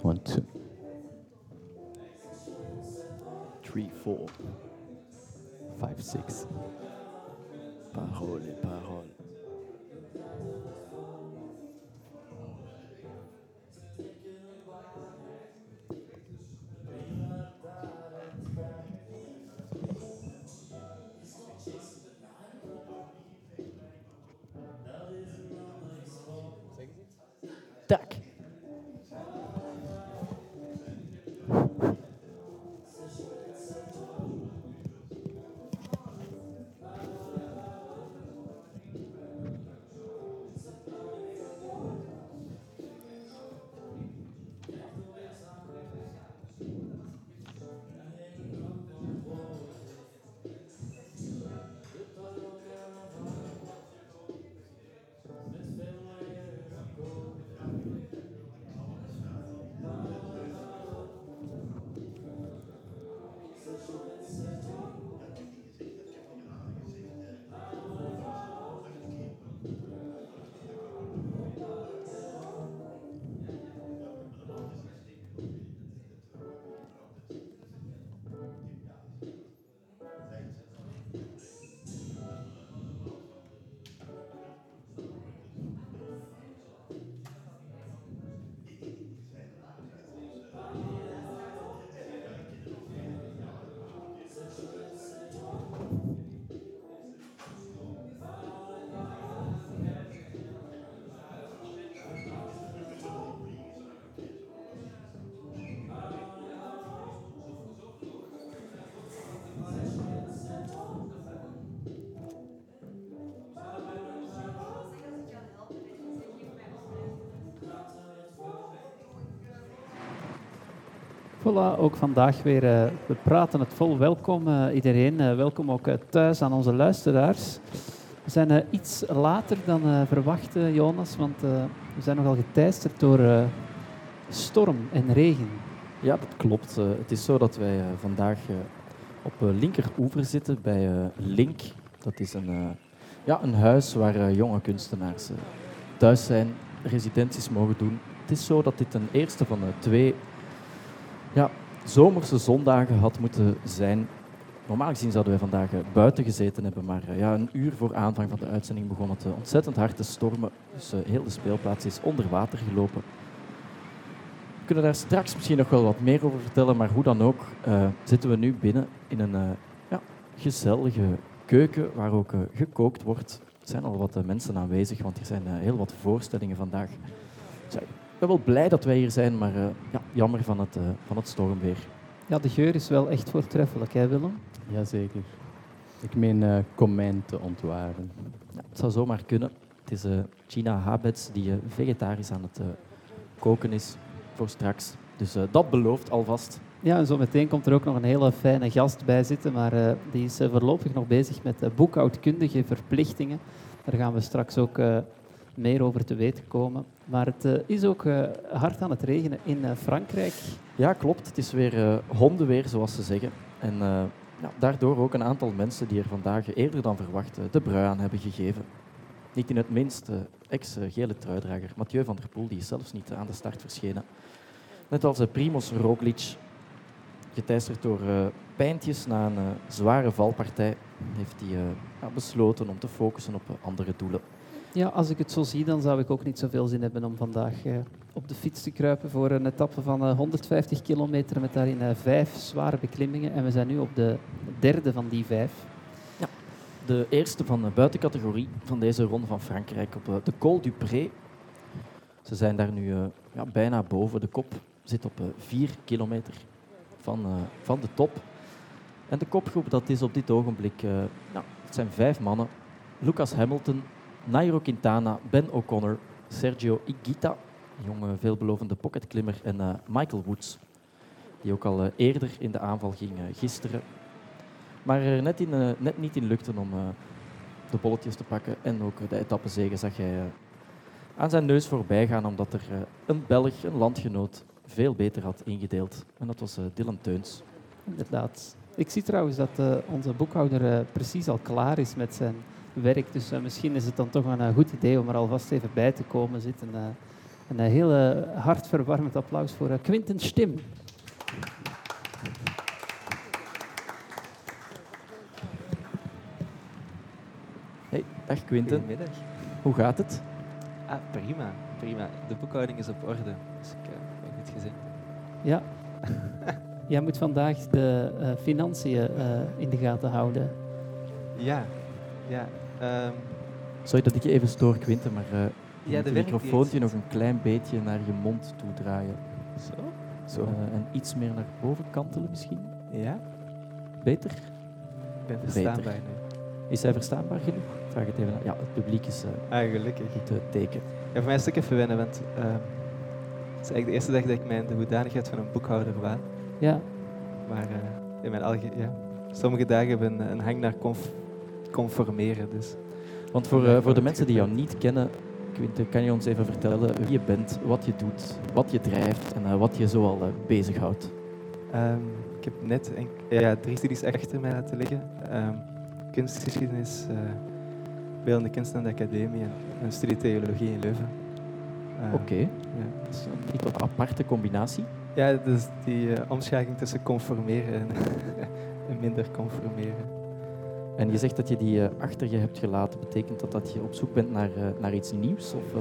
1, 2. 3, 4. 5, 6. Paroles et paroles. Tak. Voilà, ook vandaag weer, we praten het vol. Welkom iedereen, welkom ook thuis aan onze luisteraars. We zijn iets later dan verwacht, Jonas, want we zijn nogal geteisterd door storm en regen. Ja, dat klopt. Het is zo dat wij vandaag op linkeroever zitten bij Link. Dat is een huis waar jonge kunstenaars thuis zijn, residenties mogen doen. Het is zo dat dit een eerste van 2 zomerse zondagen had moeten zijn. Normaal gezien zouden wij vandaag buiten gezeten hebben, maar een uur voor aanvang van de uitzending begon het ontzettend hard te stormen. Dus heel de speelplaats is onder water gelopen. We kunnen daar straks misschien nog wel wat meer over vertellen, maar hoe dan ook zitten we nu binnen in een gezellige keuken waar ook gekookt wordt. Er zijn al wat mensen aanwezig, want er zijn heel wat voorstellingen vandaag. Dus, ik ben wel blij dat wij hier zijn, maar jammer van het stormweer. Ja, de geur is wel echt voortreffelijk, hè Willem? Jazeker. Ik meen komijn te ontwaren. Ja, het zou zomaar kunnen. Het is Gina Habets die vegetarisch aan het koken is voor straks. Dus dat belooft alvast. Ja, en zo meteen komt er ook nog een hele fijne gast bij zitten, maar die is voorlopig nog bezig met boekhoudkundige verplichtingen. Daar gaan we straks ook meer over te weten komen. Maar het is ook hard aan het regenen in Frankrijk. Ja, klopt. Het is weer hondenweer, zoals ze zeggen. En daardoor ook een aantal mensen die er vandaag eerder dan verwacht de brui aan hebben gegeven. Niet in het minst ex-gele truidrager Mathieu van der Poel, die is zelfs niet aan de start verschenen. Net als Primoz Roglic, geteisterd door pijntjes na een zware valpartij, heeft hij besloten om te focussen op andere doelen. Ja, als ik het zo zie, dan zou ik ook niet zoveel zin hebben om vandaag op de fiets te kruipen voor een etappe van 150 kilometer met daarin 5 zware beklimmingen. En we zijn nu op de derde van die 5. Ja, de eerste van de buitencategorie van deze ronde van Frankrijk op de Col du Pré. Ze zijn daar nu bijna boven. De kop zit op 4 kilometer van de top. En de kopgroep, dat is op dit ogenblik, het zijn 5 mannen. Lucas Hamilton, Nairo Quintana, Ben O'Connor, Sergio Higuita, een jonge veelbelovende pocketklimmer, en Michael Woods, die ook al eerder in de aanval ging gisteren. Maar er net niet in lukte om de bolletjes te pakken. En ook de etappezege zag hij aan zijn neus voorbij gaan, omdat er een Belg, een landgenoot, veel beter had ingedeeld. En dat was Dylan Teuns. Inderdaad. Ik zie trouwens dat onze boekhouder precies al klaar is met zijn werk. Dus misschien is het dan toch een goed idee om er alvast even bij te komen zitten Een heel hartverwarmend applaus voor Quinten Stim. Hey, dag Quinten. Goedemiddag. Hoe gaat het? Prima, prima. De boekhouding is op orde, dus ik ben goed gezien. Ja. Jij moet vandaag de financiën in de gaten houden. Ja. Sorry dat ik je even stoor, Quinten, maar je Ja, moet de je werk die microfoontje is- nog een klein beetje naar je mond toe draaien. Zo? En iets meer naar boven kantelen misschien. Ja? Beter? Ik ben verstaanbaar nu. Is hij verstaanbaar genoeg? Ik vraag het even aan. Ja, het publiek is Gelukkig. goed teken. Ja, voor mij is het ook even wennen, want het is eigenlijk de eerste dag dat ik mij in de hoedanigheid van een boekhouder waan. Ja, Maar in mijn sommige dagen hebben een hang naar conformeren, dus... Want voor de mensen die jou niet kennen, Quinten, kan je ons even vertellen wie je bent, wat je doet, wat je drijft en wat je zoal bezighoudt? Ik heb net 3 studies achter mij laten liggen. Kunstgeschiedenis, beeldende kunst aan de academie en een studie theologie in Leuven. Oké, Ja. dat is een beetje een aparte combinatie. Ja, dus die omschakeling tussen conformeren en minder conformeren. En je zegt dat je die achter je hebt gelaten. Betekent dat je op zoek bent naar iets nieuws? Of,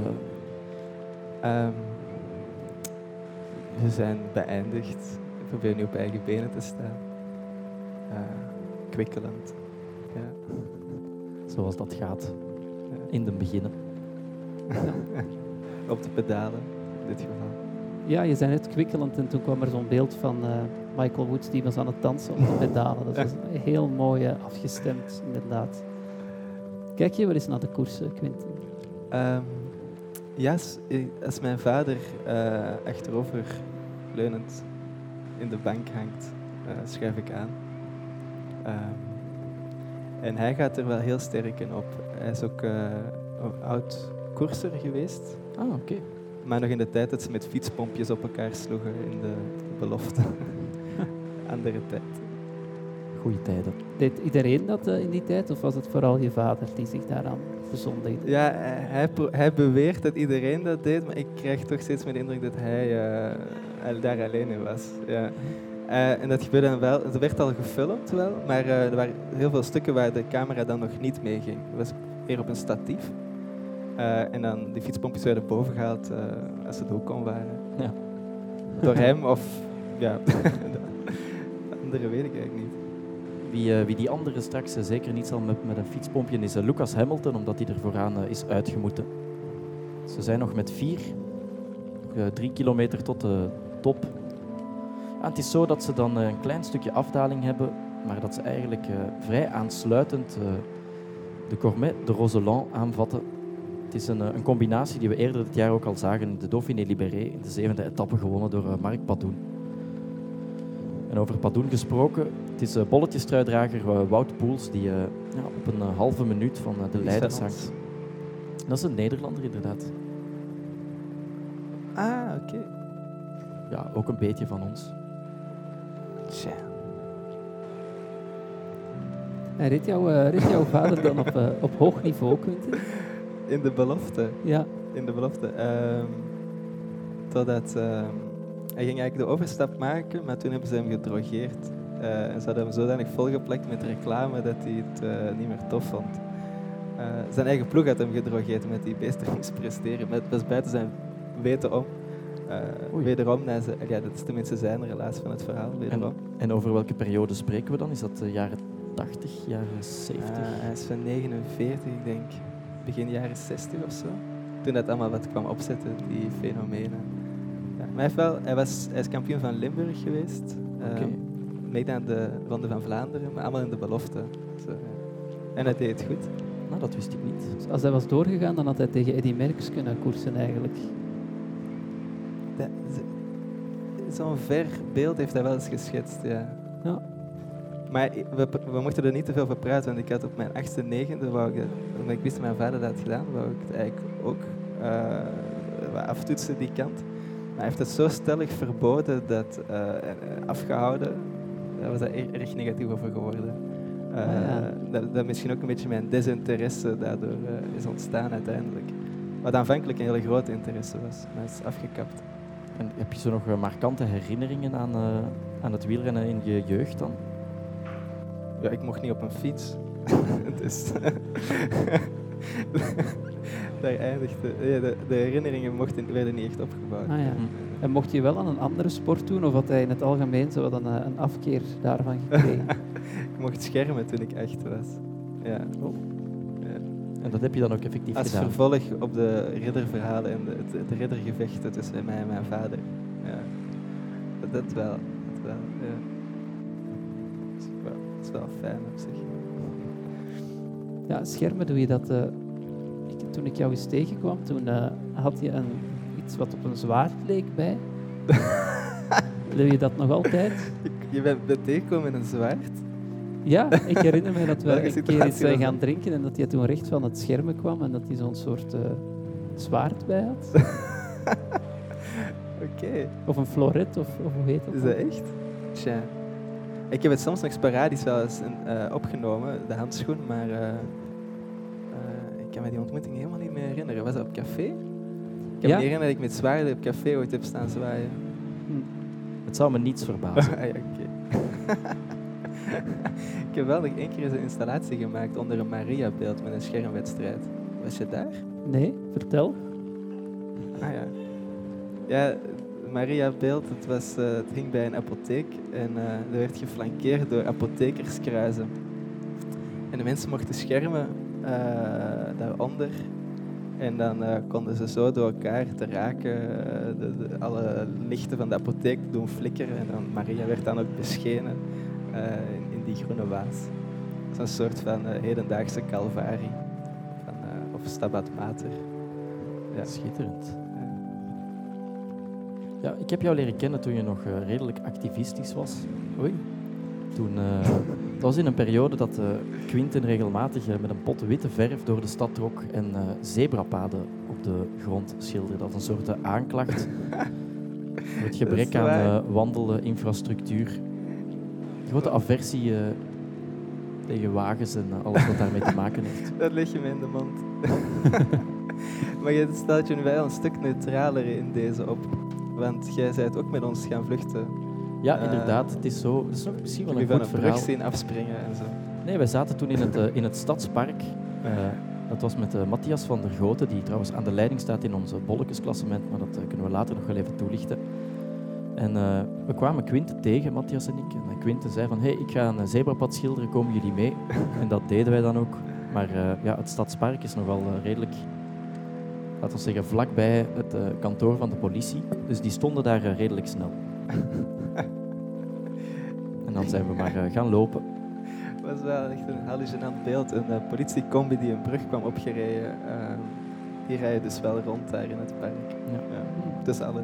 We zijn beëindigd. Ik probeer nu op eigen benen te staan. Kwikkelend. Ja. zoals dat gaat Ja. in de beginnen? Op de pedalen, in dit geval. ja, je zei net kwikkelend en toen kwam er zo'n beeld van Michael Woods die was aan het dansen op de pedalen. Dat was heel mooi afgestemd, inderdaad. Kijk je wel eens naar de koersen, Quinten? Ja, als mijn vader achterover leunend in de bank hangt, schuif ik aan. En hij gaat er wel heel sterk in op. Hij is ook oud koerser geweest, Ah, oké. maar nog in de tijd dat ze met fietspompjes op elkaar sloegen in de belofte. Andere tijd. Goeie tijden. Deed iedereen dat in die tijd of was het vooral je vader die zich daaraan bezondigde? Ja, hij beweert dat iedereen dat deed, maar ik krijg toch steeds meer de indruk dat hij daar alleen in was. Ja. En dat gebeurde dan wel, er werd al gefilmd wel, maar er waren heel veel stukken waar de camera dan nog niet mee ging. Het was meer op een statief. En dan die fietspompjes werden boven gehaald als ze de hoek om waren. Ja. Door hem of ja, de andere weet ik eigenlijk niet. Wie die andere straks zeker niet zal met een fietspompje is Lucas Hamilton, omdat hij er vooraan is uitgemoeten. Ze zijn nog met 3 kilometer tot de top. Ja, het is zo dat ze dan een klein stukje afdaling hebben, maar dat ze eigenlijk vrij aansluitend de Cormet de Roseland aanvatten. Het is een combinatie die we eerder dit jaar ook al zagen in de Dauphiné Libéré, in de 7e etappe gewonnen door Marc Padun. En over Padun gesproken, het is bolletjestruidrager Wout Poels die op een halve minuut van de leiders hangt. Dat is een Nederlander inderdaad. Ah, oké. Ja, ook een beetje van ons. Tja. En reed jouw vader dan op hoog niveau, Quinten? In de belofte. Ja. In de belofte. Totdat hij ging eigenlijk de overstap maken, maar toen hebben ze hem gedrogeerd. En ze hadden hem zodanig volgeplakt met reclame dat hij het niet meer tof vond. Zijn eigen ploeg had hem gedrogeerd omdat hij beter moest presteren. Maar het was buiten zijn weten om. Wederom, ja, dat is tenminste zijn relatie van het verhaal. Wederom. En over welke periode spreken we dan? Is dat de jaren 80, jaren 70? Hij is van 49, ik denk begin jaren 60 of zo. Toen dat allemaal wat kwam opzetten, die fenomenen. Ja, maar hij is kampioen van Limburg geweest. Meegedaan aan de Ronde van Vlaanderen, maar allemaal in de belofte. Zo, ja. En hij deed het goed. Nou, dat wist ik niet. Dus als hij was doorgegaan, dan had hij tegen Eddy Merckx kunnen koersen eigenlijk. Zo'n ver beeld heeft hij wel eens geschetst, ja. Ja. Maar we mochten er niet te veel over praten, want ik had op mijn 8e, 9e, omdat ik wist dat mijn vader dat had gedaan, wou ik het eigenlijk ook wat aftoetsen, die kant. Maar hij heeft het zo stellig verboden, afgehouden, daar was hij erg negatief over geworden. Ja. Dat misschien ook een beetje mijn desinteresse daardoor is ontstaan uiteindelijk. Wat aanvankelijk een hele grote interesse was, maar is afgekapt. En heb je zo nog markante herinneringen aan het wielrennen in je jeugd dan? Ja, ik mocht niet op een fiets. Dus daar eindigde. De herinneringen werden niet echt opgebouwd. Ah, ja. En mocht je wel aan een andere sport doen, of had hij in het algemeen zo wat een afkeer daarvan gekregen? Ik mocht schermen toen ik 8 was. Ja. Oh. Ja. En dat heb je dan ook effectief Als gedaan? vervolg op de ridderverhalen en de riddergevechten tussen mij en mijn vader. Ja. Dat wel. Ja. Dat is wel fijn op zich. Ja, schermen doe je dat. Toen ik jou eens tegenkwam, toen had je iets wat op een zwaard leek bij. Doe je dat nog altijd? Je bent tegengekomen met een zwaard? Ja, ik herinner me dat we Welke een keer situatie iets was zijn gaan dat? drinken en dat hij toen recht van het schermen kwam en dat hij zo'n soort zwaard bij had. Oké. Of een floret, of hoe heet dat? Is dan? dat echt? Tja. Ik heb het soms nog sporadisch wel eens opgenomen, de handschoen, maar ik kan me die ontmoeting helemaal niet meer herinneren. Was dat op café? Ik kan me Ja. niet herinneren dat ik met zwaarden op café ooit heb staan zwaaien. Het zou me niets verbazen. Ah, ja, oké. Ik heb wel nog één keer eens een installatie gemaakt onder een Maria-beeld met een schermwedstrijd. Was je daar? Nee, vertel. Ah ja. Ja, Maria-beeld, het hing bij een apotheek en er werd geflankeerd door apothekerskruizen. En de mensen mochten schermen daaronder. En dan konden ze zo door elkaar te raken alle lichten van de apotheek doen flikkeren. En dan Maria werd dan ook beschenen in die groene waas. Dat is een soort van hedendaagse Calvarie. Of Stabat Mater. Ja. Schitterend. Ja, ik heb jou leren kennen toen je nog redelijk activistisch was. Oei. Toen, dat was in een periode dat Quinten regelmatig met een pot witte verf door de stad trok en zebrapaden op de grond schilderde. Dat was een soort aanklacht voor het gebrek Dat is waar. aan wandelinfrastructuur. Grote aversie tegen wagens en alles wat daarmee te maken heeft. Dat leg je me in de mond. Maar je stelt je nu wel een stuk neutraler in deze op. Want jij bent ook met ons gaan vluchten. Ja, inderdaad. Het is zo. Het is nog misschien wel Je een van goed een brug verhaal. zien afspringen en zo. Nee, wij zaten toen in het Stadspark. Dat was met Matthias van der Goten, die trouwens aan de leiding staat in ons bolletjesklassement, maar dat kunnen we later nog wel even toelichten. En we kwamen Quinten tegen, Matthias en ik. En Quinten zei van, hey, ik ga een zebrapad schilderen, komen jullie mee? En dat deden wij dan ook. Maar ja, het Stadspark is nogal redelijk, laten we zeggen, vlakbij het kantoor van de politie. Dus die stonden daar redelijk snel. En dan zijn we maar gaan lopen. Het was wel echt een hallucinant beeld. Een politiecombi die een brug kwam opgereden. Die rijden dus wel rond daar in het park. Ja. Ja, tussen alle.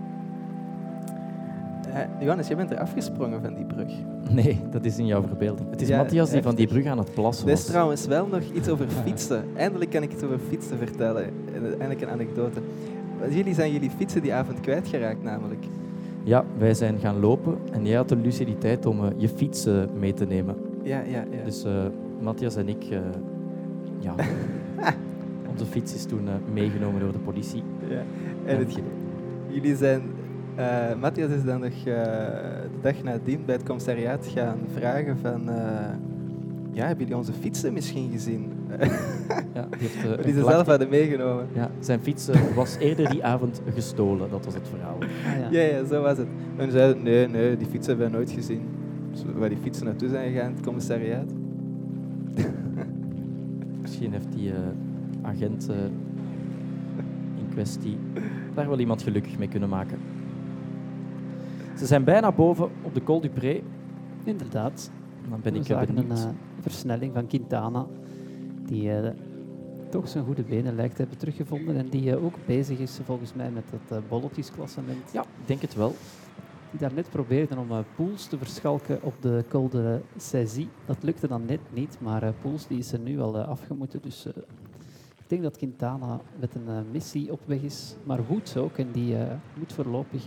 Johannes, jij bent er afgesprongen van die brug. Nee, dat is in jouw verbeelding. Het is Ja, Matthias die van die heftig. brug aan het plassen Er is was. trouwens wel nog iets over fietsen. Eindelijk kan ik iets over fietsen vertellen. Eindelijk een anekdote. Jullie zijn jullie fietsen die avond kwijtgeraakt namelijk. Ja, wij zijn gaan lopen en jij had de luciditeit om je fiets mee te nemen. Ja. Dus Matthias en ik, ja, onze fiets is toen meegenomen door de politie. Ja. En jullie zijn... Matthias is dan nog de dag nadien bij het commissariaat gaan vragen van... hebben jullie onze fietsen misschien gezien? Ja, die heeft, Die een ze klacht- zelf hadden meegenomen. Ja, zijn fiets was eerder die avond gestolen, dat was het verhaal. Ah, ja. Ja, zo was het. En ze zeiden, nee, die fietsen hebben we nooit gezien. Dus waar die fietsen naartoe zijn gegaan, het commissariaat. Misschien heeft die agent in kwestie daar wel iemand gelukkig mee kunnen maken. Ze zijn bijna boven op de Col du Pré. Inderdaad. Dan ben We ik zagen benieuwd. een versnelling van Quintana, die toch zijn goede benen lijkt te hebben teruggevonden en die ook bezig is volgens mij met het bolletjesklassement. Ja, ik denk het wel. Die daarnet probeerden om Poels te verschalken op de Col de Cézy. Dat lukte dan net niet, maar Poels die is er nu al afgemoeten. Dus ik denk dat Quintana met een missie op weg is, maar Woods ook. En die moet voorlopig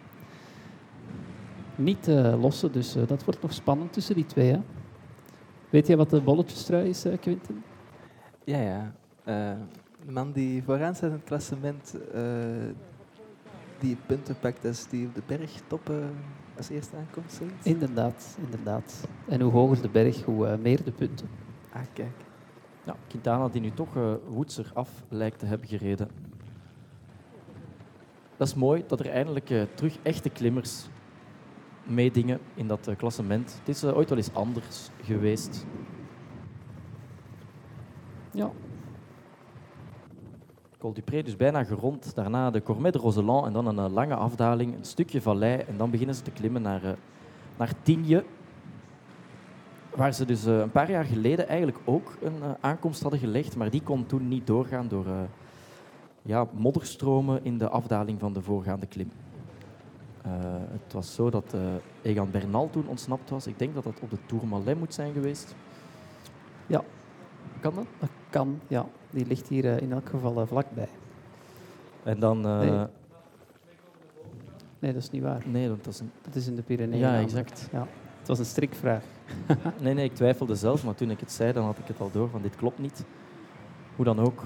niet lossen, dus dat wordt nog spannend tussen die twee. Hè? Weet jij wat de bolletjestrui is, Quinten? Ja. de man die vooraan staat in het klassement, die punten pakt, dat is die op de bergtoppen als eerste aankomt, zoiets? Inderdaad, inderdaad. En hoe hoger de berg, hoe meer de punten. Ah, kijk. Ja, Quintana die nu toch Woetser af lijkt te hebben gereden. Dat is mooi dat er eindelijk terug echte klimmers meedingen in dat klassement. Het is ooit wel eens anders geweest. Ja. Col du Pré dus bijna gerond. Daarna de Cormet de Roseland en dan een lange afdaling, een stukje vallei. En dan beginnen ze te klimmen naar Tignes. Waar ze dus een paar jaar geleden eigenlijk ook een aankomst hadden gelegd. Maar die kon toen niet doorgaan door modderstromen in de afdaling van de voorgaande klim. Het was zo dat Egan Bernal toen ontsnapt was. Ik denk dat dat op de Tourmalet moet zijn geweest. Ja. Kan dat? Dat kan, ja. Die ligt hier in elk geval vlakbij. En dan... Nee, dat is niet waar. Nee, dat is een... Dat is in de Pyreneeën. Ja, namelijk. exact. Ja. Het was een strikvraag. Nee, ik twijfelde zelf, maar toen ik het zei, dan had ik het al door van dit klopt niet. Hoe dan ook.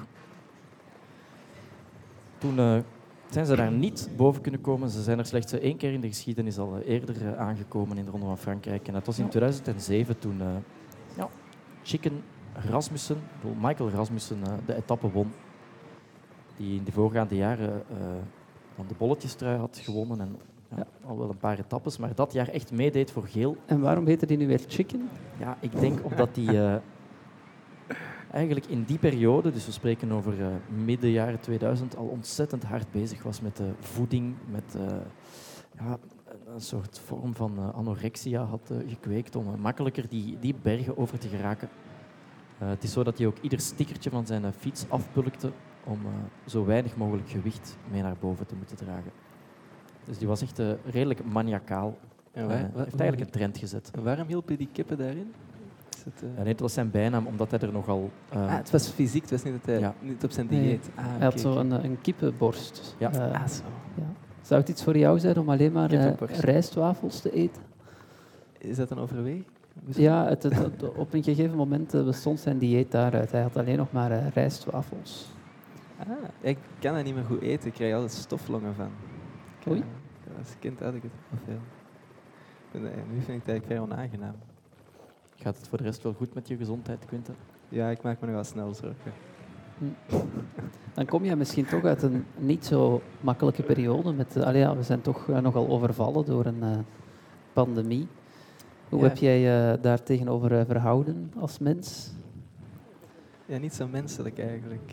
Toen zijn ze daar niet boven kunnen komen. Ze zijn er slechts 1 keer in de geschiedenis al eerder aangekomen in de Ronde van Frankrijk. En dat was in 2007 toen Chicken Rasmussen, Michael Rasmussen, de etappe won. Die in de voorgaande jaren van de bolletjestrui had gewonnen. En al wel een paar etappes, maar dat jaar echt meedeed voor geel. En waarom heette die nu weer Chicken? Ja, ik denk omdat hij eigenlijk in die periode, dus we spreken over midden jaren 2000, al ontzettend hard bezig was met voeding, met een soort vorm van anorexia had gekweekt om makkelijker die bergen over te geraken. Het is zo dat hij ook ieder stickertje van zijn fiets afpulkte om zo weinig mogelijk gewicht mee naar boven te moeten dragen. Dus die was echt redelijk maniacaal. En Hij heeft eigenlijk een trend gezet. En waarom hielp je die kippen daarin? Is het, Nee, het was zijn bijnaam, omdat hij er nogal... het was fysiek, het was niet dat hij niet op zijn dieet. Nee, hij had zo een kippenborst. Ja. Zo. Ja. Zou het iets voor jou zijn om alleen maar Kippenborst. rijstwafels te eten? Is dat een overweging? Ja, op een gegeven moment bestond zijn dieet daaruit. Hij had alleen nog maar rijstwafels. Ik kan dat niet meer goed eten. Ik krijg altijd stoflongen van. Oei. Als kind had ik het wel veel. Nu vind ik het eigenlijk vrij onaangenaam. Gaat het voor de rest wel goed met je gezondheid, Quinten? Ja, ik maak me nogal snel zorgen. Dan kom je misschien toch uit een niet zo makkelijke periode. We zijn toch nogal overvallen door een pandemie. Hoe heb jij daar tegenover verhouden als mens? Ja, niet zo menselijk eigenlijk.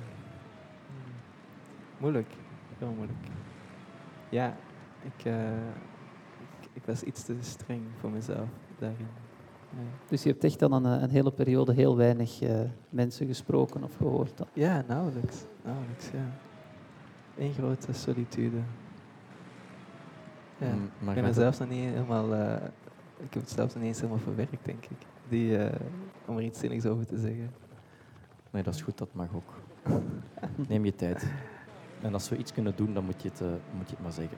Moeilijk. Heel moeilijk. Ja, ik was iets te streng voor mezelf daarin. Ja. Dus je hebt echt dan een hele periode heel weinig mensen gesproken of gehoord dan? Ja, nauwelijks. Nauwelijks, ja. Eén grote solitude. Ja. Maar Ik ben er zelfs nog niet helemaal... ik heb het zelfs nog niet eens helemaal verwerkt, denk ik. Om er iets zinnigs over te zeggen. Nee, dat is goed, dat mag ook. Neem je tijd. En als we iets kunnen doen, dan moet je het maar zeggen.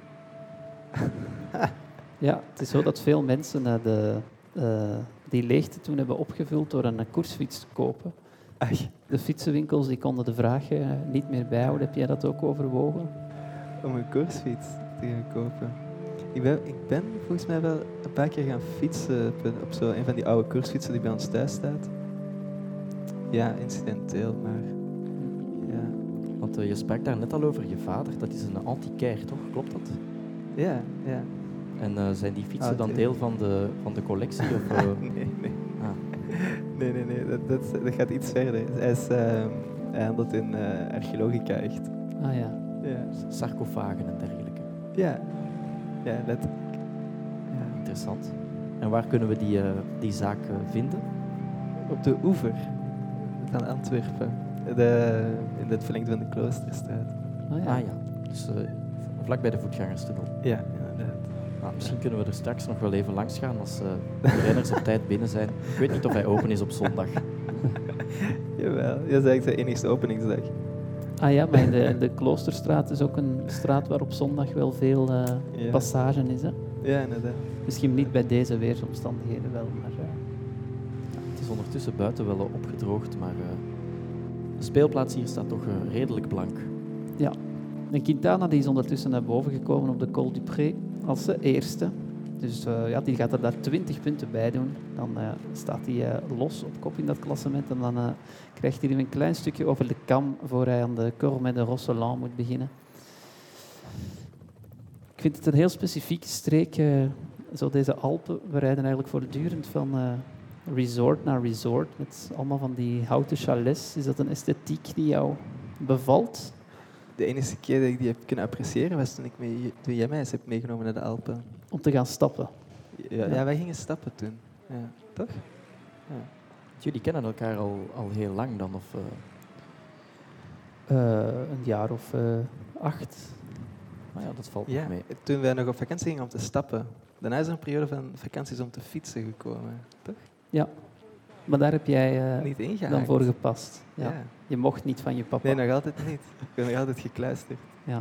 Ja, het is zo dat veel mensen die leegte toen hebben opgevuld door een koersfiets te kopen. Ach, De fietsenwinkels die konden de vraag niet meer bijhouden. Heb jij dat ook overwogen? om een koersfiets te gaan kopen. Ik ben volgens mij wel een paar keer gaan fietsen op zo een van die oude koersfietsen die bij ons thuis staat. Ja, incidenteel, maar ja. Want je sprak daar net al over je vader. Dat is een antiquair, toch? Klopt dat? Ja. En zijn die fietsen dan ja. deel van de collectie? Of, Nee. Ah. Nee. Dat gaat iets verder. Hij handelt in archeologica echt. Ah ja. Ja. Sarcofagen en dergelijke. Ja, letterlijk. Ja. Interessant. En waar kunnen we die zaak vinden? Op de oever van Antwerpen. In het verlengde van de Kloosterstraat. Ah ja. Ah ja, dus vlak bij de voetgangerstunnel. Ja, inderdaad. Nou, misschien kunnen we er straks nog wel even langs gaan als de renners op tijd binnen zijn. Ik weet niet of hij open is op zondag. Jawel, dat is eigenlijk de enigste openingsdag. Ah ja, maar in de Kloosterstraat is ook een straat waar op zondag wel veel passage is. Hè? Ja, inderdaad. Misschien niet bij deze weersomstandigheden wel, maar... Het is ondertussen buiten wel opgedroogd, maar De speelplaats hier staat toch redelijk blank. Ja. En Quintana die is ondertussen naar boven gekomen op de Col du Pré als eerste. Dus die gaat er daar 20 punten bij doen. Dan staat hij los op kop in dat klassement. En dan krijgt hij een klein stukje over de kam voor hij aan de Cormet de Rosselin moet beginnen. Ik vind het een heel specifieke streek, zo deze Alpen. We rijden eigenlijk voortdurend van resort naar resort met allemaal van die houten chalets. Is dat een esthetiek die jou bevalt? De enige keer dat ik die heb kunnen appreciëren was toen jij mij eens hebt meegenomen naar de Alpen. Om te gaan stappen. Ja, wij gingen stappen toen. Ja, toch? Ja. Jullie kennen elkaar al heel lang dan? Of, Een jaar of 8. Nou ja, dat valt Ja, nog mee. toen wij nog op vakantie gingen om te stappen. Daarna is er een periode van vakanties om te fietsen gekomen. Toch? Ja, maar daar heb jij Niet ingehaakt. dan voor gepast. Ja. Ja. Je mocht niet van je papa. Nee, nog altijd niet. Ik ben nog altijd gekluisterd. Ja.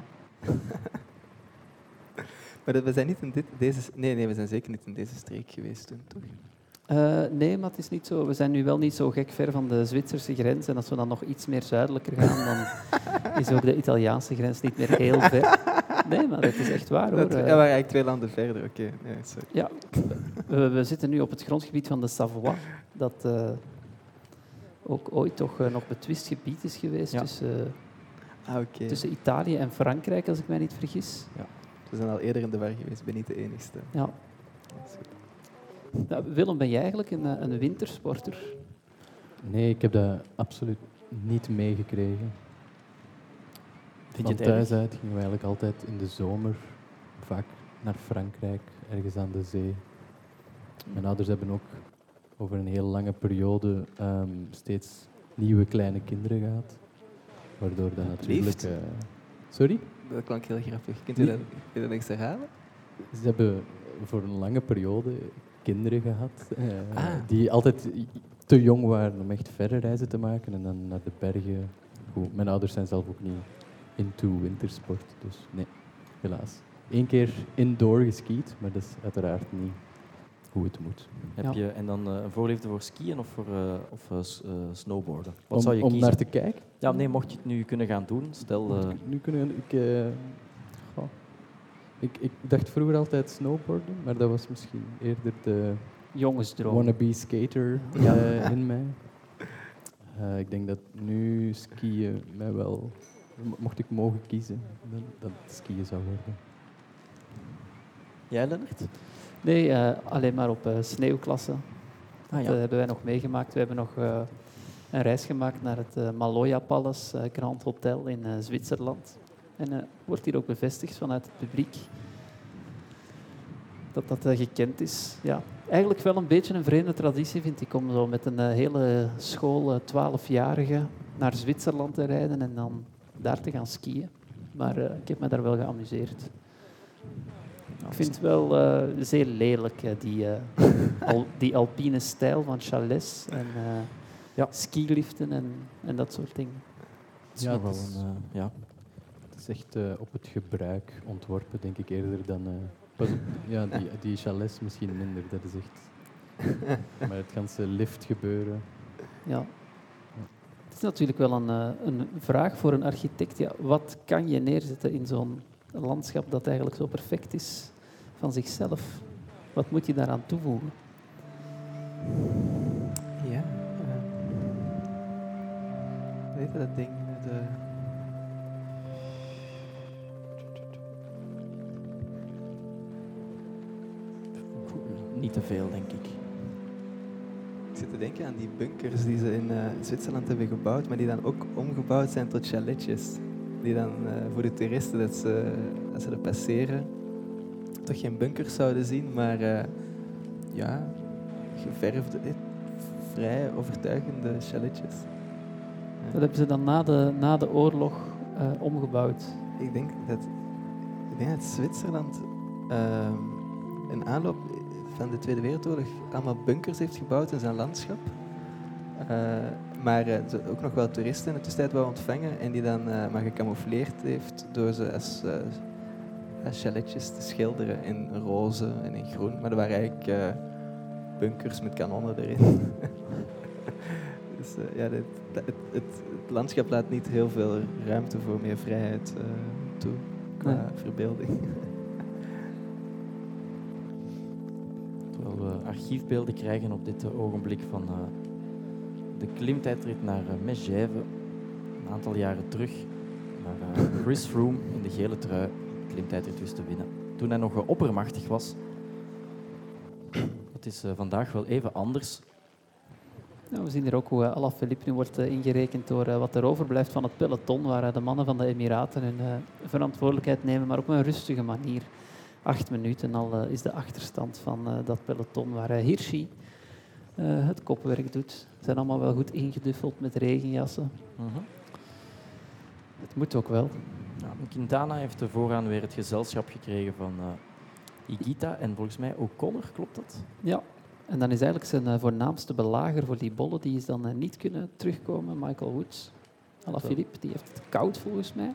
Maar we zijn niet in deze... Nee, we zijn zeker niet in deze streek geweest toen, toch? Nee, maar het is niet zo. We zijn nu wel niet zo gek ver van de Zwitserse grens. En als we dan nog iets meer zuidelijker gaan, dan is ook de Italiaanse grens niet meer heel ver. Nee, maar dat is echt waar, hoor. We waren eigenlijk 2 landen verder, oké. Nee, sorry. Ja, we zitten nu op het grondgebied van de Savoie, dat ook ooit toch nog betwist gebied is geweest Ja. Oké. tussen Italië en Frankrijk, als ik mij niet vergis. We zijn al eerder in de war geweest, ik ben niet de enigste. Ja. Nou, Willem, ben jij eigenlijk een wintersporter? Nee, ik heb dat absoluut niet meegekregen. Vind Van je het thuis erg? uit gingen we eigenlijk altijd in de zomer vaak naar Frankrijk, ergens aan de zee. Mijn ouders hebben ook over een heel lange periode steeds nieuwe kleine kinderen gehad. Waardoor dat natuurlijk... Liefd. Sorry? Dat klinkt heel grappig. Kunt Nee. u dat eens herhalen? Ze hebben voor een lange periode kinderen gehad Ah. die altijd te jong waren om echt verre reizen te maken en dan naar de bergen. Goed, mijn ouders zijn zelf ook niet into wintersport, dus nee, helaas. 1 keer indoor geskiet, maar dat is uiteraard niet hoe het moet. Heb je en dan een voorliefde voor skiën of voor snowboarden? Wat Om, zou je om kiezen? naar te kijken? Ja, nee, mocht je het nu kunnen gaan doen, stel... Nu kunnen ik dacht vroeger altijd snowboarden, maar dat was misschien eerder de Jongensdroom. wannabe skater in mij. Ik denk dat nu skiën mij wel, mocht ik mogen kiezen, dat het skiën zou worden. Jij, Lennart? Nee, alleen maar op sneeuwklassen. Ah, Dat hebben wij nog meegemaakt. We hebben nog een reis gemaakt naar het Maloja Palace Grand Hotel in Zwitserland. En wordt hier ook bevestigd vanuit het publiek dat gekend is. Ja. Eigenlijk wel een beetje een vreemde traditie, vind ik, om zo met een hele school 12-jarigen naar Zwitserland te rijden en dan daar te gaan skiën. Maar ik heb me daar wel geamuseerd. Ik vind het wel zeer lelijk, die alpine stijl van chalets en skiliften en dat soort dingen. Het is Ja, nog wel het is- een... ja. Het is echt op het gebruik ontworpen, denk ik, eerder dan... pas op, ja, die chalets misschien minder, dat is echt... Maar het ganse lift gebeuren... Ja. Het is natuurlijk wel een vraag voor een architect. Ja, wat kan je neerzetten in zo'n landschap dat eigenlijk zo perfect is van zichzelf? Wat moet je daaraan toevoegen? Ja. Weet je dat ding? Niet te veel, denk ik. Ik zit te denken aan die bunkers die ze in Zwitserland hebben gebouwd, maar die dan ook omgebouwd zijn tot chaletjes. Die dan voor de toeristen, dat ze, als ze er passeren, toch geen bunkers zouden zien, maar ja, geverfde, vrij overtuigende chaletjes. Dat hebben ze dan na de oorlog omgebouwd. Ik denk dat Zwitserland in aanloop van de Tweede Wereldoorlog allemaal bunkers heeft gebouwd in zijn landschap. Maar ze ook nog wel toeristen in de tussentijd wou ontvangen en die dan maar gecamoufleerd heeft door ze als chaletjes te schilderen in roze en in groen. Maar er waren eigenlijk bunkers met kanonnen erin. Dus het landschap laat niet heel veel ruimte voor meer vrijheid toe qua verbeelding. Terwijl we archiefbeelden krijgen op dit ogenblik van de klimtijdrit naar Megève, een aantal jaren terug, waar Chris Froome in de gele trui de klimtijdrit wist te winnen. Toen hij nog oppermachtig was. Het is vandaag wel even anders. Ja, we zien hier ook hoe Alaphilippe nu wordt ingerekend door wat er overblijft van het peloton, waar de mannen van de Emiraten hun verantwoordelijkheid nemen, maar op een rustige manier. 8 minuten al is de achterstand van dat peloton, waar Hirschi het kopwerk doet. Ze zijn allemaal wel goed ingeduffeld met regenjassen. Het moet ook wel. Ja, Quintana heeft vooraan weer het gezelschap gekregen van Higuita en volgens mij O'Connor, klopt dat? Ja, en dan is eigenlijk zijn voornaamste belager voor die bollen, die is dan niet kunnen terugkomen, Michael Woods. Alaphilippe, die heeft het koud volgens mij.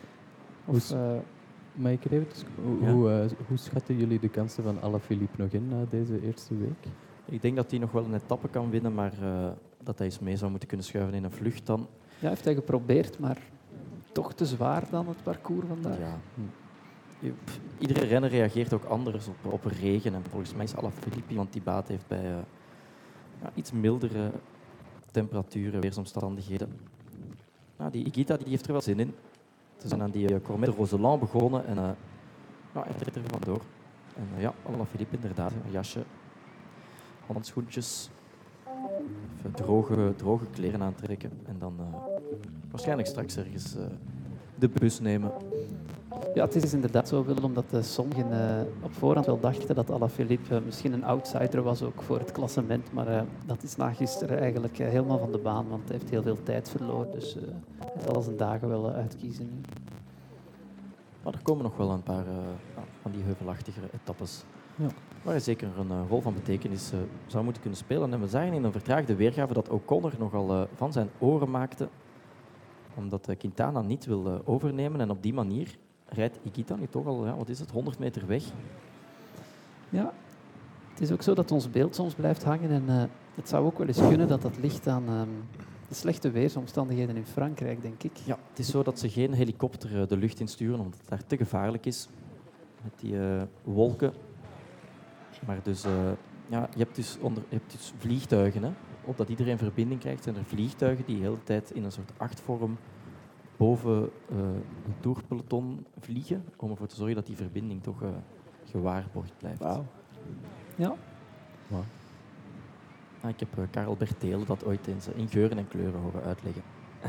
Mag ik er even hoe schatten jullie de kansen van Alaphilippe nog in na deze eerste week? Ik denk dat hij nog wel een etappe kan winnen, maar dat hij eens mee zou moeten kunnen schuiven in een vlucht dan. Ja, heeft hij geprobeerd, maar toch te zwaar dan het parcours vandaag. Ja. Iedere renner reageert ook anders op regen. En volgens mij is Alaphilippe iemand die baat heeft bij iets mildere temperaturen, weersomstandigheden. Nou, die Higuita die heeft er wel zin in. Ze zijn aan die Cormet de Roseland begonnen en hij trekt er vandoor. En Alaphilippe inderdaad, een jasje, handschoentjes, even droge kleren aantrekken en dan waarschijnlijk straks ergens de bus nemen. Ja, het is inderdaad zo, Willem, omdat sommigen op voorhand wel dachten dat Alaphilippe misschien een outsider was ook voor het klassement. Maar dat is na gisteren eigenlijk helemaal van de baan, want hij heeft heel veel tijd verloren. Dus hij zal zijn dagen wel uitkiezen nu. Maar er komen nog wel een paar van die heuvelachtigere etappes. Ja. Waar hij zeker een rol van betekenis zou moeten kunnen spelen. En we zagen in een vertraagde weergave dat O'Connor nogal van zijn oren maakte, omdat Quintana niet wil overnemen. En op die manier rijdt Higuita nu toch al, 100 meter weg. Ja, het is ook zo dat ons beeld soms blijft hangen. En het zou ook wel eens kunnen dat dat ligt aan de slechte weersomstandigheden in Frankrijk, denk ik. Ja, het is zo dat ze geen helikopter de lucht insturen, omdat het daar te gevaarlijk is. Met die wolken. Maar dus, je hebt dus vliegtuigen, hè. Opdat iedereen verbinding krijgt, zijn er vliegtuigen die de hele tijd in een soort achtvorm boven het tourpeloton vliegen, om ervoor te zorgen dat die verbinding toch gewaarborgd blijft. Wauw. Ja. Wow. Ik heb Karel Bertelen dat ooit eens in geuren en kleuren horen uitleggen.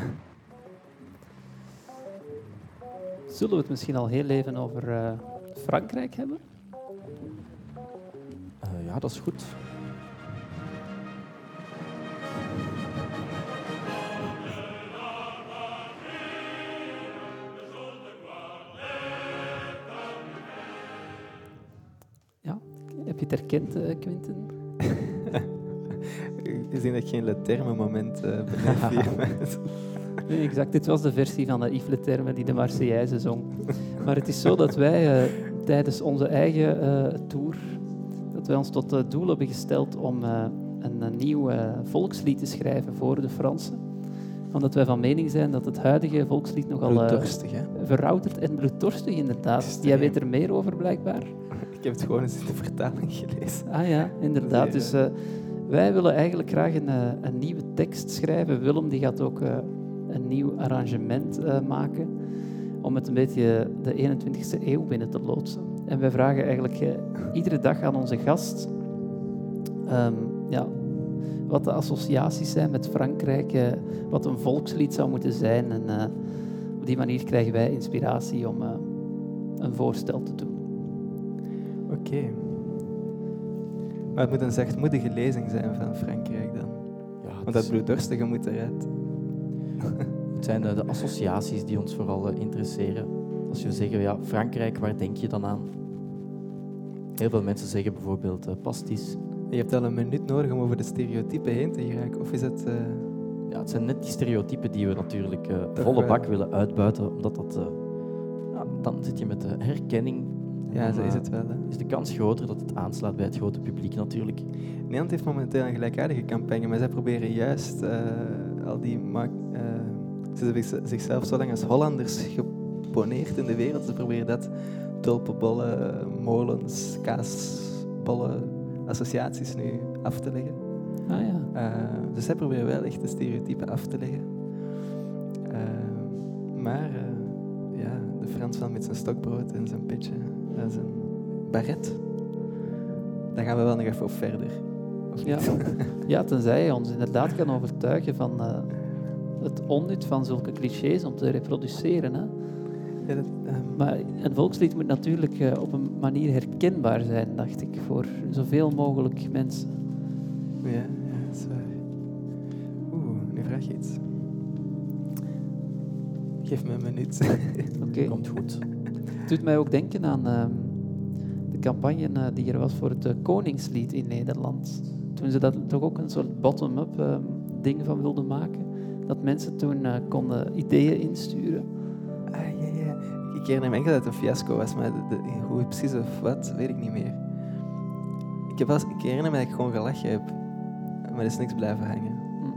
Zullen we het misschien al heel even over Frankrijk hebben? Ja, dat is goed. Ja, heb je het herkend, Quinten? Gezien dat ik geen Leterme-moment beleef hier. Nee, exact. Dit was de versie van Yves Leterme die de Marseillaise zong. Maar het is zo dat wij tijdens onze eigen tour, dat wij ons tot doel hebben gesteld om een nieuw volkslied te schrijven voor de Fransen. Omdat wij van mening zijn dat het huidige volkslied nogal bloeddorstig, verouderd en bloeddorstig inderdaad. Jij weet er meer over blijkbaar? Ik heb het gewoon eens in de vertaling gelezen. Ah ja, inderdaad. Dus wij willen eigenlijk graag een nieuwe tekst schrijven. Willem die gaat ook een nieuw arrangement maken om het een beetje de 21e eeuw binnen te loodsen. En wij vragen eigenlijk iedere dag aan onze gast wat de associaties zijn met Frankrijk, wat een volkslied zou moeten zijn. En op die manier krijgen wij inspiratie om een voorstel te doen. Oké. Maar het moet een zachtmoedige lezing zijn van Frankrijk dan. Ja, want dat bloeddorstige moet eruit. Het zijn de associaties die ons vooral interesseren. Als je zegt, Frankrijk, waar denk je dan aan? Heel veel mensen zeggen bijvoorbeeld pastis. Je hebt al een minuut nodig om over de stereotypen heen te geraken. Of is het... Ja, het zijn net die stereotypen die we natuurlijk volle bak willen uitbuiten. Omdat dan zit je met de herkenning Ja, zo dan, is het wel. Hè. is de kans groter dat het aanslaat bij het grote publiek natuurlijk. Nederland heeft momenteel een gelijkaardige campagne, maar zij proberen juist al die... ze hebben zichzelf zo lang als Hollanders geponeerd in de wereld. Ze proberen dat tulpenbollen, molens, kaasbollen, associaties nu af te leggen. Ah ja. Dus zij proberen wel echt de stereotypen af te leggen. Maar de Fransman met zijn stokbrood en zijn petje en zijn baret, daar gaan we wel nog even op verder. Of Ja. niet? Ja, tenzij je ons inderdaad kan overtuigen van het onnut van zulke clichés om te reproduceren. Hè. Ja, dat, Maar een volkslied moet natuurlijk op een manier herkenbaar zijn, dacht ik, voor zoveel mogelijk mensen. ja, dat is waar. Nu vraag je iets. Geef me een minuut. Oké. Komt goed. Het doet mij ook denken aan de campagne die er was voor het Koningslied in Nederland. Toen ze dat toch ook een soort bottom-up ding van wilden maken. Dat mensen toen konden ideeën insturen. Ja. Ik herinner me enkel dat het een fiasco was, maar hoe precies of wat, weet ik niet meer. Ik herinner me dat ik gewoon gelachen heb, maar er is niks blijven hangen.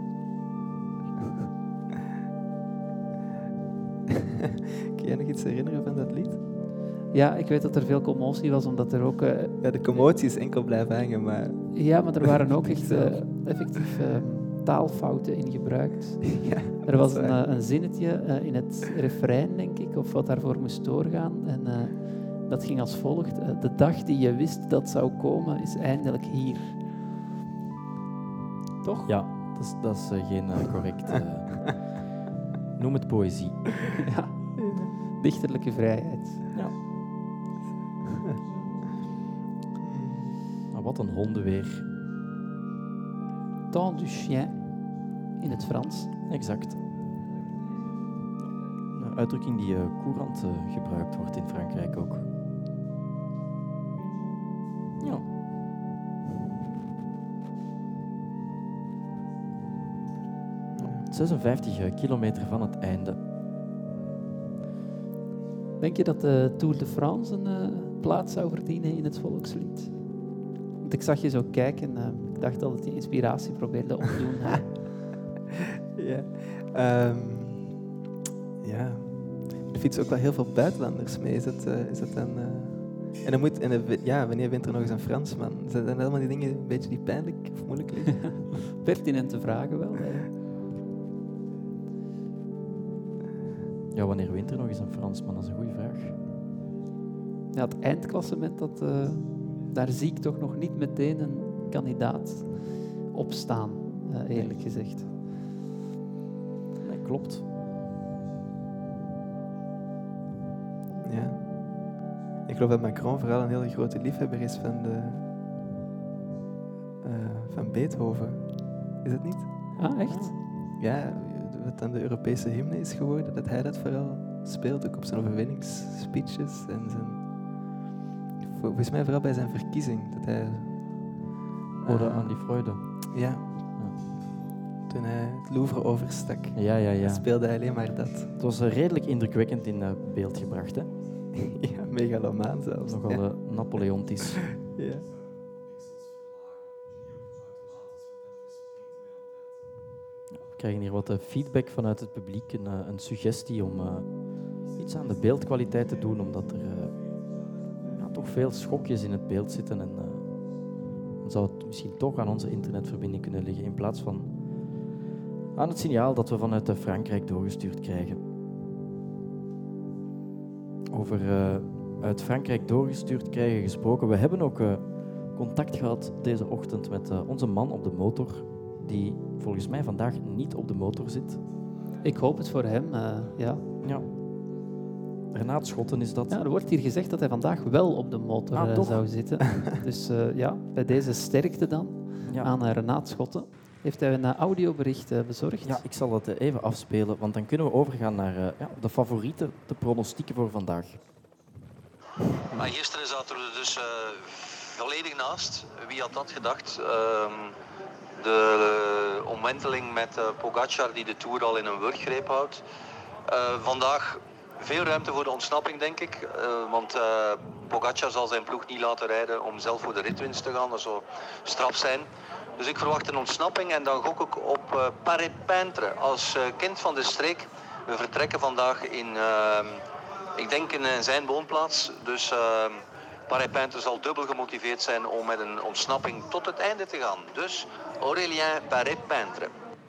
Kun jij nog iets herinneren van dat lied? Ja, ik weet dat er veel commotie was, omdat er ook... Ja, de commotie is enkel blijven hangen, maar... Ja, maar er waren ook echt effectief taalfouten in gebruikt. Ja, Er was dat is waar. een zinnetje in het refrein, denk ik, of wat daarvoor moest doorgaan. En dat ging als volgt. De dag die je wist dat zou komen, is eindelijk hier. Toch? Ja, dat is geen correct... noem het poëzie. Ja. Dichterlijke vrijheid. Ja. Maar wat een hondenweer. Temps du chien, in het Frans. Exact. Een uitdrukking die courant gebruikt wordt in Frankrijk ook. Ja. Ja, 56 kilometer van het einde. Denk je dat de Tour de France een plaats zou verdienen in het volkslied? Want ik zag je zo kijken. Ik dacht dat het die inspiratie probeerde opdoen. Ja. Ja. Er fietsen ook wel heel veel buitenlanders mee. Is dat dan... wanneer wint er nog eens een Fransman? Zijn dat allemaal die dingen een beetje die pijnlijk of moeilijk liggen? Pertinente vragen wel. Ja, wanneer wint er nog eens een Fransman? Dat is een goede vraag. Ja, het eindklassement, daar zie ik toch nog niet meteen een kandidaat op staan, eerlijk gezegd. Nee, klopt. Ja. Ik geloof dat Macron vooral een hele grote liefhebber is van Beethoven. Is dat niet? Ah, echt? Ja, wat dan de Europese hymne is geworden, dat hij dat vooral speelt, ook op zijn overwinningsspeeches en volgens mij vooral bij zijn verkiezing, dat hij... Ode aan die Freude. Ja. Toen hij het Louvre overstak, Ja. speelde hij alleen maar dat. Het was redelijk indrukwekkend in beeld gebracht, hè? Ja, megalomaan zelfs. Nogal Ja. Napoleontisch. Ja. We krijgen hier wat feedback vanuit het publiek, een suggestie om iets aan de beeldkwaliteit te doen, omdat er toch veel schokjes in het beeld zitten en dan zou het misschien toch aan onze internetverbinding kunnen liggen in plaats van aan het signaal dat we vanuit Frankrijk doorgestuurd krijgen. Over uit Frankrijk doorgestuurd krijgen gesproken. We hebben ook contact gehad deze ochtend met onze man op de motor, die volgens mij vandaag niet op de motor zit. Ik hoop het voor hem, ja. Ja. Renaat Schotten is dat. Ja. Er wordt hier gezegd dat hij vandaag wel op de motor toch? zou zitten. Dus ja, bij deze sterkte dan Ja. aan Renaat Schotten. Heeft hij een audiobericht bezorgd? Ja, ik zal dat even afspelen, want dan kunnen we overgaan naar de favorieten, de pronostieken voor vandaag. Maar gisteren zaten we er dus volledig naast. Wie had dat gedacht? De omwenteling met Pogacar die de Tour al in een wurggreep houdt. Vandaag veel ruimte voor de ontsnapping, denk ik. Want Pogacar zal zijn ploeg niet laten rijden om zelf voor de ritwinst te gaan. Dat zou straf zijn. Dus ik verwacht een ontsnapping en dan gok ik op Paris-Peintre als kind van de streek. We vertrekken vandaag ik denk in zijn woonplaats. Dus Paris-Peintre zal dubbel gemotiveerd zijn om met een ontsnapping tot het einde te gaan. Dus Aurélien Paris-Peintre.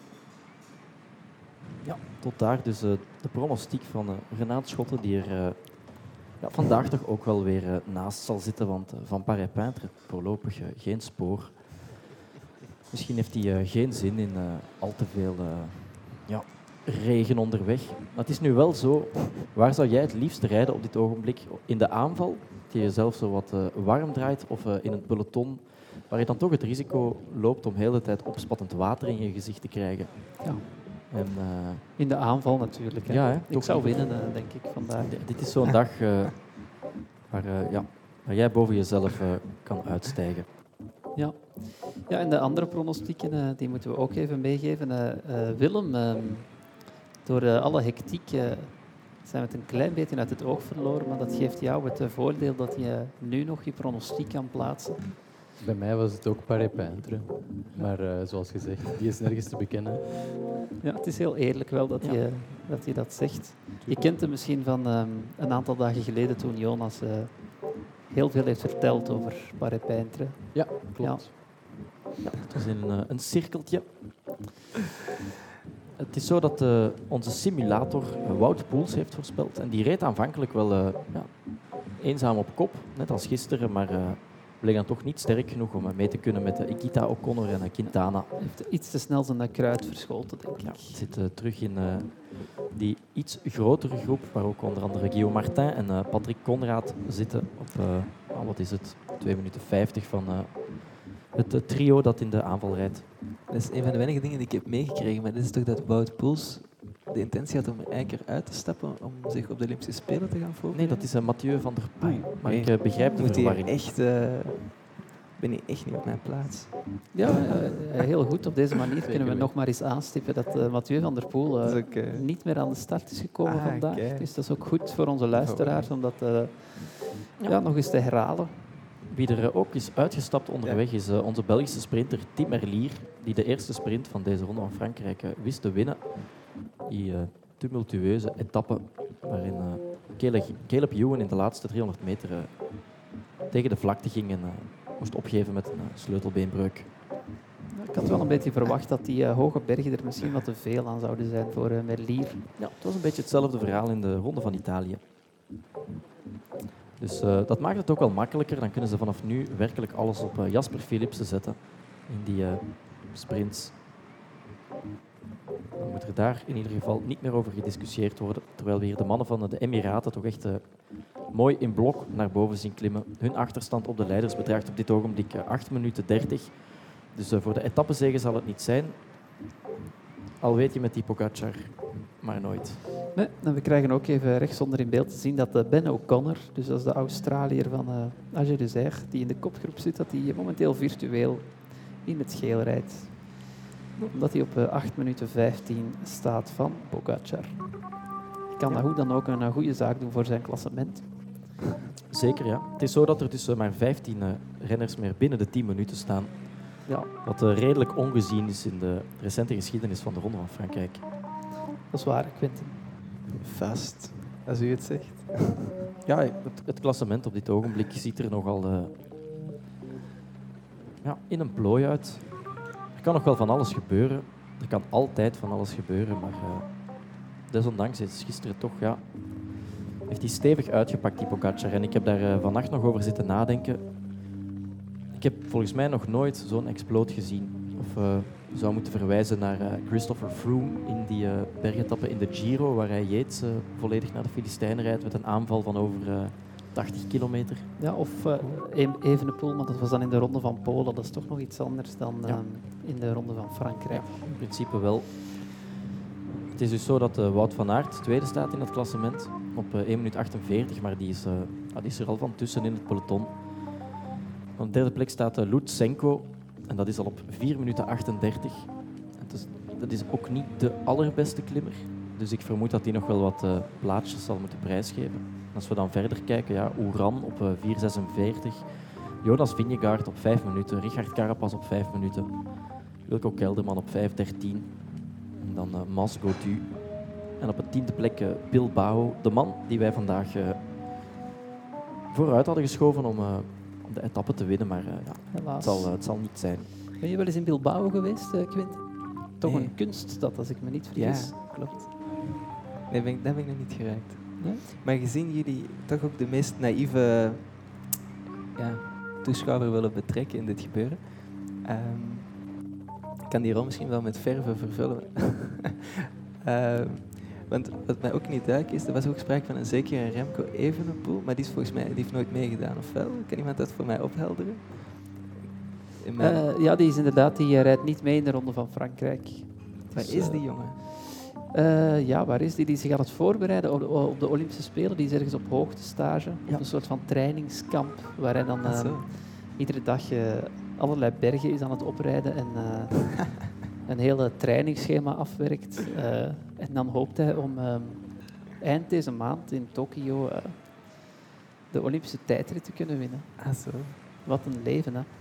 Ja, tot daar dus de pronostiek van Renaat Schotten, die er vandaag toch ook wel weer naast zal zitten, want van Paris-Peintre voorlopig geen spoor. Misschien heeft hij geen zin in al te veel regen onderweg. Maar het is nu wel zo, waar zou jij het liefst rijden op dit ogenblik? In de aanval, die je zelf zo wat warm draait, of in het peloton, waar je dan toch het risico loopt om de hele tijd opspattend water in je gezicht te krijgen? Ja. En, In de aanval natuurlijk. Hè. Ja, hè, ik toch zou niet. winnen, denk ik, vandaag. dit is zo'n dag waar jij boven jezelf kan uitstijgen. Ja. Ja, en de andere pronostieken die moeten we ook even meegeven. Willem, door alle hectiek zijn we het een klein beetje uit het oog verloren, maar dat geeft jou het voordeel dat je nu nog je pronostiek kan plaatsen. Bij mij was het ook Paris-Peintre. Maar zoals gezegd, die is nergens te bekennen. Ja, het is heel eerlijk wel dat je dat zegt. Je kent hem misschien van een aantal dagen geleden toen Jonas heel veel heeft verteld over Paris-Peintre. Ja, klopt. Ja, het was een cirkeltje. Het is zo dat onze simulator Wout Poels heeft voorspeld. En die reed aanvankelijk wel eenzaam op kop, net als gisteren, maar bleek dan toch niet sterk genoeg om mee te kunnen met Ikita O'Connor en Quintana. Hij heeft iets te snel zijn kruid verschoten, denk ik. Ja, het zit terug in die iets grotere groep, waar ook onder andere Guillaume Martin en Patrick Conrad zitten op, wat is het, 2 minuten 50 van het trio dat in de aanval rijdt. Dat is een van de weinige dingen die ik heb meegekregen, maar dit is toch dat Wout Poels de intentie had om er eigenlijk uit te stappen om zich op de Olympische Spelen te gaan voorbereiden? Nee, dat is Mathieu van der Poel. Maar nee. ik begrijp de Moet hier verwarring. echt, ben hier echt niet op mijn plaats. Ja, heel goed. Op deze manier kunnen we weten. nog maar eens aanstippen dat Mathieu van der Poel Dat is ook, niet meer aan de start is gekomen Ah, vandaag. kijk. Dus dat is ook goed voor onze luisteraars om dat nog eens te herhalen. Wie er ook is uitgestapt onderweg is onze Belgische sprinter Tim Merlier, die de eerste sprint van deze Ronde van Frankrijk wist te winnen. Die tumultueuze etappe waarin Caleb Ewan in de laatste 300 meter tegen de vlakte ging en moest opgeven met een sleutelbeenbreuk. Ik had wel een beetje verwacht dat die hoge bergen er misschien wat te veel aan zouden zijn voor Merlier. Ja, het was een beetje hetzelfde verhaal in de Ronde van Italië. Dus dat maakt het ook wel makkelijker. Dan kunnen ze vanaf nu werkelijk alles op Jasper Philipsen zetten in die sprints. Dan moet er daar in ieder geval niet meer over gediscussieerd worden. Terwijl we hier de mannen van de Emiraten toch echt mooi in blok naar boven zien klimmen. Hun achterstand op de leiders bedraagt op dit ogenblik 8 minuten 30. Dus voor de etappezege zal het niet zijn. Al weet je met die Pogacar, maar nooit. Nee, en we krijgen ook even rechtsonder in beeld te zien dat Ben O'Connor, dus dat is de Australiër van Age d'Isère, die in de kopgroep zit, dat hij momenteel virtueel in het geel rijdt. Omdat hij op 8 minuten 15 staat van Pogacar. Hij kan dat hoe dan ook een goede zaak doen voor zijn klassement. Zeker, ja. Het is zo dat er dus maar 15 renners meer binnen de 10 minuten staan. Ja, Wat redelijk ongezien is in de recente geschiedenis van de Ronde van Frankrijk. dat is waar, Quentin. Vast, als u het zegt. Ja, het klassement op dit ogenblik ziet er nogal in een plooi uit. Er kan nog wel van alles gebeuren. Er kan altijd van alles gebeuren, maar desondanks is gisteren toch, heeft hij stevig uitgepakt, die Pogacar. En ik heb daar vannacht nog over zitten nadenken. Ik heb volgens mij nog nooit zo'n exploot gezien. Of zou moeten verwijzen naar Christopher Froome in die bergetappe in de Giro, waar hij Yates volledig naar de Filistijnen rijdt met een aanval van over 80 kilometer. Ja, of Evenepoel, maar dat was dan in de Ronde van Polen. Dat is toch nog iets anders dan in de Ronde van Frankrijk. Ja, in principe wel. Het is dus zo dat Wout van Aert tweede staat in het klassement op 1 minuut 48, maar die is er al van tussen in het peloton. Op de derde plek staat Lutsenko en dat is al op 4 minuten 38. Dat is ook niet de allerbeste klimmer. Dus ik vermoed dat hij nog wel wat plaatsjes zal moeten prijsgeven. Als we dan verder kijken, ja, Oeran op 4.46. Jonas Vingegaard op 5 minuten. Richard Carapaz op 5 minuten. Wilco Kelderman op 5.13. En dan Mas Gaudu. En op het 10e plek Bilbao. De man die wij vandaag vooruit hadden geschoven om de etappe te winnen. Maar ja, Helaas. het zal niet zijn. Ben je wel eens in Bilbao geweest, Quint? Toch Nee. een kunststad, als ik me niet vergis. Ja, klopt. Nee, daar ben ik nog niet geraakt. Nee? Maar gezien jullie toch ook de meest naïeve toeschouwer willen betrekken in dit gebeuren, kan die rol misschien wel met verven vervullen. Want wat mij ook niet duidelijk is, er was ook sprake van een zekere Remco Evenepoel, maar die is volgens mij die heeft nooit meegedaan, of wel? Kan iemand dat voor mij ophelderen? Ja, die is inderdaad, die rijdt niet mee in de Ronde van Frankrijk. Waar Dus, is die jongen? Ja, waar is die? Die is zich aan het voorbereiden op de Olympische Spelen. Die is ergens op hoogtestage, Ja. op een soort van trainingskamp, waar hij dan Ah, zo. iedere dag allerlei bergen is aan het oprijden en een hele trainingsschema afwerkt. En dan hoopt hij om eind deze maand in Tokio de Olympische tijdrit te kunnen winnen. Ah, zo. Wat een leven, hè?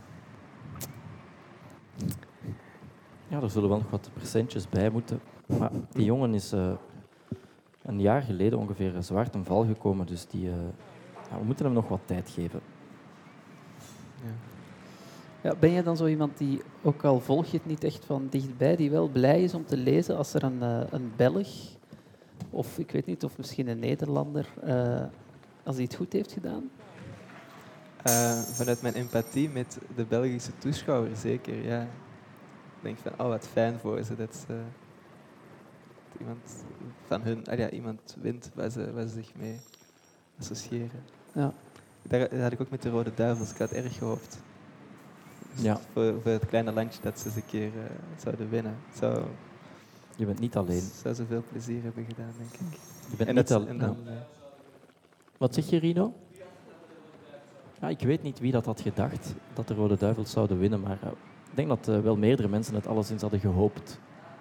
Ja, er zullen wel nog wat percentjes bij moeten. Maar die jongen is een jaar geleden ongeveer zwaar ten val gekomen. Dus we moeten hem nog wat tijd geven. Ja. Ja, ben jij dan zo iemand die, ook al volg je het niet echt van dichtbij, die wel blij is om te lezen als er een Belg, of ik weet niet, of misschien een Nederlander, als hij het goed heeft gedaan? Vanuit mijn empathie met de Belgische toeschouwer zeker, ja. Ik denk van, wat fijn voor ze dat iemand van hun, iemand wint waar ze zich mee associëren. Ja. Daar had ik ook met de Rode Duivels, ik had erg gehoopt. Dus Ja. voor het kleine landje dat ze eens een keer zouden winnen. Je bent niet alleen. Zou ze veel plezier hebben gedaan, denk ik. Je bent En niet dat- al- en dan, Wat zeg je, Rino? Ja, ik weet niet wie dat had gedacht, dat de Rode Duivels zouden winnen. Maar ik denk dat wel meerdere mensen het alleszins hadden gehoopt.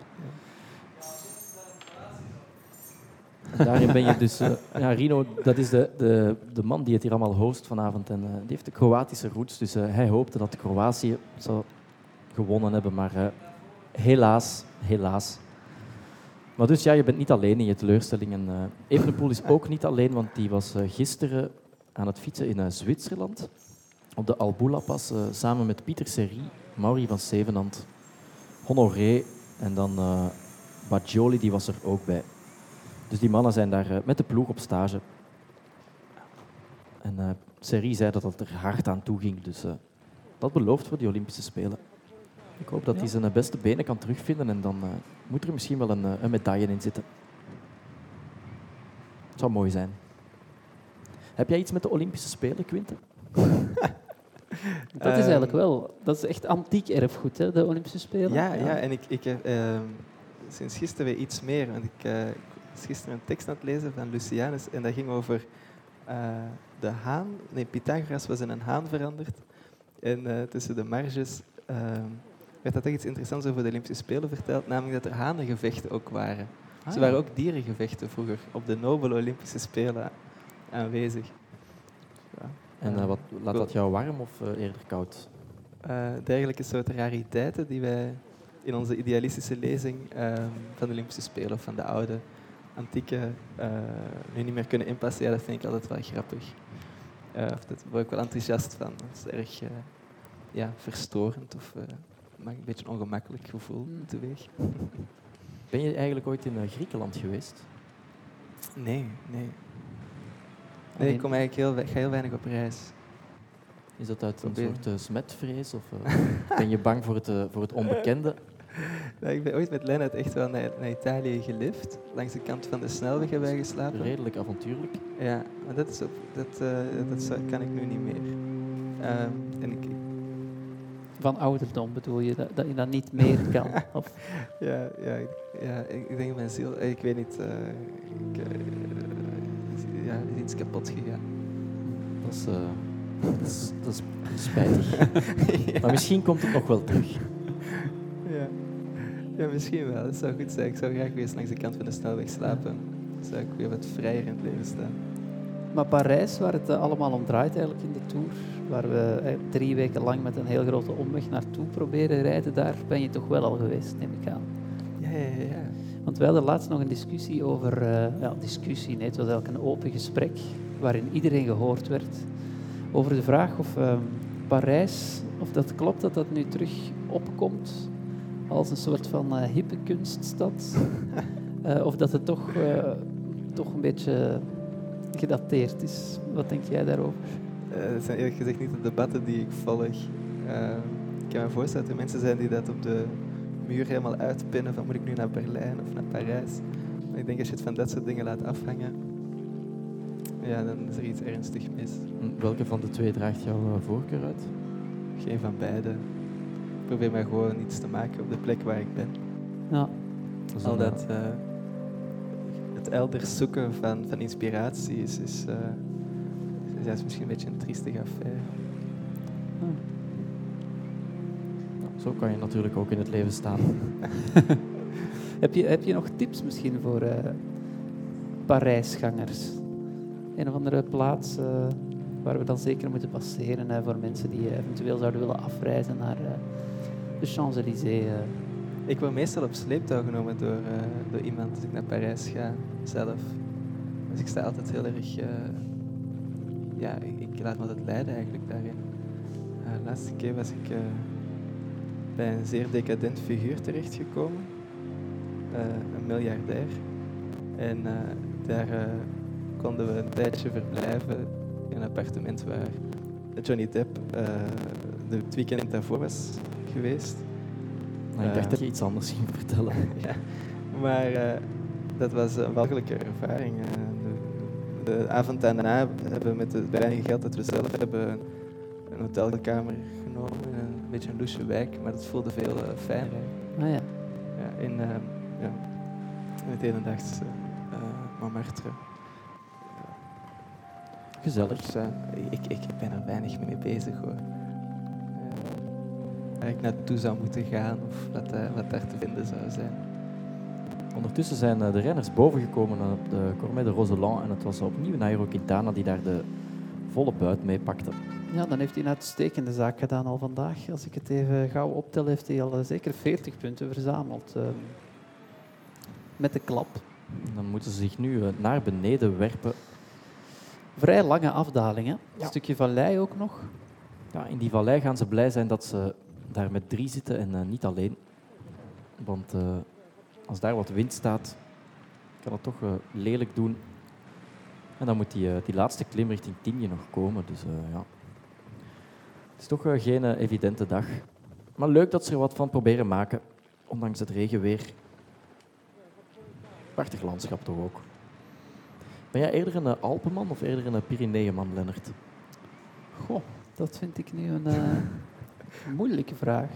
En daarin ben je dus... ja, Rino, dat is de man die het hier allemaal host vanavond. En die heeft de Kroatische roots. Dus hij hoopte dat Kroatië zou gewonnen hebben. Maar helaas. Maar dus ja, je bent niet alleen in je teleurstelling. En Evenepoel is ook niet alleen, want die was gisteren aan het fietsen in Zwitserland. Op de Albula-pas, samen met Pieter Serry, Mauri van Zevenand, Honoré en dan Baggioli, die was er ook bij. Dus die mannen zijn daar met de ploeg op stage. En Serry zei dat het er hard aan toe ging, dus dat belooft voor die Olympische Spelen. Ik hoop dat hij zijn beste benen kan terugvinden en dan moet er misschien wel een medaille in zitten. Het zou mooi zijn. Heb jij iets met de Olympische Spelen, Quinte? Dat is eigenlijk wel, dat is echt antiek erfgoed, hè, de Olympische Spelen. Ja, en ik heb sinds gisteren weer iets meer. Want ik was gisteren een tekst aan het lezen van Lucianus en dat ging over de haan. Nee, Pythagoras was in een haan veranderd. En tussen de marges werd dat echt iets interessants over de Olympische Spelen verteld, namelijk dat er hanengevechten ook waren. Ze waren ook dierengevechten vroeger op de nobele Olympische Spelen aanwezig. Ja. En laat dat jou warm of eerder koud? Dergelijke soort rariteiten die wij in onze idealistische lezing van de Olympische Spelen of van de oude antieke nu niet meer kunnen inpassen, ja, dat vind ik altijd wel grappig. Of daar word ik wel enthousiast van. Dat is erg verstorend of maakt een beetje een ongemakkelijk gevoel teweeg. Ben je eigenlijk ooit in Griekenland geweest? Nee. Nee, ik kom eigenlijk ga heel weinig op reis. Is dat uit een Probeer. soort smetvrees of ben je bang voor het onbekende? Nou, ik ben ooit met Lennart echt wel naar Italië gelift. Langs de kant van de snelweg hebben wij geslapen. Redelijk avontuurlijk. Ja, maar dat kan ik nu niet meer. En Van ouderdom bedoel je, dat je dat niet meer kan? Of, ik denk mijn ziel, ik weet niet, is iets kapot gegaan. Dat is spijtig. Maar misschien komt het nog wel terug. Ja. Ja, misschien wel. Dat zou goed zijn. Ik zou graag weer eens langs de kant van de snelweg slapen. Dan zou ik weer wat vrijer in het leven staan. Maar Parijs, waar het allemaal om draait eigenlijk in de Tour, waar we 3 weken lang met een heel grote omweg naartoe proberen rijden, daar ben je toch wel al geweest, neem ik aan. Ja. Want wij hadden laatst nog een discussie over... nee, het was eigenlijk een open gesprek waarin iedereen gehoord werd over de vraag of Parijs, of dat klopt dat dat nu terug opkomt als een soort van hippe kunststad. Of dat het toch een beetje gedateerd is. Wat denk jij daarover? Dat zijn eerlijk gezegd niet de debatten die ik volg. Ik kan me voorstellen dat er mensen zijn die dat op de muur helemaal uitpinnen van moet ik nu naar Berlijn of naar Parijs. Maar ik denk als je het van dat soort dingen laat afhangen, ja, dan is er iets ernstig mis. Welke van de twee draagt jouw voorkeur uit? Geen van beide. Ik probeer maar gewoon iets te maken op de plek waar ik ben. Ja. Al dat het elders zoeken van inspiratie is misschien een beetje een triestige affaire. Zo kan je natuurlijk ook in het leven staan. Heb je nog tips misschien voor Parijsgangers? Een of andere plaats waar we dan zeker moeten passeren voor mensen die eventueel zouden willen afreizen naar de Champs-Élysées? Ik word meestal op sleeptouw genomen door iemand als ik naar Parijs ga, zelf. Dus ik sta altijd heel erg... ik laat me altijd leiden eigenlijk daarin. De laatste keer was ik bij een zeer decadent figuur terechtgekomen. Een miljardair. En daar konden we een tijdje verblijven in een appartement waar Johnny Depp het weekend daarvoor was geweest. Ik dacht dat je iets anders ging vertellen. Ja, maar dat was een walgelijke ervaring. De avond daarna hebben we met het weinige geld dat we zelf hebben een hotelkamer genomen in een beetje een loesje wijk, maar dat voelde veel fijner. Ah ja. Ja, in het hedendaagse Montmartre. Gezellig. Dus, ik ben er weinig mee bezig hoor. Waar ik naartoe zou moeten gaan of wat daar te vinden zou zijn. Ondertussen zijn de renners bovengekomen op de Cormet de Roseland en het was opnieuw Nairo Quintana die daar de volle buit mee pakte. Ja, dan heeft hij een uitstekende zaak gedaan al vandaag. Als ik het even gauw optel, heeft hij al zeker 40 punten verzameld. Met de klap. Dan moeten ze zich nu naar beneden werpen. Vrij lange afdalingen. Ja. Een stukje vallei ook nog. Ja, in die vallei gaan ze blij zijn dat ze daar met 3 zitten en niet alleen. Want als daar wat wind staat, kan het toch lelijk doen. En dan moet die laatste klim richting Tignes nog komen. Dus ja, het is toch geen evidente dag. Maar leuk dat ze er wat van proberen maken, ondanks het regenweer. Prachtig landschap toch ook. Ben jij eerder een Alpenman of eerder een Pyreneeënman, Lennart? Goh, dat vind ik nu een moeilijke vraag.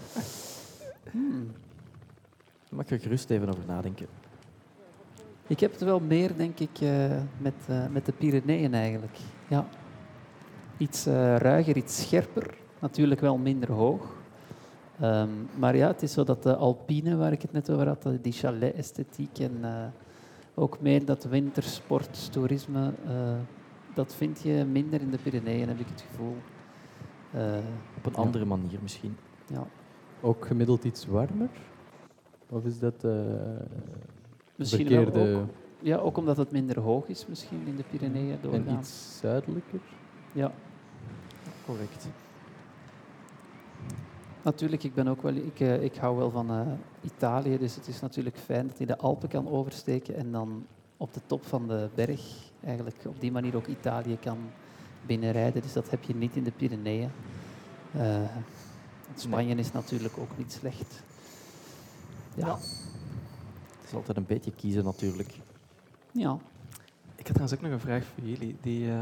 Daar mag je gerust even over nadenken. Ik heb het wel meer, denk ik, met de Pyreneeën eigenlijk. Ja. Iets ruiger, iets scherper. Natuurlijk wel minder hoog. Maar ja, het is zo dat de Alpine, waar ik het net over had, die chalet-esthetiek en ook meer dat wintersporttoerisme, dat vind je minder in de Pyreneeën, heb ik het gevoel. Op een andere manier misschien. Ja. Ook gemiddeld iets warmer? Of is dat Misschien verkeerde... wel ook, ja, ook omdat het minder hoog is misschien in de Pyreneeën En doorgaan. iets zuidelijker? Ja. Correct. Natuurlijk, ik hou wel van Italië, dus het is natuurlijk fijn dat je de Alpen kan oversteken en dan op de top van de berg eigenlijk op die manier ook Italië kan binnenrijden. Dus dat heb je niet in de Pyreneeën. Spanje is natuurlijk ook niet slecht. Ja. Het is altijd een beetje kiezen natuurlijk. Ja. Ik had trouwens ook nog een vraag voor jullie.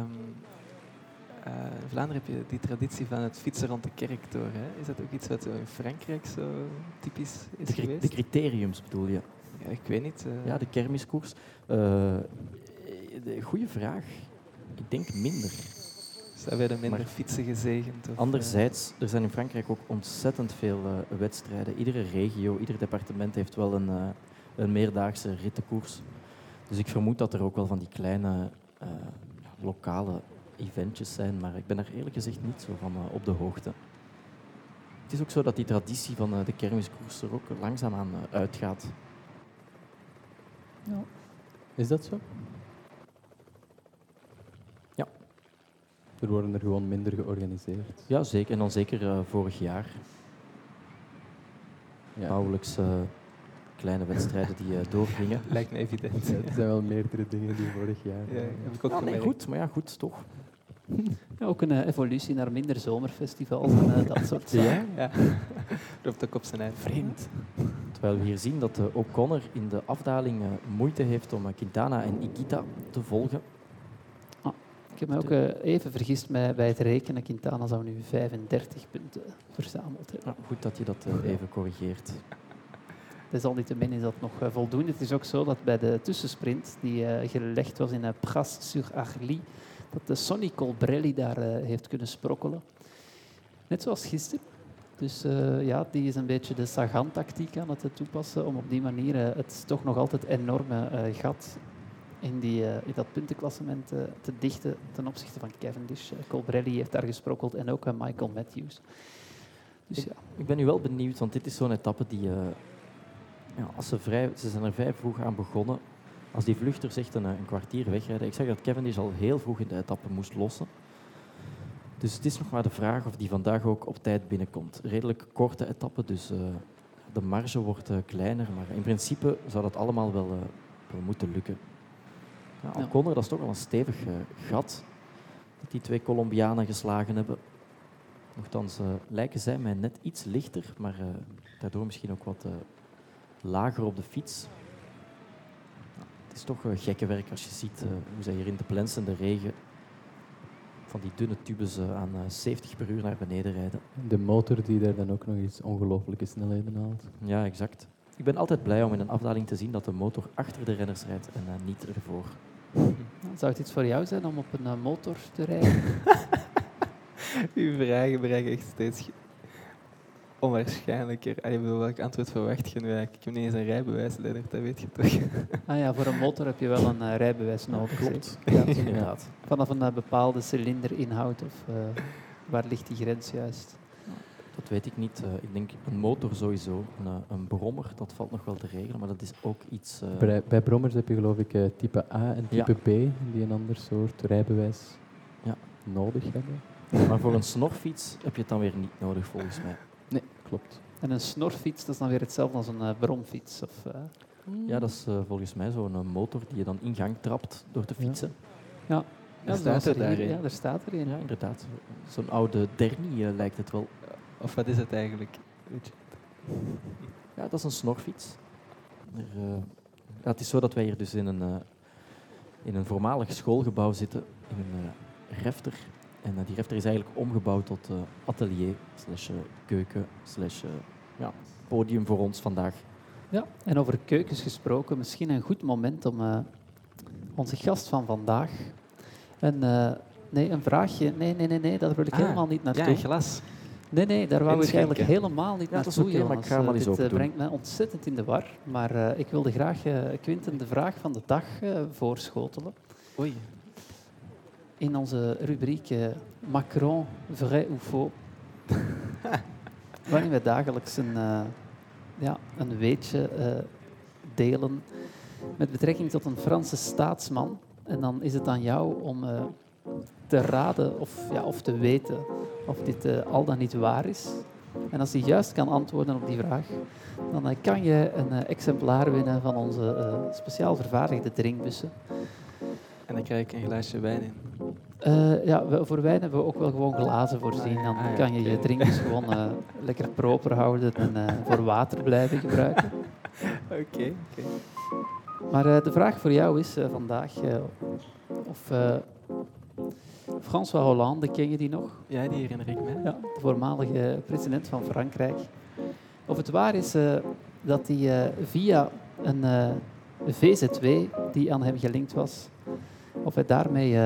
In Vlaanderen heb je die traditie van het fietsen rond de kerktoren. Hè? Is dat ook iets wat zo in Frankrijk zo typisch is geweest? De criteriums bedoel je? Ja, ik weet niet. Ja, de kermiskoers. Goeie vraag. Ik denk minder. Zij werden minder Maar fietsen gezegend. Of, anderzijds, er zijn in Frankrijk ook ontzettend veel wedstrijden. Iedere regio, ieder departement heeft wel een meerdaagse rittenkoers. Dus ik vermoed dat er ook wel van die kleine lokale eventjes zijn, maar ik ben er eerlijk gezegd niet zo van op de hoogte. Het is ook zo dat die traditie van de kermiskoers er ook langzaamaan uitgaat. Ja. Is dat zo? Ja. Er worden er gewoon minder georganiseerd. Ja, zeker. En dan zeker vorig jaar. Ja. Nauwelijks kleine wedstrijden die doorgingen. Lijkt me evident. Ja, er zijn wel meerdere dingen die vorig jaar. Ja, heb ik ook Ah, nee, gemerkt. goed, maar ja, goed, toch. Ja, ook een evolutie naar minder zomerfestivals en dat soort zaken. Ja. Loopt ook op zijn eigen. Vreemd. Terwijl we hier zien dat O'Connor in de afdaling moeite heeft om Quintana en Higuita te volgen. Ik heb me ook even vergist bij het rekenen. Quintana zou nu 35 punten verzameld hebben. Ja, goed dat je dat even corrigeert. Desalniettemin is dat nog voldoende. Het is ook zo dat bij de tussensprint, die gelegd was in Pras-sur-Arly, dat de Sonny Colbrelli daar heeft kunnen sprokkelen. Net zoals gisteren. Dus ja, die is een beetje de Sagan-tactiek aan het toepassen om op die manier het toch nog altijd enorme gat in dat puntenklassement te dichten ten opzichte van Cavendish. Colbrelli heeft daar gesprokkeld en ook Michael Matthews. Dus ja. Ik ben nu wel benieuwd, want dit is zo'n etappe die... als ze zijn er vrij vroeg aan begonnen. Als die vluchters echt een kwartier wegrijden... Ik zag dat Cavendish al heel vroeg in de etappe moest lossen. Dus het is nog maar de vraag of die vandaag ook op tijd binnenkomt. Redelijk korte etappe, dus de marge wordt kleiner. Maar in principe zou dat allemaal wel moeten lukken. Ja, O'Connor, dat is toch wel een stevig gat dat die twee Colombianen geslagen hebben. Nochtans lijken zij mij net iets lichter, maar daardoor misschien ook wat lager op de fiets. Het is toch gekke werk als je ziet hoe zij hier in de plensende regen van die dunne tubes aan 70 per uur naar beneden rijden. De motor die daar dan ook nog eens ongelooflijke snelheden haalt. Ja, exact. Ik ben altijd blij om in een afdaling te zien dat de motor achter de renners rijdt en niet ervoor. Zou het iets voor jou zijn om op een motor te rijden? Uw vragen bereiken echt steeds onwaarschijnlijker. Ik bedoel, welk antwoord verwacht je nu eigenlijk? Ik heb niet eens een rijbewijs, Lennart, dat weet je toch? Ah ja, voor een motor heb je wel een rijbewijs nodig. Klopt. Ja, Inderdaad. vanaf een bepaalde cilinderinhoud of waar ligt die grens juist? Dat weet ik niet. Ik denk een motor sowieso. Een brommer, dat valt nog wel te regelen, maar dat is ook iets... Bij brommers heb je geloof ik type A en type B, die een ander soort rijbewijs nodig hebben. Maar voor een snorfiets heb je het dan weer niet nodig, volgens mij. Nee, klopt. En een snorfiets, dat is dan weer hetzelfde als een bromfiets? Of, Ja, dat is volgens mij zo'n motor die je dan in gang trapt door te fietsen. Ja, Er staat er daarin. Ja, er staat er een. Ja, inderdaad. Zo'n oude Derny lijkt het wel. Of wat is het eigenlijk? Weet je? Ja, dat is een snorfiets. Het is zo dat wij hier dus in een voormalig schoolgebouw zitten, in een refter. En die refter is eigenlijk omgebouwd tot atelier, keuken, podium voor ons vandaag. Ja, en over keukens gesproken, misschien een goed moment om onze gast van vandaag... een vraagje. Nee, daar wil ik helemaal niet naartoe. Ja, een glas. Nee, daar wou ik Inschenken. eigenlijk helemaal niet Ja, dat is naartoe, oké, maar ik ga hem wel eens Dit open doen. brengt mij ontzettend in de war. Maar ik wilde graag Quinten de vraag van de dag voorschotelen. Oei. In onze rubriek Macron, vrai ou faux. Waarin we dagelijks een weetje delen met betrekking tot een Franse staatsman. En dan is het aan jou om te raden of te weten of dit al dan niet waar is. En als hij juist kan antwoorden op die vraag, dan kan je een exemplaar winnen van onze speciaal vervaardigde drinkbussen. En dan krijg ik een glaasje wijn in. Voor wijn hebben we ook wel gewoon glazen voorzien. Dan kan je je drinkbus gewoon lekker proper houden en voor water blijven gebruiken. Oké. Maar de vraag voor jou is vandaag of François Hollande, ken je die nog? Ja, die herinner ik me. Ja, de voormalige president van Frankrijk. Of het waar is dat hij via een VZW die aan hem gelinkt was, of hij daarmee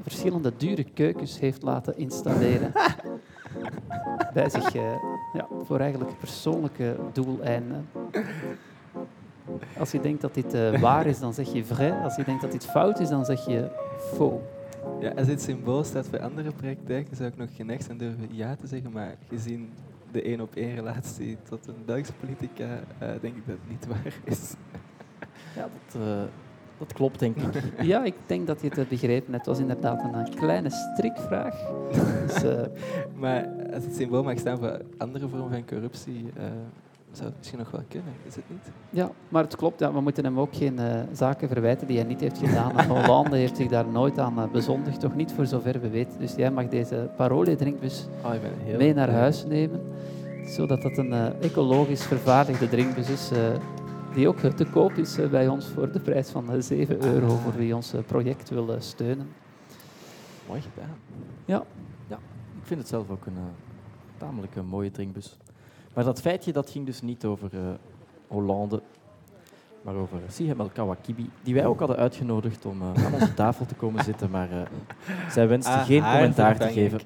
verschillende dure keukens heeft laten installeren. Bij zich voor eigenlijk persoonlijke doeleinden. Als je denkt dat dit waar is, dan zeg je vrai. Als je denkt dat dit fout is, dan zeg je faux. Ja, als dit symbool staat voor andere praktijken, zou ik nog geneigd zijn durven ja te zeggen, maar gezien de 1-op-1 relatie tot een Belgische politica, denk ik dat het niet waar is. Ja, dat klopt, denk ik. Ja, ik denk dat je het begrepen hebt. Het was inderdaad een kleine strikvraag. Dus, Maar als het symbool mag staan voor andere vormen van corruptie, zou het misschien nog wel kunnen, is het niet? ja, maar het klopt. Ja, we moeten hem ook geen zaken verwijten die hij niet heeft gedaan. Hollande heeft zich daar nooit aan bezondigd, toch niet voor zover we weten. Dus jij mag deze Parole-drinkbus Ik ben heel mee naar huis nemen, zodat dat een ecologisch vervaardigde drinkbus is, die ook te koop is bij ons voor de prijs van €7 voor wie ons project wil steunen. Mooi gedaan. Ja, Ik vind het zelf ook een tamelijk mooie drinkbus. Maar dat feitje dat ging dus niet over Hollande, maar over Sihem El Kawakibi, die wij ook hadden uitgenodigd om aan onze tafel te komen zitten, maar zij wenste geen commentaar te geven.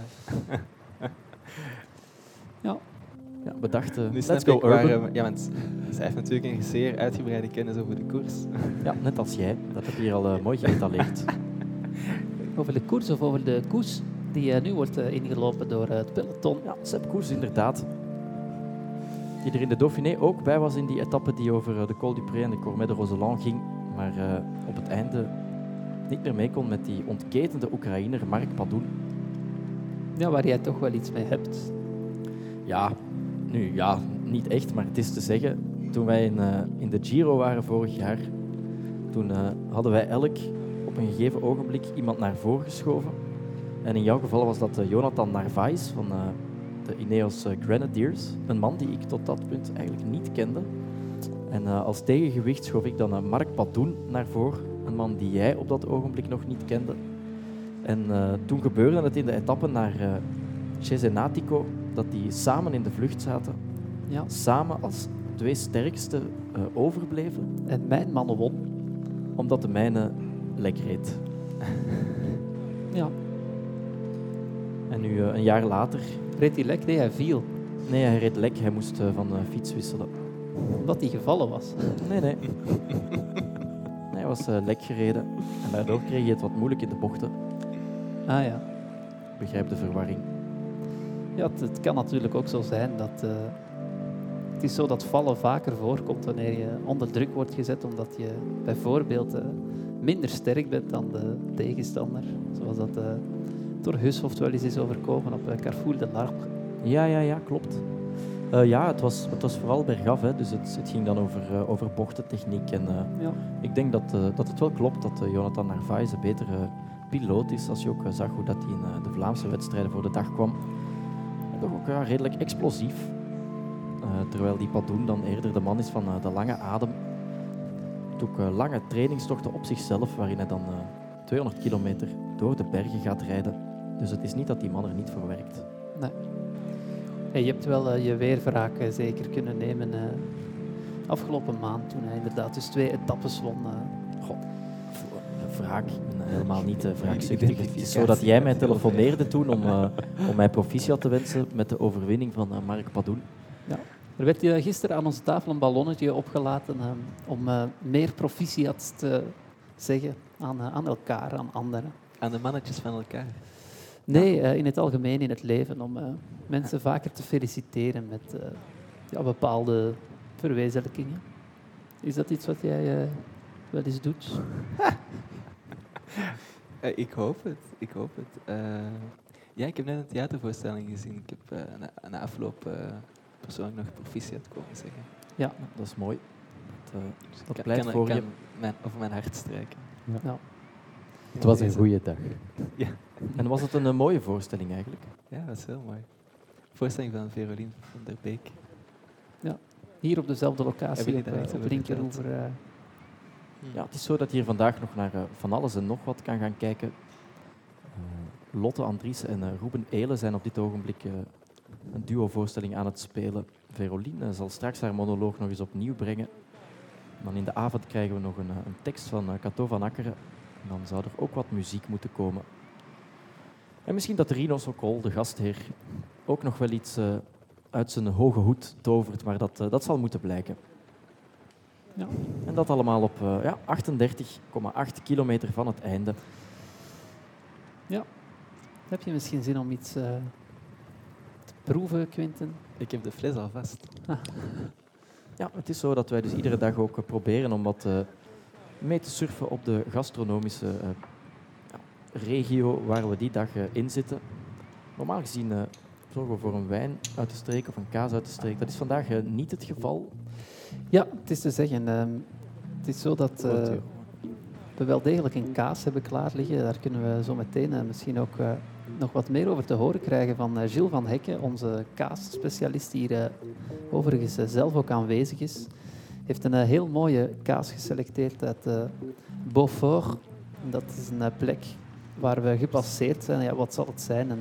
Ja, we dachten, Nu let's snap go ik urban. waarom... Ja, want zij heeft natuurlijk een zeer uitgebreide kennis over de koers. Ja, net als jij. Dat heb je hier al mooi geïnstalleerd. over de koers of over de koers die nu wordt ingelopen door het peloton. Ja, Sepp Koes, inderdaad. Die er in de Dauphiné ook bij was in die etappe die over de Col du Pré en de Cormet de Roseland ging, maar op het einde niet meer mee kon met die ontketende Oekraïner Mark Padun. Ja, waar jij toch wel iets mee hebt. Ja, nu ja, niet echt, maar het is te zeggen. Toen wij in de Giro waren vorig jaar, toen hadden wij elk op een gegeven ogenblik iemand naar voren geschoven. En in jouw geval was dat Jonathan Narvaez van de Ineos Grenadiers. Een man die ik tot dat punt eigenlijk niet kende. En als tegengewicht schoof ik dan Mark Padun naar voren. Een man die jij op dat ogenblik nog niet kende. En toen gebeurde het in de etappe naar Cesenatico dat die samen in de vlucht zaten. Ja. Samen als twee sterkste overbleven. En mijn mannen won. Omdat de mijne lek reed. Ja. En nu een jaar later... Reed hij lek? Nee, hij viel. Nee, hij reed lek. Hij moest van fiets wisselen. Omdat hij gevallen was. Nee. Hij was lek gereden. En daardoor kreeg hij het wat moeilijk in de bochten. Ah ja. Begrijp de verwarring. Ja, het kan natuurlijk ook zo zijn dat... het is zo dat vallen vaker voorkomt wanneer je onder druk wordt gezet, omdat je bijvoorbeeld minder sterk bent dan de tegenstander. Zoals dat door Hushoft wel eens is overkomen op Carrefour de Larbre. Ja, klopt. Ja, het was vooral bergaf, hè, dus het ging dan over bochtentechniek. En Ja. ik denk dat het wel klopt dat Jonathan Narvaez een betere piloot is, als je ook zag hoe dat hij in de Vlaamse wedstrijden voor de dag kwam. En toch ook redelijk explosief. Terwijl die Padun dan eerder de man is van de lange adem. Doet ook lange trainingstochten op zichzelf, waarin hij dan 200 kilometer door de bergen gaat rijden. Dus het is niet dat die man er niet voor werkt. Nee. Hey, je hebt wel je weerwraak zeker kunnen nemen afgelopen maand, toen hij inderdaad dus 2 etappes won. Wraak, ik ben helemaal niet wraakzuchtig. Het is zo dat jij mij telefoneerde toen om mij proficiat te wensen met de overwinning van Mark Padun. Ja. Er werd gisteren aan onze tafel een ballonnetje opgelaten om meer proficiat te zeggen aan elkaar, aan anderen. Aan de mannetjes van elkaar. Nee, in het algemeen in het leven, om mensen vaker te feliciteren met bepaalde verwezenlijkingen. Is dat iets wat jij wel eens doet? Ik hoop het. Ja, ik heb net een theatervoorstelling gezien. Ik heb na afloop persoonlijk nog proficiat komen zeggen. Ja. Dat is mooi. Dat Ik pleit voor je. over mijn hart strijken. Ja. Het was een goede dag. Ja. En was het een mooie voorstelling eigenlijk? Ja, dat is heel mooi. Voorstelling van Verolien van der Beek. Hier op dezelfde locatie, Hebben jullie daar op echt over Linkeroever. Ja, het is zo dat je hier vandaag nog naar van alles en nog wat kan gaan kijken. Lotte Andries en Ruben Eelen zijn op dit ogenblik een duo-voorstelling aan het spelen. Verolien zal straks haar monoloog nog eens opnieuw brengen. Dan in de avond krijgen we nog een tekst van Cato van Akkeren. En dan zou er ook wat muziek moeten komen. En misschien dat Rino Sokol, de gastheer, ook nog wel iets uit zijn hoge hoed tovert, maar dat zal moeten blijken. Ja. En dat allemaal op 38,8 kilometer van het einde. Heb je misschien zin om iets te proeven, Quinten? Ik heb de fles al vast. Ja, het is zo dat wij dus iedere dag ook proberen om wat mee te surfen op de gastronomische regio waar we die dag in zitten. Normaal gezien zorgen we voor een wijn uit de streek of een kaas uit de streek. Dat is vandaag niet het geval. Ja, het is te zeggen. Het is zo dat we wel degelijk een kaas hebben klaar liggen. Daar kunnen we zo meteen misschien ook nog wat meer over te horen krijgen van Gilles van Hekken, onze kaasspecialist die hier overigens zelf ook aanwezig is. Heeft een heel mooie kaas geselecteerd uit Beaufort. Dat is een plek waar we gepasseerd zijn. Ja, wat zal het zijn?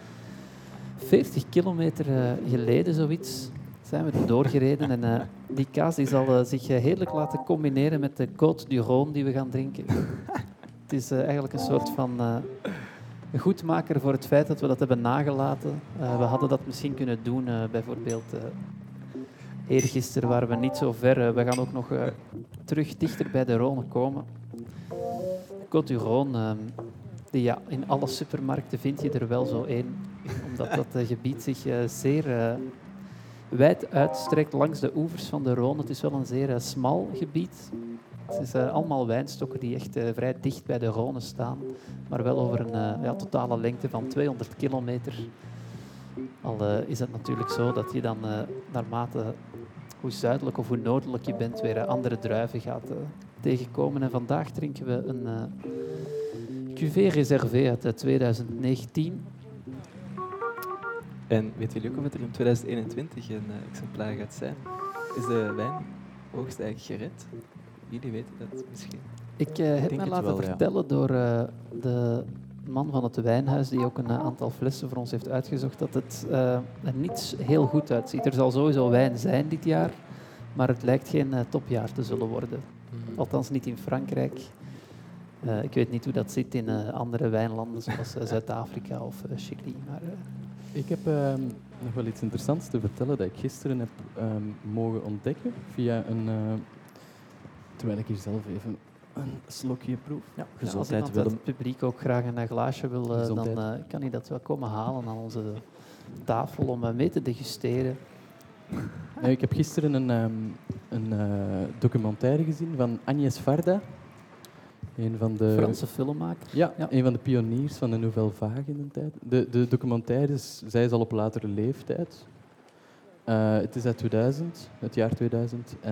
40 kilometer geleden zoiets zijn we er doorgereden. En die kaas die zal zich heerlijk laten combineren met de Côte du Rhône die we gaan drinken. Het is eigenlijk een soort van goedmaker voor het feit dat we dat hebben nagelaten. We hadden dat misschien kunnen doen, bijvoorbeeld eergisteren waren we niet zo ver. We gaan ook nog terug dichter bij de Rhône komen. Côte du Rhône, in alle supermarkten vind je er wel zo één. Omdat dat gebied zich zeer wijd uitstrekt langs de oevers van de Rhône. Het is wel een zeer smal gebied. Het is allemaal wijnstokken die echt vrij dicht bij de Rhône staan. Maar wel over een totale lengte van 200 kilometer. Al is het natuurlijk zo dat je dan naarmate hoe zuidelijk of hoe noordelijk je bent, weer andere druiven gaat tegenkomen. En vandaag drinken we een cuvée reservé uit 2019. En weten jullie ook of het er in 2021 een exemplaar gaat zijn? Is de wijnoogst eigenlijk gered? Jullie weten dat misschien. Ik heb denk mij het laten wel, ja. vertellen door de man van het wijnhuis, die ook een aantal flessen voor ons heeft uitgezocht, dat het er niet heel goed uitziet. Er zal sowieso wijn zijn dit jaar, maar het lijkt geen topjaar te zullen worden. Althans niet in Frankrijk. Ik weet niet hoe dat zit in andere wijnlanden, zoals Zuid-Afrika of Chili. Maar, Ik heb nog wel iets interessants te vertellen dat ik gisteren heb mogen ontdekken via een... terwijl ik hier zelf even een slokje proef. Ja, als gezondheid iemand uit Willem. het publiek ook graag een glaasje wil, dan Gezondheid. kan hij dat wel komen halen aan onze tafel om mee te degusteren. Nee, ik heb gisteren een documentaire gezien van Agnès Varda. Een van de Franse filmmaker. Ja, Ja. een van de pioniers van de Nouvelle Vague in de tijd. De documentaires, zij is al op latere leeftijd. Het is uit 2000, het jaar 2000. En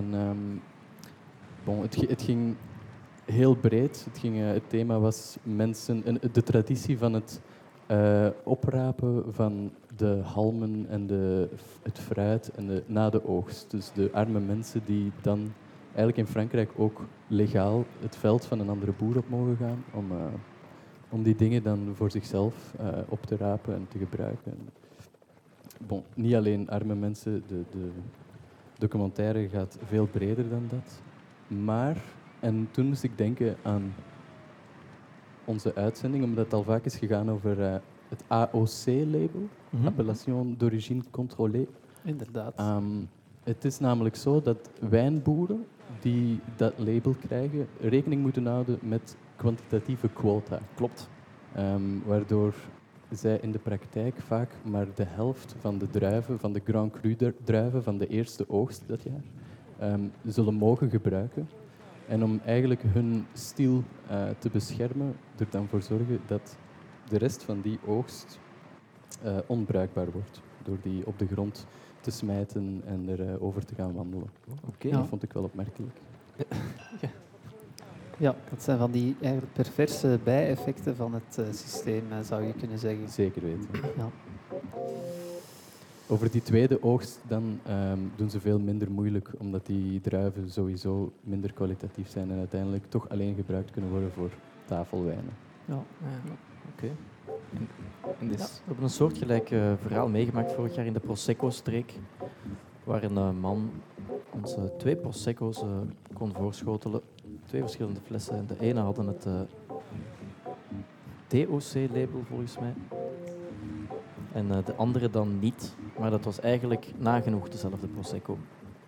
het ging heel breed. Het thema was de traditie van het oprapen van de halmen en het fruit na de oogst. Dus de arme mensen die dan eigenlijk in Frankrijk ook legaal het veld van een andere boer op mogen gaan om die dingen dan voor zichzelf op te rapen en te gebruiken. Bon, niet alleen arme mensen, de documentaire gaat veel breder dan dat. Maar, en toen moest ik denken aan onze uitzending, omdat het al vaak is gegaan over het AOC-label, Appellation d'origine contrôlée. Inderdaad. Het is namelijk zo dat wijnboeren die dat label krijgen, rekening moeten houden met kwantitatieve quota. Klopt. Waardoor zij in de praktijk vaak maar de helft van de druiven, van de Grand Cru druiven van de eerste oogst dat jaar, zullen mogen gebruiken. En om eigenlijk hun stil te beschermen, er dan voor zorgen dat de rest van die oogst onbruikbaar wordt. Door die op de grond te smijten en erover te gaan wandelen. Oké. Dat vond ik wel opmerkelijk. Ja, dat zijn van die eigenlijk perverse bijeffecten van het systeem, zou je kunnen zeggen. Zeker weten. Ja. Over die tweede oogst dan doen ze veel minder moeilijk, omdat die druiven sowieso minder kwalitatief zijn en uiteindelijk toch alleen gebruikt kunnen worden voor tafelwijnen. Ja. Oké. En dus, We hebben een soortgelijk verhaal meegemaakt vorig jaar in de Prosecco-streek, waar een man ons 2 Prosecco's kon voorschotelen. 2 verschillende flessen. En de ene hadden het DOC-label volgens mij. En de andere dan niet. Maar dat was eigenlijk nagenoeg dezelfde Prosecco.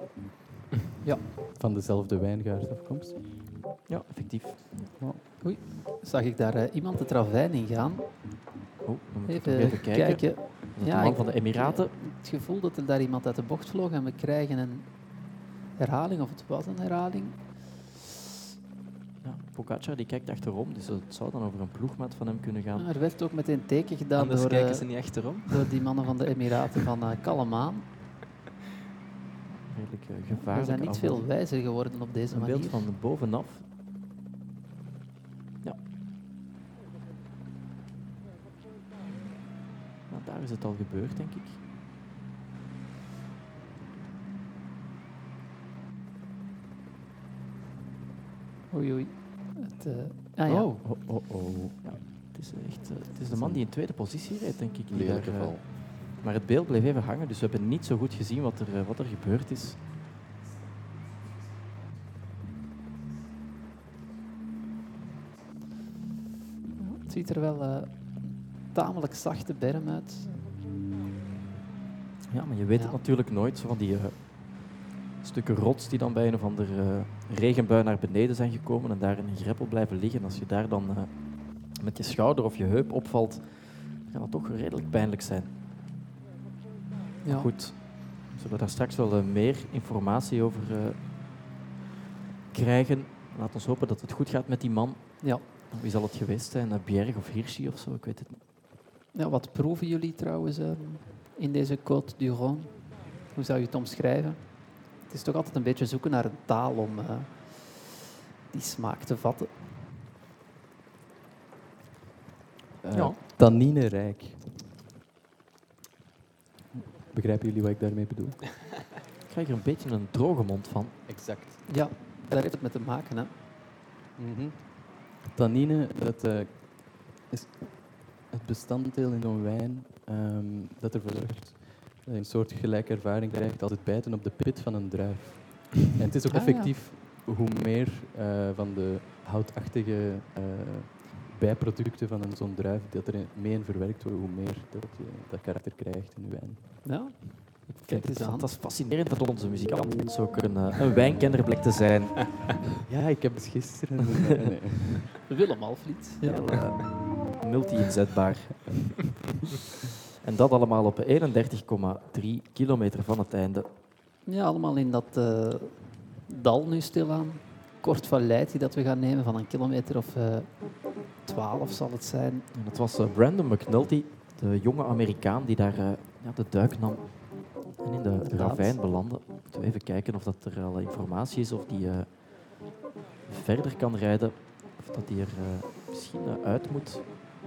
Van dezelfde wijngaard afkomstig. Ja, effectief. Zag ik daar iemand het ravijn in gaan? Oh, dan moet ik Even, nog even kijken. kijken. Dat Ja, de man ik- van de Emiraten. Het gevoel dat er daar iemand uit de bocht vloog en we krijgen een herhaling, of het was een herhaling. Ja, Pogacar die kijkt achterom, dus het zou dan over een ploegmaat van hem kunnen gaan. Er werd ook meteen teken gedaan Anders door, kijken ze niet achterom. door die mannen van de Emiraten van kalm aan. Redelijk We gevaarlijk. zijn niet afval. veel wijzer geworden op deze Een manier. beeld van bovenaf. Ja. Nou, daar is het al gebeurd, denk ik. Oei, oei. Ja. Oh. Ja, het is echt het is de man die in tweede positie reed, denk ik. die Lelijk daar, geval. maar het beeld bleef even hangen, dus we hebben niet zo goed gezien wat er gebeurd is. Het ziet er wel tamelijk zachte berm uit. Ja, maar je weet Ja. het natuurlijk nooit. Zo van die stukken rots die dan bij een of andere regenbui naar beneden zijn gekomen en daar in een greppel blijven liggen. Als je daar dan met je schouder of je heup opvalt, kan dat toch redelijk pijnlijk zijn. Ja. Goed, we zullen daar straks wel meer informatie over krijgen. Laat ons hopen dat het goed gaat met die man. Ja. Wie zal het geweest zijn? Bjerg of Hirschi of zo? Ik weet het niet. Ja, wat proeven jullie trouwens in deze Côte du Rhône? Hoe zou je het omschrijven? Het is toch altijd een beetje zoeken naar een taal om die smaak te vatten. Ja. Tanninerijk. Begrijpen jullie wat ik daarmee bedoel? Ik krijg er een beetje een droge mond van. Exact. Ja, daar heeft het mee te maken. Hè? Tannine, dat is het bestanddeel in zo'n wijn dat ervoor zorgt dat je een soort gelijke ervaring krijgt als het bijten op de pit van een druif. En het is ook Ah, effectief, hoe meer van de houtachtige bijproducten van zo'n druif dat er mee in verwerkt worden, hoe meer dat je dat karakter krijgt in de wijn. Ja, kijk eens aan. Dat is fascinerend dat onze muzikant zo een wijnkenner blijkt te zijn. Ja, ik heb het gisteren... nee. Willem Alvliet. Ja. Heel multi-inzetbaar. En dat allemaal op 31,3 kilometer van het einde. Ja, allemaal in dat dal nu stilaan. Kort valleitje dat we gaan nemen van een kilometer of 12 zal het zijn. En het was Brandon McNulty, de jonge Amerikaan, die daar de duik nam en in de Inderdaad. ravijn belandde. Moeten we even kijken of dat er al informatie is, of die verder kan rijden, of dat hij er misschien uit moet.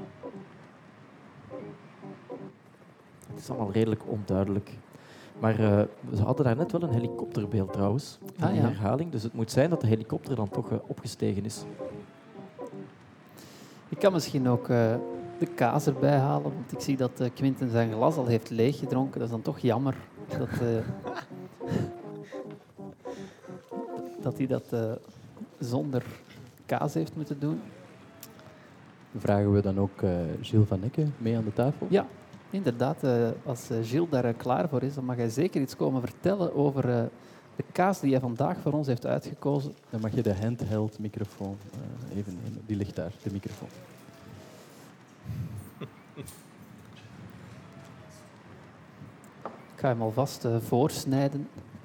Het is allemaal redelijk onduidelijk. Maar we hadden daar net wel een helikopterbeeld trouwens, in Ah, die ja. herhaling. Dus het moet zijn dat de helikopter dan toch opgestegen is. Ik kan misschien ook de kaas erbij halen, want ik zie dat Quinten zijn glas al heeft leeggedronken. Dat is dan toch jammer dat hij dat zonder kaas heeft moeten doen. Vragen we dan ook Gilles van Ecke mee aan de tafel? Ja, inderdaad. Als Gilles daar klaar voor is, dan mag hij zeker iets komen vertellen over de kaas die hij vandaag voor ons heeft uitgekozen. Dan mag je de handheld microfoon even nemen. Die ligt daar, de microfoon. Ik ga hem alvast voorsnijden.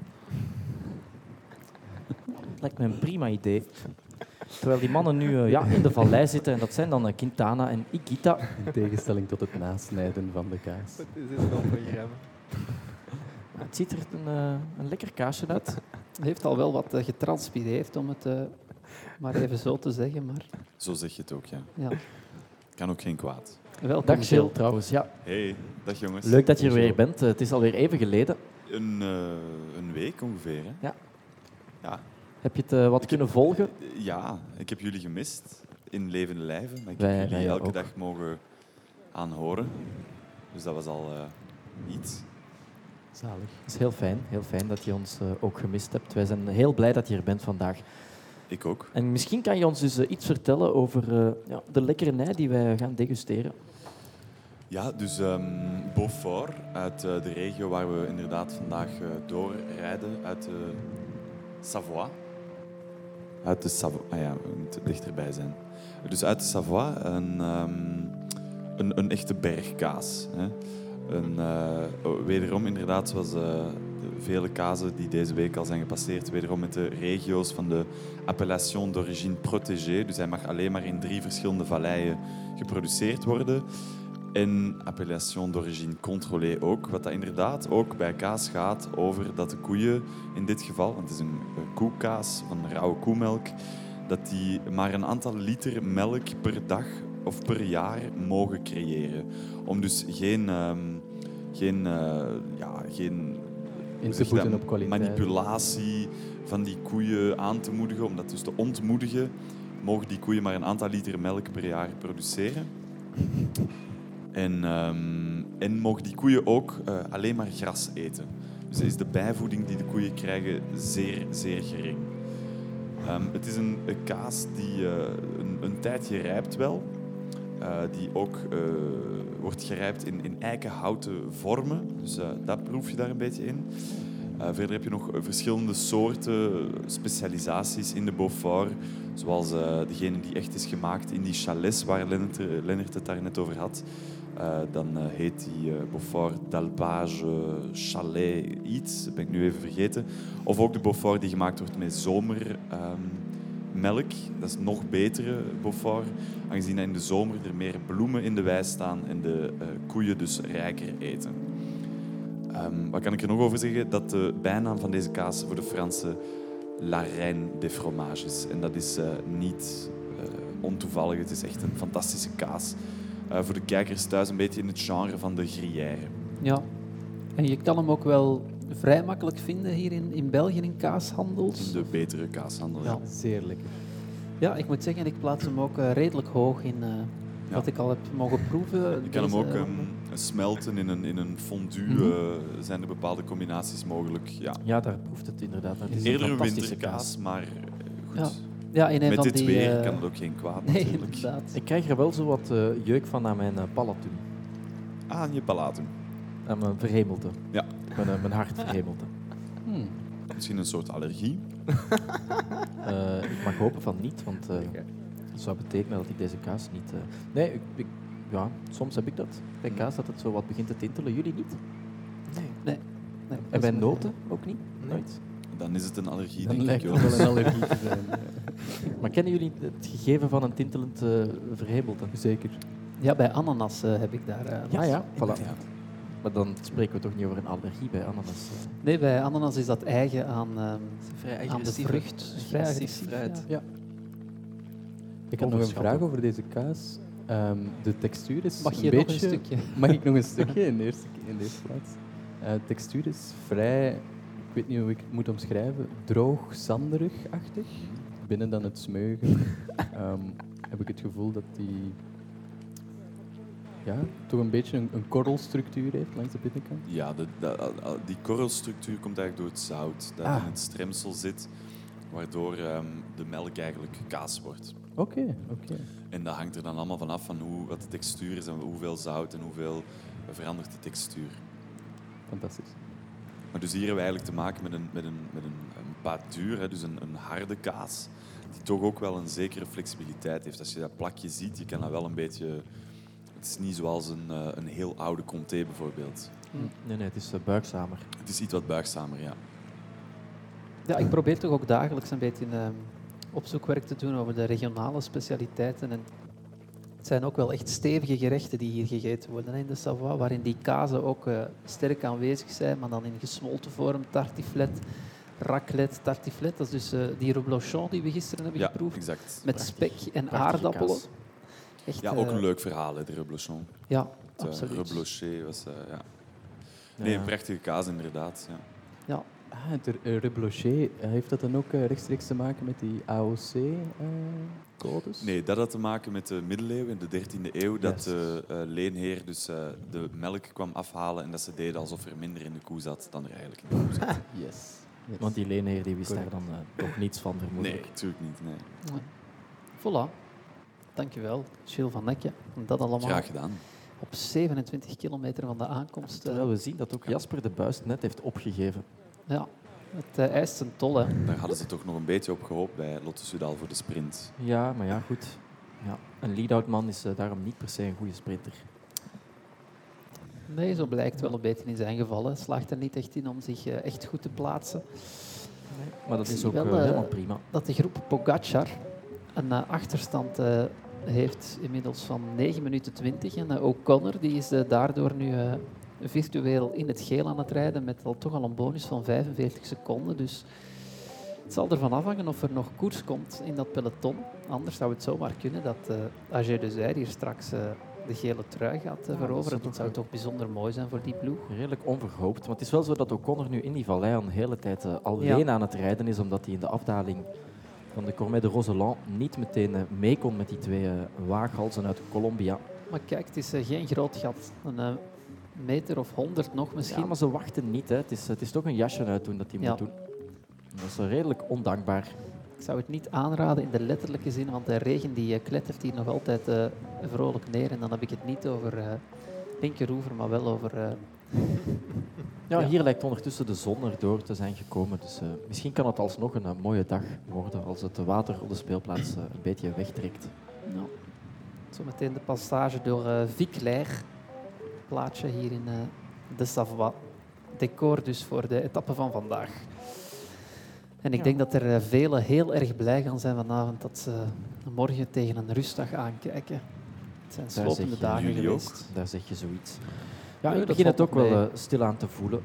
Lijkt me een prima idee. Terwijl die mannen nu in de vallei zitten, en dat zijn dan Quintana en Higuita. In tegenstelling tot het nasnijden van de kaas. Wat is dit voor een programma? Het ziet er een lekker kaasje uit. Hij heeft al wel wat getranspireerd, om het maar even zo te zeggen. Maar Zo zeg je het ook, ja. ja. Kan ook geen kwaad. Welkom, Dag Gilles trouwens. Ja, Hey, dag jongens. leuk dat je er weer bent. Het is alweer even geleden. Een week ongeveer, hè? Ja. Ja. Heb je het wat kunnen volgen? Ja, ik heb jullie gemist in levende lijven. Maar ik Wij- heb jullie wij elke ook. dag mogen aanhoren. Dus dat was al iets. Zalig. Het is heel fijn dat je ons ook gemist hebt. Wij zijn heel blij dat je er bent vandaag. Ik ook. En misschien kan je ons dus iets vertellen over de lekkernij die wij gaan degusteren. Ja, dus Beaufort, uit de regio waar we inderdaad vandaag doorrijden, uit de Savoie. Uit de Savoie, we moeten dichterbij zijn. Dus uit de Savoie, een echte bergkaas. Hè. Wederom inderdaad, zoals de vele kazen die deze week al zijn gepasseerd, wederom met de regio's van de appellation d'origine protégée. Dus hij mag alleen maar in 3 verschillende valleien geproduceerd worden. En appellation d'origine contrôlée ook. Wat dat inderdaad ook bij kaas gaat over dat de koeien, in dit geval, want het is een koekaas van rauwe koemelk, dat die maar een aantal liter melk per dag of per jaar mogen creëren. Om dus geen In te boeten op kwaliteit. manipulatie van die koeien aan te moedigen, om dat dus te ontmoedigen, mogen die koeien maar een aantal liter melk per jaar produceren. En mogen die koeien ook alleen maar gras eten. Dus is de bijvoeding die de koeien krijgen zeer, zeer gering. Het is een kaas die een tijdje rijpt wel. Die ook wordt gerijpt in eikenhouten vormen. Dus dat proef je daar een beetje in. Verder heb je nog verschillende soorten specialisaties in de Beaufort. Zoals degene die echt is gemaakt in die chalets waar Lennart het daar net over had. Dan heet die Beaufort d'Alpage Chalet iets. Dat ben ik nu even vergeten. Of ook de Beaufort die gemaakt wordt met zomermelk. Dat is nog betere Beaufort. Aangezien in de zomer er meer bloemen in de wei staan en de koeien dus rijker eten. Wat kan ik er nog over zeggen? Dat de bijnaam van deze kaas voor de Fransen La Reine des Fromages. En dat is niet ontoevallig. Het is echt een fantastische kaas. Voor de kijkers thuis een beetje in het genre van de gruyère. Ja. En je kan hem ook wel vrij makkelijk vinden hier in België in kaashandels. In de betere kaashandel. Ja. Zeer lekker. Ja, ik moet zeggen, ik plaats hem ook redelijk hoog in wat ik al heb mogen proeven. Je kan hem Deze ook ronde. smelten in een fondue. Mhm. Zijn er bepaalde combinaties mogelijk? Ja. Ja, daar proeft het inderdaad naar. Het is Eerder een fantastische winterkaas, maar goed. Ja. Ja, in een Met van dit die, weer kan het ook geen kwaad Nee, natuurlijk. inderdaad. Ik krijg er wel zo wat jeuk van aan mijn palatum. Aan je palatum. Aan mijn verhemelte. Ja. Mijn hart verhemelte. Misschien een soort allergie. Ik mag hopen van niet, want dat zou betekenen dat ik deze kaas niet... Nee, ja, soms heb ik dat. Bij kaas dat het zo wat begint te tintelen. Jullie niet? Nee, En bij noten ook niet? Nooit? Dan is het een allergie, Dan denk lijkt ik. het wel een allergie te zijn. Maar kennen jullie het gegeven van een tintelend verhemelte? Zeker. Ja, bij ananas heb ik daar... Ja, voilà. Ja. Maar dan spreken we toch niet over een allergie bij ananas. Nee, bij ananas is dat eigen aan, Vrij aan de agressieve- vrucht. Vrij agressief. fruit. Ja. Ik had nog een vraag over deze kaas. De textuur is Mag je een nog beetje... een stukje? Mag ik nog een stukje in de eerste plaats? De textuur is vrij, ik weet niet hoe ik het moet omschrijven, droog, zanderig-achtig. Binnen dan het smeugen heb ik het gevoel dat die toch een beetje een korrelstructuur heeft langs de binnenkant. Ja, die korrelstructuur komt eigenlijk door het zout dat in het stremsel zit, waardoor de melk eigenlijk kaas wordt. Oké. En dat hangt er dan allemaal vanaf van wat de textuur is en hoeveel zout en hoeveel verandert de textuur. Fantastisch. Maar dus hier hebben we eigenlijk te maken met een pâte dure, dus een harde kaas, die toch ook wel een zekere flexibiliteit heeft. Als je dat plakje ziet, je kan dat wel een beetje... Het is niet zoals een heel oude comté bijvoorbeeld. Nee, het is buigzamer. Het is iets wat buigzamer, ja. Ja, ik probeer toch ook dagelijks een beetje opzoekwerk te doen over de regionale specialiteiten. En het zijn ook wel echt stevige gerechten die hier gegeten worden in de Savoie, waarin die kazen ook sterk aanwezig zijn, maar dan in gesmolten vorm, tartiflette, raclette, tartiflette. Dat is dus die reblochon die we gisteren hebben Ja, geproefd, exact. met Prachtig. spek en Prachtige aardappelen. kaas. Echt, Ja, ook een leuk verhaal, hè, de reblochon. Ja, Het absoluut. rebloché was... ja. Ja. Nee, een prachtige kaas inderdaad. Ja. Ja. Reblochet, heeft dat dan ook rechtstreeks te maken met die AOC-codes? Nee, dat had te maken met de middeleeuwen, in de 13e eeuw, dat de leenheer dus de melk kwam afhalen en dat ze deden alsof er minder in de koe zat dan er eigenlijk in de koe zat. Yes. Want die leenheer die wist daar dan toch niets van, vermoedelijk. Nee, natuurlijk niet. Nee. Voilà. Dankjewel, Gilles van Nekke. En dat allemaal Graag gedaan. op 27 kilometer van de aankomst. Terwijl we zien dat ook Jasper de Buist net heeft opgegeven. Ja, het eist een tol, hè. Daar hadden ze toch nog een beetje op gehoopt bij Lotto Soudal voor de sprint. Ja, maar ja, goed. Ja, een lead-out man is daarom niet per se een goede sprinter. Nee, zo blijkt wel een beetje in zijn geval. Hij slaagt er niet echt in om zich echt goed te plaatsen. Maar dat Ik is zie ook wel, helemaal prima. Dat de groep Pogacar een achterstand heeft inmiddels van 9 minuten 20. En O'Connor die is daardoor nu virtueel in het geel aan het rijden met toch al een bonus van 45 seconden. Dus het zal ervan afhangen of er nog koers komt in dat peloton. Anders zou het zomaar kunnen dat AG de Zijr hier straks de gele trui gaat veroveren. Dat zou toch bijzonder mooi zijn voor die ploeg. Redelijk onverhoopt. Maar het is wel zo dat O'Connor nu in die vallei al een hele tijd alleen aan het rijden is, omdat hij in de afdaling van de Cormet de Roseland niet meteen mee kon met die twee waaghalzen uit Colombia. Maar kijk, het is geen groot gat. Een meter of 100 nog misschien. Ja, maar ze wachten niet. Hè. Het is toch een jasje uitdoen dat hij moet doen. Dat is redelijk ondankbaar. Ik zou het niet aanraden in de letterlijke zin, want de regen die klettert hier nog altijd vrolijk neer. En dan heb ik het niet over Pinkeroever, maar wel over... Ja, hier lijkt ondertussen de zon erdoor te zijn gekomen. Dus misschien kan het alsnog een mooie dag worden als het water op de speelplaats een beetje wegtrekt. Nou, zometeen de passage door Viclair. Plaatsje hier in de Savoie. Decor dus voor de etappe van vandaag. En ik denk dat er velen heel erg blij gaan zijn vanavond dat ze morgen tegen een rustdag aankijken. Het zijn slopende dagen jullie geweest. Daar zeg je zoiets. Ja, Nee, ik dat begin het valt ook nog wel mee. stilaan te voelen.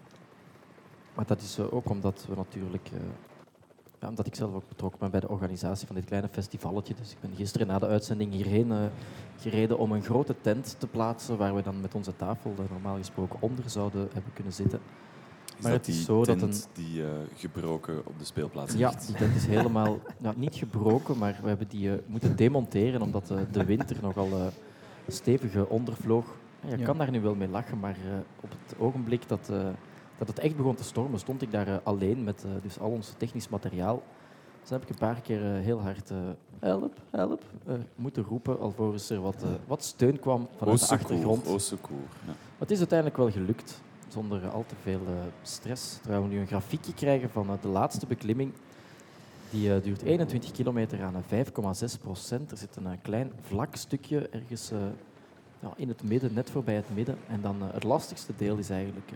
Maar dat is ook omdat we natuurlijk... omdat ik zelf ook betrokken ben bij de organisatie van dit kleine festivalletje. Dus ik ben gisteren na de uitzending hierheen gereden om een grote tent te plaatsen waar we dan met onze tafel normaal gesproken onder zouden hebben kunnen zitten. Is Maar dat het is die zo dat tent die gebroken op de speelplaats Ja, ligt? die tent is helemaal niet gebroken, maar we hebben die moeten demonteren omdat de wind er nogal stevig ondervloog. Je kan daar nu wel mee lachen, maar op het ogenblik dat het echt begon te stormen, stond ik daar alleen met dus al ons technisch materiaal. Dus dan heb ik een paar keer heel hard help, help moeten roepen, alvorens er wat steun kwam vanuit de achtergrond. Au secours. Ja. Maar het is uiteindelijk wel gelukt, zonder al te veel stress. Terwijl we nu een grafiekje krijgen van de laatste beklimming. Die duurt 21 kilometer aan 5,6%. Er zit een klein vlak stukje ergens in het midden, net voorbij het midden. En dan het lastigste deel is eigenlijk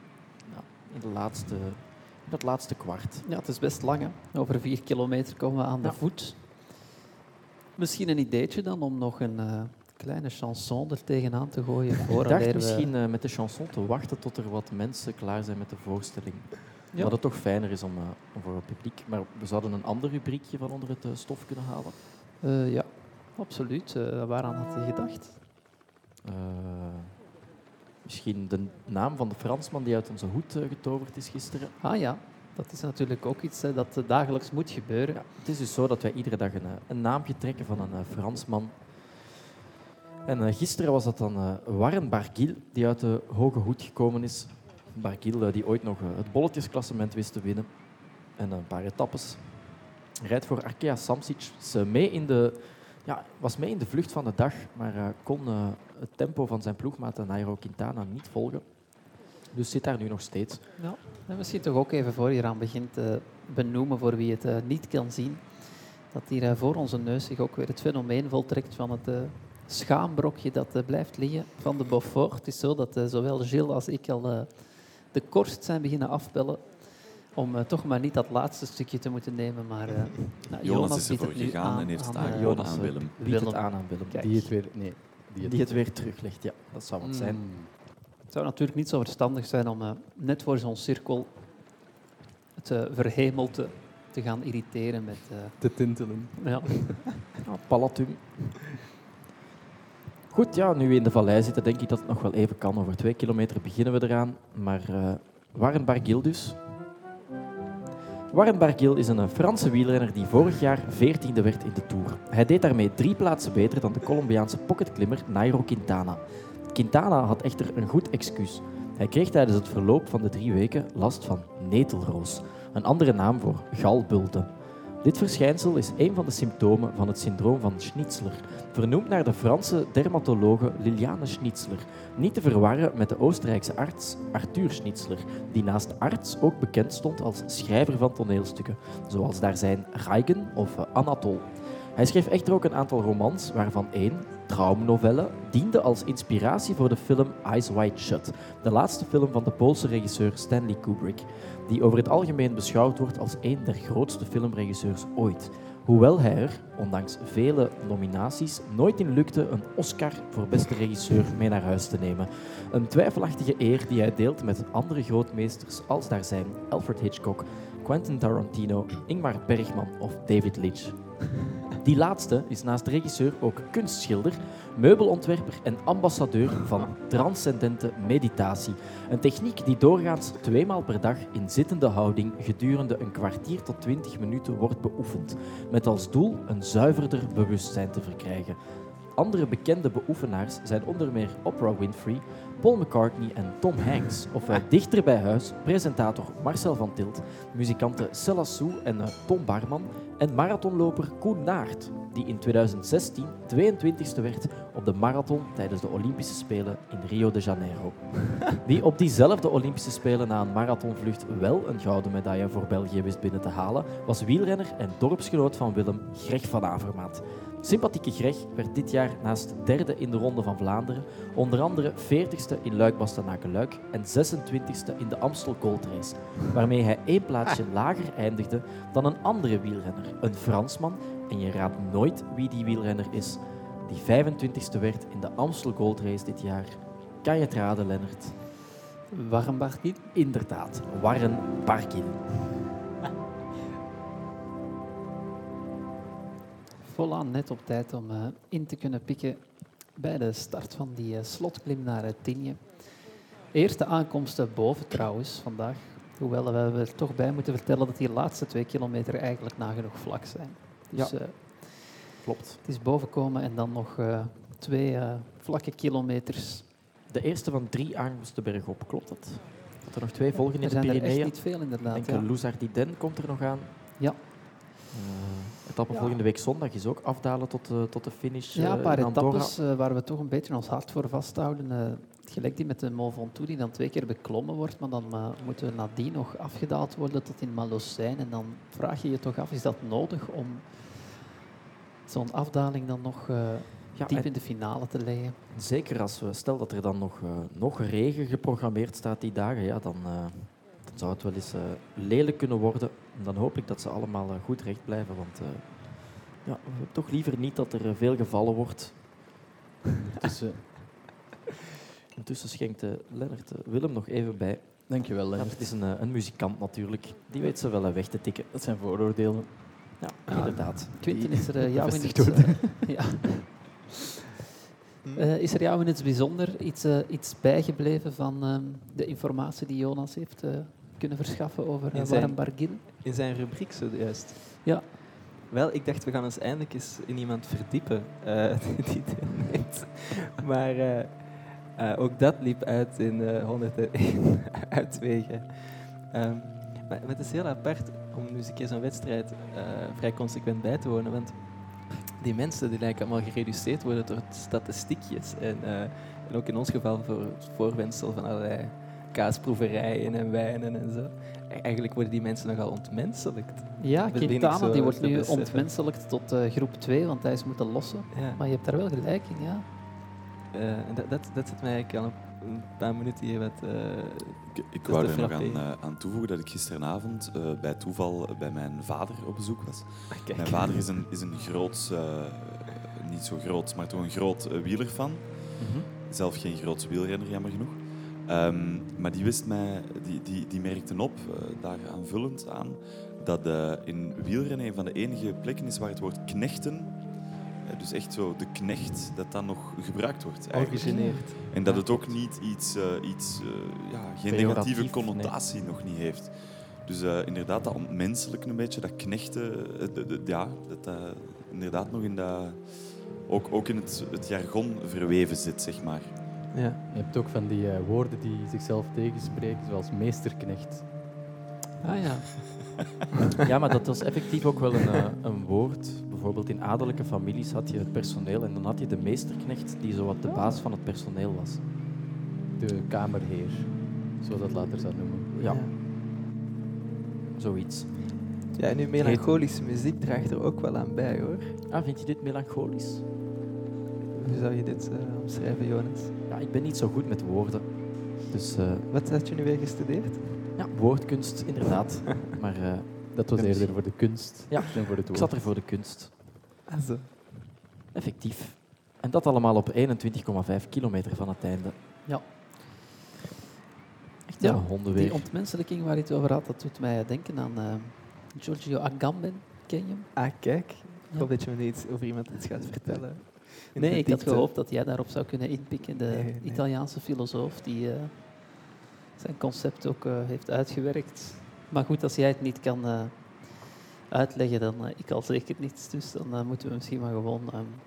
in het laatste kwart. Ja, het is best lang. Hè? Over 4 kilometer komen we aan de voet. Misschien een ideetje dan om nog een kleine chanson er tegenaan te gooien. Ik dacht misschien met de chanson te wachten tot er wat mensen klaar zijn met de voorstelling. Ja. Wat het toch fijner is om voor het publiek. Maar we zouden een ander rubriekje van onder het stof kunnen halen. Ja, absoluut. Waaraan had je gedacht? Misschien de naam van de Fransman die uit onze hoed getoverd is gisteren. Ah ja, dat is natuurlijk ook iets dat dagelijks moet gebeuren. Ja, het is dus zo dat wij iedere dag een naampje trekken van een Fransman. En gisteren was dat dan Warren Barguil, die uit de hoge hoed gekomen is. Barguil, die ooit nog het bolletjesklassement wist te winnen. En een paar etappes. Rijdt voor Arkea Samsic. Was mee in de vlucht van de dag, maar kon het tempo van zijn ploegmaat Nairo Quintana niet volgen. Dus zit daar nu nog steeds. Ja, en misschien toch ook even voor je eraan begint te benoemen voor wie het niet kan zien. Dat hier voor onze neus zich ook weer het fenomeen voltrekt van het schaambrokje dat blijft liggen van de Beaufort. Het is zo dat zowel Gilles als ik al de korst zijn beginnen afbellen om toch maar niet dat laatste stukje te moeten nemen. Maar Jonas is biedt ervoor het nu gegaan en heeft het aan aangeboden aan Willem. Biedt het aan Willem. Kijk. Die het weer... Nee. Die het weer teruglegt, ja. Dat zou wat zijn. Het zou natuurlijk niet zo verstandig zijn om net voor zo'n cirkel het verhemelte te gaan irriteren met... Te tintelen. ja. Palatum. Goed, ja, nu we in de vallei zitten, denk ik dat het nog wel even kan. Over 2 kilometer beginnen we eraan. Maar Warren Barguil dus. Warren Barguil is een Franse wielrenner die vorig jaar 14e werd in de Tour. Hij deed daarmee 3 plaatsen beter dan de Colombiaanse pocketklimmer Nairo Quintana. Quintana had echter een goed excuus. Hij kreeg tijdens het verloop van de 3 weken last van netelroos, een andere naam voor galbulten. Dit verschijnsel is een van de symptomen van het syndroom van Schnitzler, vernoemd naar de Franse dermatologe Liliane Schnitzler, niet te verwarren met de Oostenrijkse arts Arthur Schnitzler, die naast arts ook bekend stond als schrijver van toneelstukken, zoals daar zijn Reigen of Anatole. Hij schreef echter ook een aantal romans, waarvan 1, Traumnovelle, diende als inspiratie voor de film Eyes Wide Shut, de laatste film van de Poolse regisseur Stanley Kubrick, die over het algemeen beschouwd wordt als een der grootste filmregisseurs ooit. Hoewel hij er, ondanks vele nominaties, nooit in lukte een Oscar voor beste regisseur mee naar huis te nemen. Een twijfelachtige eer die hij deelt met andere grootmeesters als daar zijn Alfred Hitchcock, Quentin Tarantino, Ingmar Bergman of David Lynch. Die laatste is naast regisseur ook kunstschilder, meubelontwerper en ambassadeur van transcendente meditatie. Een techniek die doorgaans 2 maal per dag in zittende houding gedurende een kwartier tot 20 minuten wordt beoefend, met als doel een zuiverder bewustzijn te verkrijgen. Andere bekende beoefenaars zijn onder meer Oprah Winfrey, Paul McCartney en Tom Hanks, of dichter bij huis presentator Marcel van Tilt, muzikante Cella Sou en Tom Barman en marathonloper Koen Naert, die in 2016 22e werd op de marathon tijdens de Olympische Spelen in Rio de Janeiro. Wie op diezelfde Olympische Spelen na een marathonvlucht wel een gouden medaille voor België wist binnen te halen, was wielrenner en dorpsgenoot van Willem, Greg van Avermaat. Sympathieke Greg werd dit jaar naast 3e in de Ronde van Vlaanderen, onder andere 40ste in Luik-Bastenaken-Luik en 26ste in de Amstel Gold Race, waarmee hij 1 plaatsje lager eindigde dan een andere wielrenner, een Fransman, en je raadt nooit wie die wielrenner is, die 25ste werd in de Amstel Gold Race dit jaar. Kan je het raden, Lennart? Warren Barguil? Inderdaad, Warren Barguil. Volaan net op tijd om in te kunnen pikken bij de start van die slotklim naar Tignes. Eerste aankomsten boven trouwens vandaag. Hoewel we er toch bij moeten vertellen dat die laatste 2 kilometer eigenlijk nagenoeg vlak zijn. Dus Ja, klopt. het is bovenkomen en dan nog 2 vlakke kilometers. De eerste van 3 aankomsten bergop, klopt dat? Dat er nog 2 volgen in Er de zijn er echt Pyreneeën. niet veel inderdaad. Enkel Ja. Louzardiden komt er nog aan. Ja. Etappe Ja. volgende week zondag is ook afdalen tot de finish. Ja, een paar in Andorra. etappes waar we toch een beetje ons hart voor vasthouden. Gelijk die met de Mont Ventoux, die dan 2 keer beklommen wordt, maar dan moeten we nadien nog afgedaald worden tot in Malocène. En dan vraag je je toch af, is dat nodig om zo'n afdaling dan nog Ja, diep en in de finale te leggen? zeker als we, stel dat er dan nog regen geprogrammeerd staat die dagen, ja, dan zou het wel eens lelijk kunnen worden. En dan hoop ik dat ze allemaal goed recht blijven, want ja, we hebben toch liever niet dat er veel gevallen wordt. Intussen schenkt Lennart Willem nog even bij. Dankjewel, Ja, Lennart. het is een muzikant natuurlijk, die weet ze wel weg te tikken. Dat zijn vooroordelen. Ja, inderdaad. Quinten, is er jou in bevestigd het, worden. ja. Is er jou in het bijzonder iets bijgebleven van de informatie die Jonas heeft kunnen verschaffen over In zijn- Warren Barguil? In zijn rubriek zojuist. Ja. Wel, ik dacht, we gaan ons eindelijk eens in iemand verdiepen die deelneemt. Maar ook dat liep uit in 101 uitwegen. Maar het is heel apart om nu eens een keer zo'n wedstrijd vrij consequent bij te wonen. Want die mensen die lijken allemaal gereduceerd worden tot statistiekjes. En ook in ons geval voor het voorwendsel van allerlei kaasproeverijen en wijnen en zo. Eigenlijk worden die mensen nogal ontmenselijkt. Ja, Dat begin ik Quintana zo die wordt te nu beseffen. ontmenselijkt tot groep 2, want hij is moeten lossen. Ja. Maar je hebt daar wel gelijk in, ja. En dat zit mij eigenlijk al een paar minuten hier wat... Ik te wou er nog frapperen. aan toevoegen dat ik gisteravond bij toeval bij mijn vader op bezoek was. Kijk. Mijn vader is een groot, niet zo groot, maar toch een groot wielerfan. Zelf geen groot wielrenner, jammer genoeg. Maar die wist mij, die merkte op, daar aanvullend aan, dat in wielrennen een van de enige plekken is waar het woord knechten, dus echt zo de knecht, dat dat nog gebruikt wordt. eigenlijk. Origineerd. En dat het ook niet geen negatieve Pejoratief, connotatie nog niet heeft. Dus inderdaad, dat ontmenselijken een beetje, dat knechten, dat inderdaad nog in dat... Ook in het jargon verweven zit, zeg maar. Ja. Je hebt ook van die woorden die zichzelf tegenspreken, zoals meesterknecht. Ah ja. Ja, maar dat was effectief ook wel een woord. Bijvoorbeeld in adellijke families had je het personeel en dan had je de meesterknecht die zowat de baas van het personeel was. De kamerheer, zoals dat later zou noemen. Ja, zoiets. Ja, en uw melancholische muziek draagt er ook wel aan bij, hoor. Ah, vind je dit melancholisch? Hoe zou je dit omschrijven, Jonas? Ja, ik ben niet zo goed met woorden. Dus Wat had je nu weer gestudeerd? ja, woordkunst, inderdaad. Maar Dat was Ja, eerder muziek. voor de kunst Ja, dan voor het ik woord. zat er voor de kunst. Also. Effectief. En dat allemaal op 21,5 kilometer van het einde. Ja. Echt Ja, een hondenweer. Die ontmenselijking waar je het over had, dat doet mij denken aan Giorgio Agamben. Ken je hem? Ah, kijk. Ik Ja. hoop dat je me over iemand iets gaat vertellen. In Nee, de ik had diepte. gehoopt dat jij daarop zou kunnen inpikken. De Nee. Italiaanse filosoof die zijn concept ook heeft uitgewerkt. Maar goed, als jij het niet kan uitleggen, dan ik al zeker niet. Dus dan moeten we misschien maar gewoon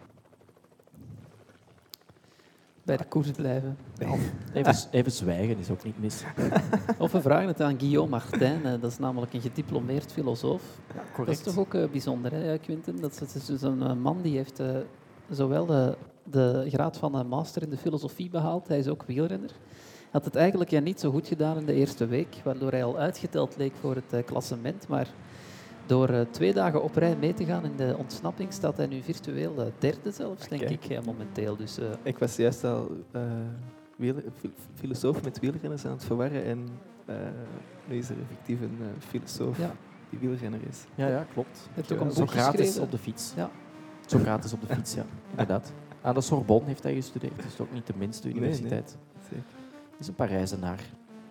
bij de koers blijven. Even zwijgen is ook niet mis. Of we vragen het aan Guillaume Martin. Dat is namelijk een gediplomeerd filosoof. Ja, Dat is correct. toch ook bijzonder, hè, Quinten? Dat is dus een man die heeft zowel de graad van een master in de filosofie behaald, hij is ook wielrenner. Had het eigenlijk niet zo goed gedaan in de eerste week, waardoor hij al uitgeteld leek voor het klassement. Maar door 2 dagen op rij mee te gaan in de ontsnapping, staat hij nu virtueel derde zelfs, denk Kijk. ik, momenteel. Dus Ik was juist al filosoof met wielrenners aan het verwarren en nu is er effectief een filosoof ja, die wielrenner is. Ja, klopt. hij heeft ook een boek Socrates geschreven. op de fiets. Ja. Socrates op de fiets, ja. Inderdaad. Aan de Sorbonne heeft hij gestudeerd. Dus ook niet de minste universiteit. Zeker. Hij is een Parijzenaar.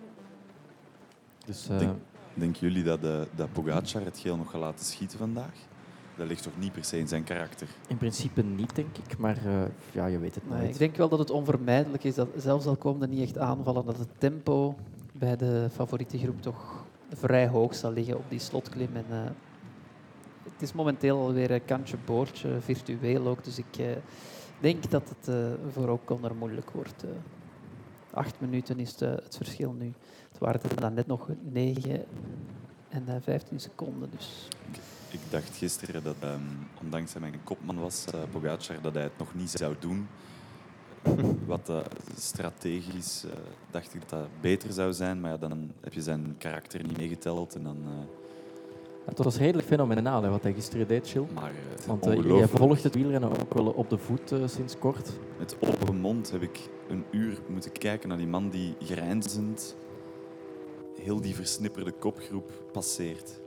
Dus Denken jullie dat Pogacar het geel nog gaat laten schieten vandaag? Dat ligt toch niet per se in zijn karakter? in principe niet, denk ik. Maar ja, je weet het Nee, nooit. ik denk wel dat het onvermijdelijk is, dat zelfs al komen er niet echt aanvallen, dat het tempo bij de favoriete groep toch vrij hoog zal liggen op die slotklim. En, het is momenteel alweer een kantje boordje, virtueel ook, dus ik denk dat het voor O'Connor moeilijk wordt. 8 minuten is het verschil nu. Het waren er dan net nog 9 en 15 seconden. Dus. Ik dacht gisteren dat, ondanks dat hij mijn kopman was, Pogacar, dat hij het nog niet zou doen. Wat strategisch dacht ik dat dat beter zou zijn, maar ja, dan heb je zijn karakter niet meegeteld. En dan, Het was redelijk fenomenaal hè, wat hij gisteren deed, Chill. maar Want jij ongelooflijk. volgt het wielrennen ook wel op de voet sinds kort. Met open mond heb ik een uur moeten kijken naar die man die grijnzend heel die versnipperde kopgroep passeert.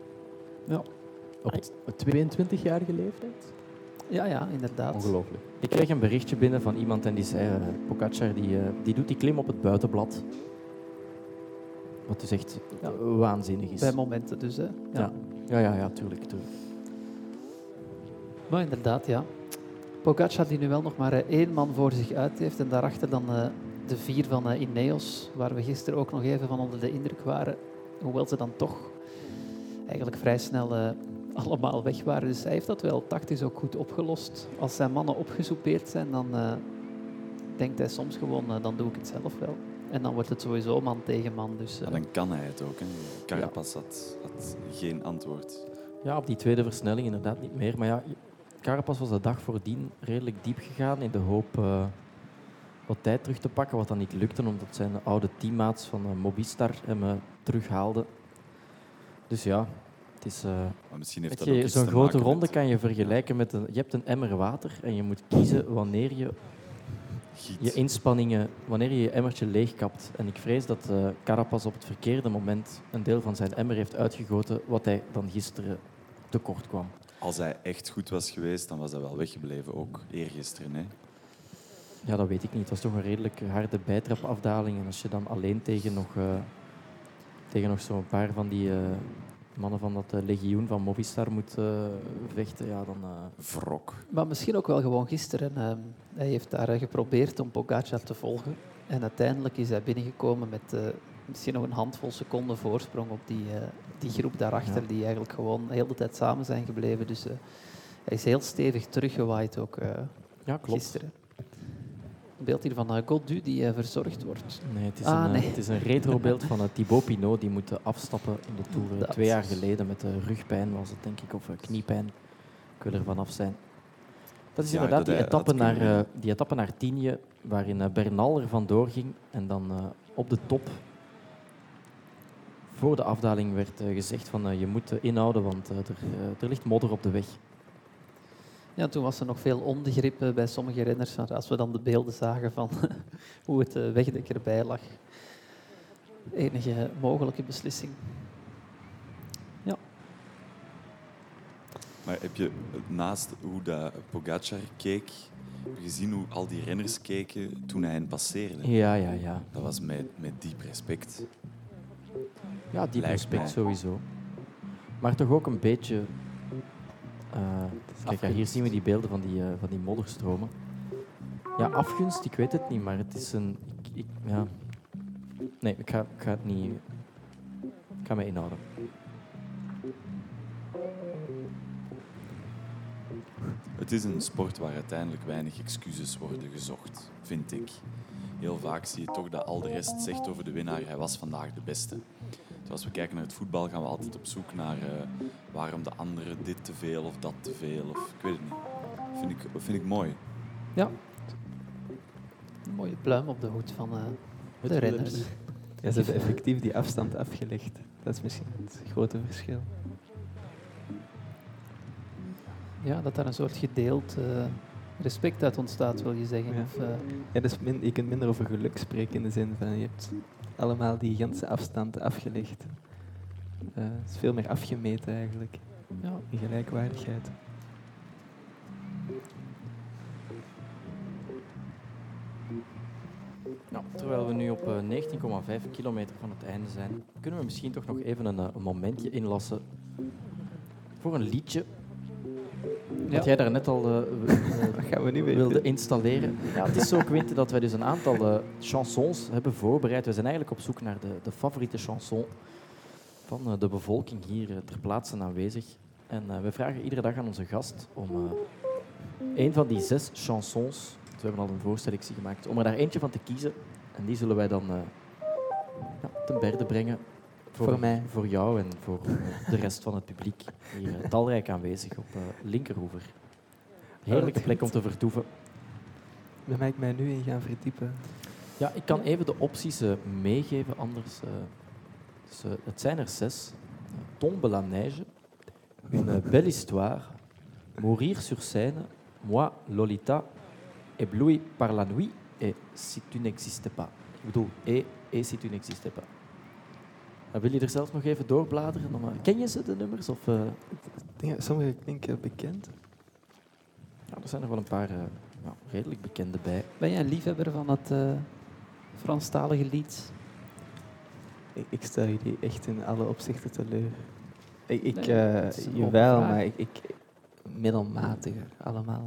Op 22-jarige leeftijd? Ja, inderdaad. Ongelooflijk. Ik kreeg een berichtje binnen van iemand en die zei... Pogacar die doet die klim op het buitenblad. Wat dus echt waanzinnig is. Bij momenten dus. Hè. Ja, tuurlijk. Maar inderdaad, ja. Pogacar die nu wel nog maar 1 man voor zich uit heeft en daarachter dan de 4 van Ineos, waar we gisteren ook nog even van onder de indruk waren. Hoewel ze dan toch eigenlijk vrij snel allemaal weg waren. Dus hij heeft dat wel tactisch ook goed opgelost. Als zijn mannen opgesoupeerd zijn, dan denkt hij soms gewoon, dan doe ik het zelf wel. En dan wordt het sowieso man tegen man. Dus, Maar dan kan hij het ook. Hè. Carapaz had geen antwoord. Ja, op die tweede versnelling inderdaad niet meer. Maar ja, Carapaz was de dag voordien redelijk diep gegaan in de hoop wat tijd terug te pakken, wat dan niet lukte, omdat zijn oude teammaats van Movistar hem terughaalden. Dus ja, het is... Maar misschien heeft weet dat ook je, iets zo'n te grote maken ronde met kan je vergelijken met je hebt een emmer water en je moet kiezen wanneer je giet. inspanningen, wanneer je je emmertje leegkapt. En ik vrees dat Carapaz op het verkeerde moment een deel van zijn emmer heeft uitgegoten, wat hij dan gisteren tekort kwam. Als hij echt goed was geweest, dan was hij wel weggebleven, ook eergisteren. Hè. Ja, dat weet ik niet. Het was toch een redelijk harde bijtrapafdaling. En als je dan alleen tegen nog zo'n paar van die mannen van dat legioen van Movistar moet vechten, ja, dan... Wrok. Maar misschien ook wel gewoon gisteren. Hij heeft daar geprobeerd om Pogacar te volgen. En uiteindelijk is hij binnengekomen met misschien nog een handvol seconden voorsprong op die groep daarachter, Ja. die eigenlijk gewoon de hele tijd samen zijn gebleven. Dus hij is heel stevig teruggewaaid ook Ja, klopt. gisteren. Een beeld hier van Gaudu die verzorgd wordt. Nee, het is, Ah, het is een retro-beeld van Thibaut Pinot. Die moet afstappen in de Tour Dat. 2 jaar geleden met rugpijn, was het denk ik, of kniepijn. Ik wil er vanaf zijn. Dat is Ja, inderdaad dat die hij had etappe naar Tignes, waarin Bernal er vandoor ging. En dan op de top, voor de afdaling, werd gezegd van je moet inhouden, want er ligt modder op de weg. Ja, toen was er nog veel onbegrip bij sommige renners. Maar als we dan de beelden zagen van hoe het wegdek erbij lag. Enige mogelijke beslissing. Maar heb je naast hoe dat Pogacar keek, heb je gezien hoe al die renners keken toen hij hen passeerde? Ja. Dat was met diep respect. Ja, die Lijkt respect mij. sowieso. Maar toch ook een beetje... kijk, ja, hier zien we die beelden van die modderstromen. Ja, afgunst, ik weet het niet, maar het is een... ja. Nee, ik ga het niet... Ik ga me inhouden. Het is een sport waar uiteindelijk weinig excuses worden gezocht, vind ik. Heel vaak zie je toch dat al de rest zegt over de winnaar, hij was vandaag de beste. Dus als we kijken naar het voetbal gaan we altijd op zoek naar waarom de anderen dit te veel of dat te veel. Of, ik weet het niet. Vind ik mooi. Ja. Een mooie pluim op de hoed van de Het renners. wielrennen. Ja, ze hebben effectief die afstand afgelegd. Dat is misschien het grote verschil. Ja, dat daar een soort gedeeld respect uit ontstaat, wil je zeggen. Ja. Of, Ja, dus je kunt minder over geluk spreken in de zin van je hebt allemaal die ganse afstand afgelegd. Het is veel meer afgemeten eigenlijk, ja. in gelijkwaardigheid. Nou, terwijl we nu op 19,5 kilometer van het einde zijn, kunnen we misschien toch nog even een momentje inlassen voor een liedje. Dat jij daar net al Dat gaan we nu weer wilde doen. installeren. Ja, het is zo, Quinte, dat wij dus een aantal chansons hebben voorbereid. We zijn eigenlijk op zoek naar de favoriete chanson van de bevolking hier ter plaatse aanwezig. En we vragen iedere dag aan onze gast om een van die 6 chansons, we hebben al een voorselectie gemaakt, om er daar eentje van te kiezen. En die zullen wij dan ten berde brengen Voor mij. voor jou en voor de rest van het publiek. Hier talrijk aanwezig op Linkeroever. Heerlijke plek om te vertoeven. Daar mag ik mij nu in gaan verdiepen. Ja, ik kan even de opties meegeven, anders. Dus, het zijn er 6. Tombe la neige, Une belle histoire, Mourir sur scène, Moi, Lolita, Ébloui par la nuit et Si tu n'existais pas. Ik bedoel, et Si tu n'existais pas. Wil je er zelf nog even doorbladeren? Ken je ze, de nummers? Of, Sommige klinken bekend. ja, er zijn er wel een paar redelijk bekende bij. Ben jij een liefhebber van het Franstalige lied? Ik stel jullie echt in alle opzichten teleur. Nee, het is een open Jawel, vraag. maar ik middelmatiger allemaal.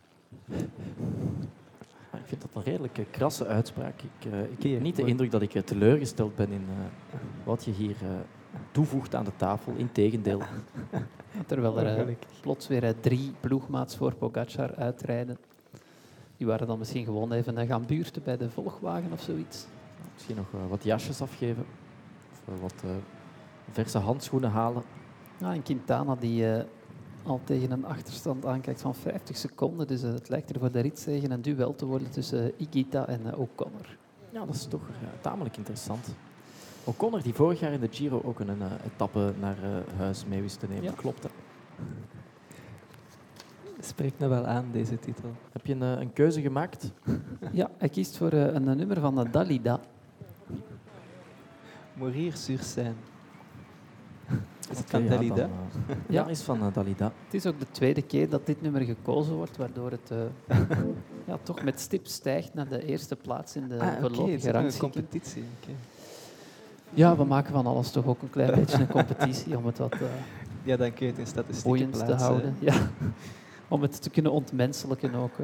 Maar ik vind dat een redelijk krasse uitspraak. Ik Oké, heb niet de mooi. indruk dat ik teleurgesteld ben in wat je hier toevoegt aan de tafel. Integendeel. Terwijl er Gelukkig. plots weer 3 ploegmaats voor Pogacar uitrijden. Die waren dan misschien gewoon even gaan buurten bij de volgwagen of zoiets. Misschien nog wat jasjes afgeven. Of wat verse handschoenen halen. Ja, en Quintana die al tegen een achterstand aankijkt van 50 seconden. Dus het lijkt er voor de ritzegen een duel te worden tussen Higuita en O'Connor. Ja, dat is toch tamelijk interessant. O'Connor, die vorig jaar in de Giro ook een etappe naar huis mee wist te nemen. Ja. Klopt, hè? Spreekt me wel aan, deze titel. Heb je een keuze gemaakt? Ja, hij kiest voor een nummer van Dalida. Mourir sur scène. Is het Oké, van ja, Dalida? dan, ja, Ja. is van Dalida. Het is ook de tweede keer dat dit nummer gekozen wordt, waardoor het ja, toch met stip stijgt naar de eerste plaats in de Oké, het voorlopige is ook een rangschikking. competitie. Oké. Ja, we maken van alles toch ook een klein beetje een competitie om het wat Ja, dan kun je het in statistieken boeiend te plaatsen. houden. Ja. Om het te kunnen ontmenselijken ook.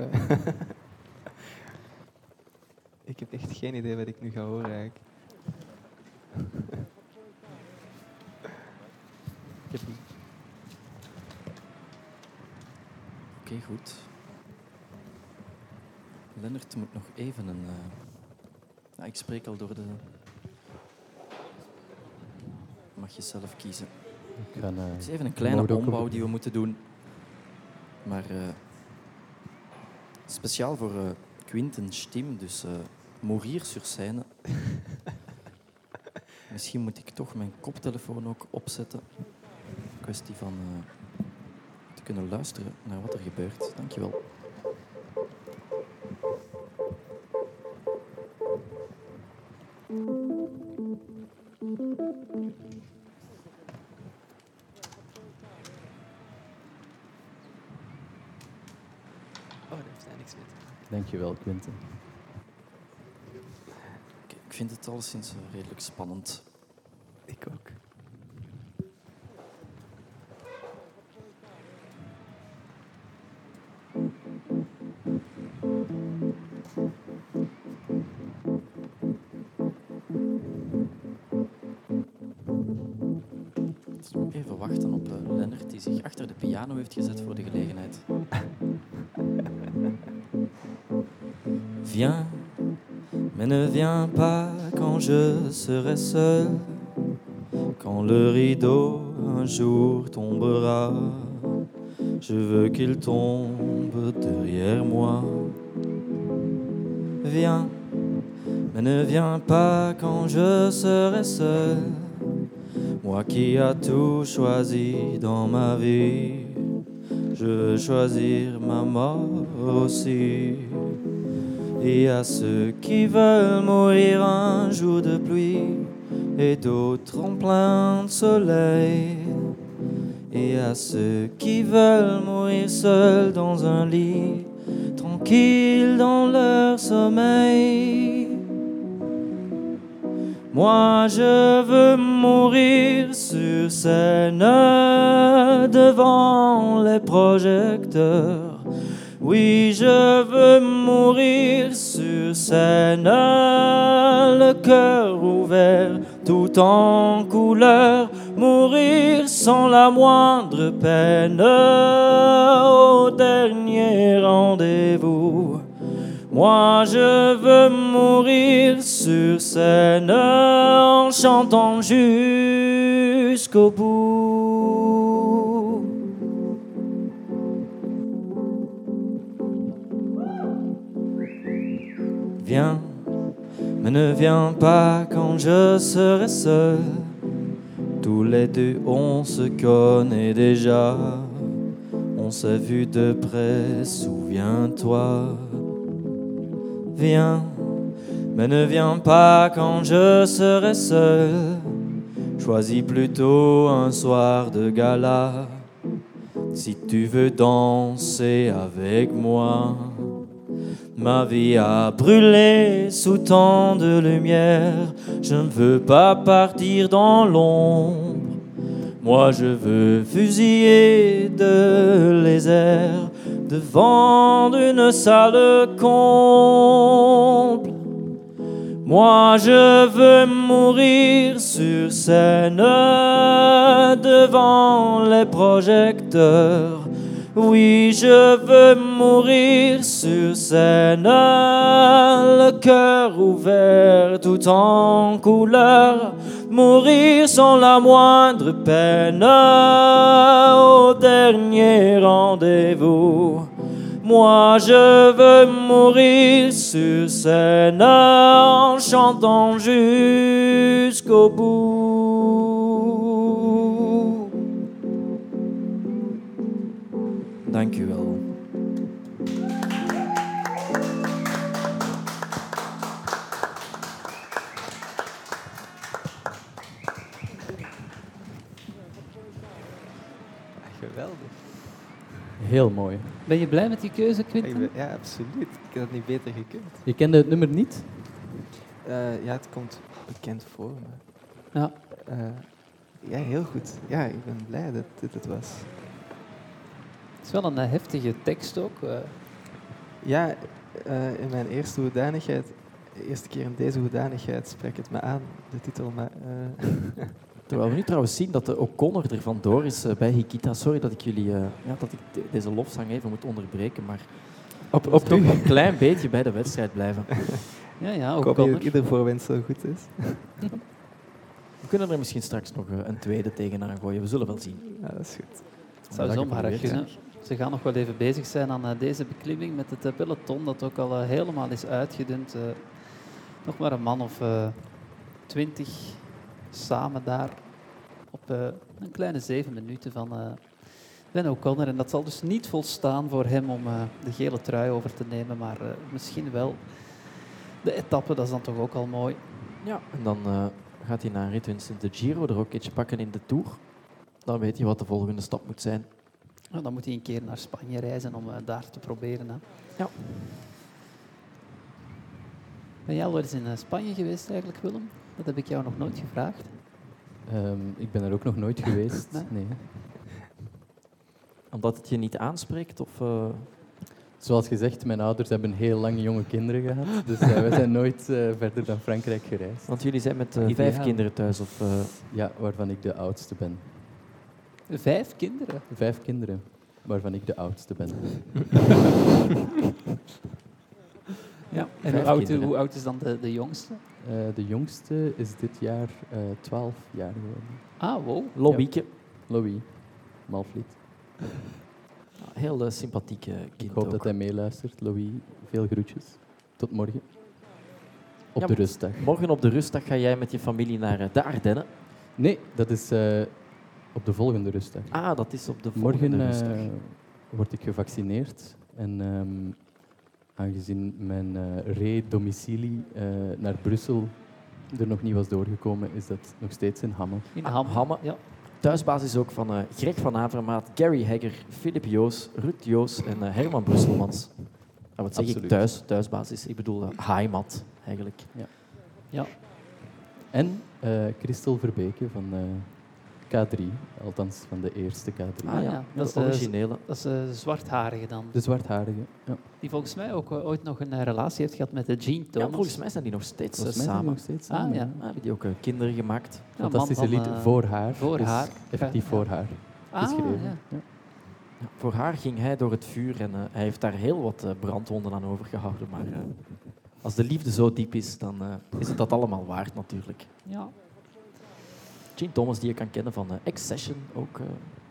Ik heb echt geen idee wat ik nu ga horen eigenlijk. goed. Lennart moet nog even een... Ja, ik spreek al door de... Mag je zelf kiezen. Ik ga, Het is even een kleine Mogen we ook ombouw op- die we moeten doen. Maar speciaal voor Quinten Stim, dus Mourir sur scène. Misschien moet ik toch mijn koptelefoon ook opzetten. Kwestie van te kunnen luisteren naar wat er gebeurt. Dankjewel. Oh, daar heeft hij niks mee te maken. Dankjewel, Quinten. Oké, ik vind het alleszins redelijk spannend. Ik ook. Dus nog even wachten op Lennart, die zich achter de piano heeft gezet voor de gelegenheid. Viens, mais ne viens pas quand je serai seul, quand le rideau un jour tombera. Je veux qu'il tombe derrière moi. Viens, mais ne viens pas quand je serai seul. Moi qui a tout choisi dans ma vie, je veux choisir ma mort aussi. Et à ceux qui veulent mourir un jour de pluie et d'autres en plein soleil. Et à ceux qui veulent mourir seuls dans un lit, tranquilles dans leur sommeil. Moi je veux mourir sur scène devant les projecteurs. Oui, je veux mourir sur scène, le cœur ouvert, tout en couleur, mourir sans la moindre peine au dernier rendez-vous. Moi je veux mourir sur scène en chantant jusqu'au bout. Viens, mais ne viens pas quand je serai seul. Tous les deux on se connaît déjà, on s'est vu de près, souviens-toi. Viens, mais ne viens pas quand je serai seul. Choisis plutôt un soir de gala, si tu veux danser avec moi. Ma vie a brûlé sous tant de lumière, je ne veux pas partir dans l'ombre. Moi je veux fusiller de les airs devant une salle comble. Moi je veux mourir sur scène devant les projecteurs. Oui, je veux mourir sur scène, le cœur ouvert, tout en couleur, mourir sans la moindre peine au dernier rendez-vous. Moi, je veux mourir sur scène en chantant jusqu'au bout. Dank u wel. Geweldig. Heel mooi. Ben je blij met die keuze, Quinten? Ja, absoluut. Ik had het niet beter gekund. Je kende het nummer niet? Ja, het komt bekend voor me. Ja. Ja, heel goed. Ja, ik ben blij dat dit het was. Het is wel een heftige tekst ook. Ja, in mijn eerste hoedanigheid, de eerste keer in deze hoedanigheid sprak het me aan, de titel, maar Terwijl we nu trouwens zien dat de O'Connor er vandoor is bij Hikita. Sorry dat ik jullie dat ik deze lofzang even moet onderbreken, maar Op toch een klein beetje bij de wedstrijd blijven. Ja, Ik ook hoop dat ieder voorwinst zo goed is. We kunnen er misschien straks nog een tweede tegenaan gooien. We zullen wel zien. Ja, dat is goed. Het zou Dat zomaar geprobeerd kunnen. Ze gaan nog wel even bezig zijn aan deze beklimming met het peloton dat ook al helemaal is uitgedund. Nog maar een man of 20 samen daar op een kleine 7 minuten van Ben O'Connor. En dat zal dus niet volstaan voor hem om de gele trui over te nemen, maar misschien wel de etappe, dat is dan toch ook al mooi. Ja, en dan gaat hij na een ritwinst in de Giro er ook eentje pakken in de Tour. Dan weet hij wat de volgende stap moet zijn. Nou, dan moet hij een keer naar Spanje reizen om daar te proberen. Hè. Ja. Ben jij al wel eens in Spanje geweest eigenlijk, Willem? Dat heb ik jou nog nooit gevraagd. Ik ben er ook nog nooit geweest. Nee. Nee. Omdat het je niet aanspreekt? Of, Zoals gezegd, mijn ouders hebben heel lang jonge kinderen gehad. Dus wij zijn nooit verder dan Frankrijk gereisd. Want jullie zijn met Ideaal. 5 kinderen thuis. Of, Ja, waarvan ik de oudste ben. 5 kinderen? 5 kinderen, waarvan ik de oudste ben. Ja. En 5 kinderen. hoe oud is dan de jongste? De jongste is dit jaar 12 jaar geworden. Ah, wow. Lobbyke. Louis Malvliet. Heel sympathieke kind Ik hoop ook. dat hij meeluistert. Louis, veel groetjes. Tot morgen. Op Ja, de rustdag. Morgen op de rustdag ga jij met je familie naar de Ardennen. Nee, dat is op de volgende rustdag. Ah, dat is op de volgende Morgen rustdag. word ik gevaccineerd. En aangezien mijn re-domicilie naar Brussel er nog niet was doorgekomen, is dat nog steeds in Hamme. In Hamme. Ja. Thuisbasis ook van Greg van Avermaat, Gary Hegger, Filip Joos, Ruud Joos en Herman Brusselmans. Ah, wat zeg ik? Absoluut. Thuisbasis. Ik bedoel heimat, eigenlijk. Ja. En Christel Verbeke van K3, althans van de eerste K3. Ah ja, dat dat is is originele. Dat is de zwartharige dan. De zwartharige. Ja. Die volgens mij ook ooit nog een relatie heeft gehad met de Jean Ja, Thomas. volgens mij zijn die nog steeds Volgens mij zijn die samen. nog steeds Ah, samen. ja. Ah, hebben die ook kinderen gemaakt. Ja, man Fantastische van, lied voor haar. voor is haar. Effectief Ja. voor haar geschreven. ja. Ja. Ja, voor haar ging hij door het vuur en hij heeft daar heel wat brandwonden aan overgehouden. Maar als de liefde zo diep is, dan is het dat allemaal waard natuurlijk. Ja. Gene Thomas, die je kan kennen van X-Session, ook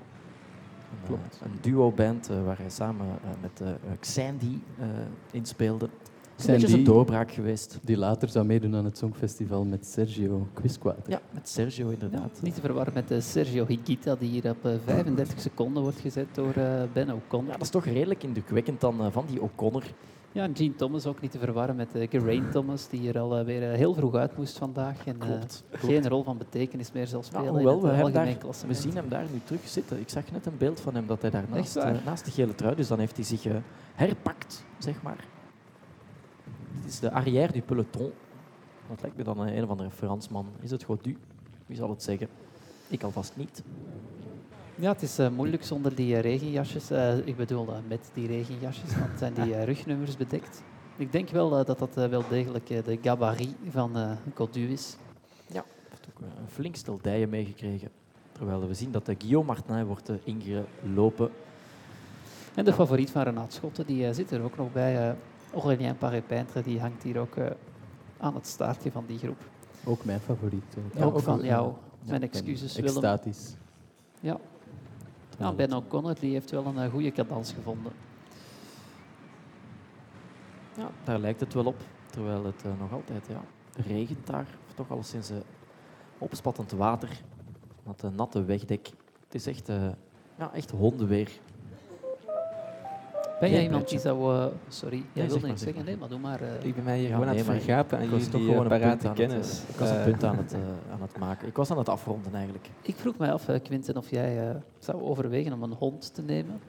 Klopt. een duo-band waar hij samen met Xandy inspeelde. Het is een Xandy, beetje zijn doorbraak geweest. Die later zou meedoen aan het Songfestival met Sergio Quisquater. Ja, met Sergio Ja, inderdaad. niet te verwarren met Sergio Higuita, die hier op 35 seconden wordt gezet door Ben O'Connor. Ja, dat is toch redelijk indrukwekkend dan van die O'Connor. Ja, en Gene Thomas ook niet te verwarren met Geraint Thomas, die er alweer heel vroeg uit moest vandaag. En Klopt. geen rol van betekenis meer zal Ja, spelen hoewel, in we, het hebben algemeen daar, we klassement. zien hem daar nu terug zitten. Ik zag net een beeld van hem dat hij daar Echt waar? naast de gele trui, dus dan heeft hij zich herpakt, zeg maar. Het is de arrière du peloton. Dat lijkt me dan een of andere Fransman. Is het Godu? Wie zal het zeggen? Ik alvast niet. Ja, het is moeilijk zonder die regenjasjes. Ik bedoel, met die regenjasjes, want zijn die rugnummers bedekt. Ik denk wel dat dat wel degelijk de gabarit van Godu is. Hij heeft ook een flink stel dijen meegekregen. Terwijl we zien dat Guillaume Martin wordt ingelopen. En de favoriet van Renaat Schotten, die zit er ook nog bij. Aurélien Paré-Peintre, die hangt hier ook aan het staartje van die groep. Ook mijn favoriet. Ja, ook van Ja, jou. ja, Mijn en excuses, Willem. extatisch. Ja. Ja, Ben O'Connor die heeft wel een goede cadans gevonden. Ja, daar lijkt het wel op. Terwijl het nog altijd regent daar. Of toch alleszins opspattend water. Dat natte wegdek. Het is echt, echt hondenweer. Ben jij Geen iemand die pretje. zou... sorry, jij zeg wilde maar, niks zeg zeggen? Nee, maar doe maar. Ik ben mij hier Ja, gewoon aan nee, het maar vergapen aan ik was toch jullie gewoon een punt parate aan kennis. ik was een punt aan het maken. Ik was aan het afronden eigenlijk. Ik vroeg mij af, Quinten, of jij zou overwegen om een hond te nemen.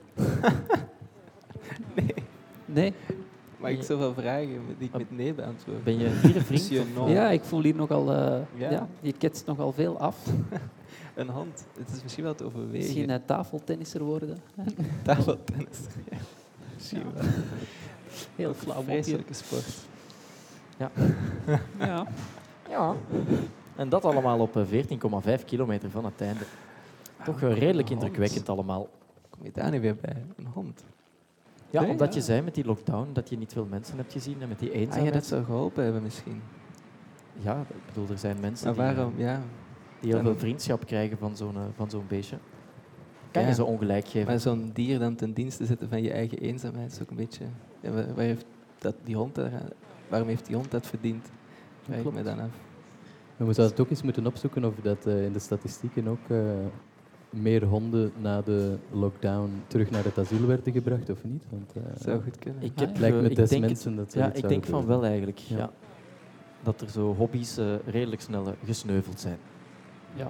Nee. Nee? Mag ik zoveel vragen die ik met nee beantwoord? Ben je een vriend? Monsieur of- No. Ja, ik voel hier nogal... Ja? ja, je ketst nogal veel af. Een hand. Het is misschien wel te overwegen. Misschien tafeltennisser worden. Tafeltennis. Ja. Misschien wel. Heel flauw mopje. Vreselijke sport. Ja. Ja. En dat allemaal op 14,5 kilometer van het einde. Toch redelijk indrukwekkend allemaal. Kom je daar nu weer bij? Een hond. Ja, Nee, omdat ja. je zei met die lockdown dat je niet veel mensen hebt gezien en met die eenzaamheid. dat zou geholpen hebben misschien. Ja, ik bedoel, er zijn mensen Maar die, waarom? Ja. die heel En- veel vriendschap krijgen van zo'n beestje. Kan Ja. je ze ongelijk geven? Maar zo'n dier dan ten dienste zetten van je eigen eenzaamheid is ook een beetje... Ja, waar heeft die hond waarom heeft die hond dat verdiend? Vraag ik Klopt. me dan af. We zouden het ook eens moeten opzoeken of dat in de statistieken ook meer honden na de lockdown terug naar het asiel werden gebracht of niet. Want, Zou goed kunnen. Ik Ah, heb, ja. het lijkt me ik des denk mensen dat ja, zoiets ik zou denk van gebeuren. wel eigenlijk. Ja. Ja. Dat er zo hobby's redelijk snel gesneuveld zijn. Ja.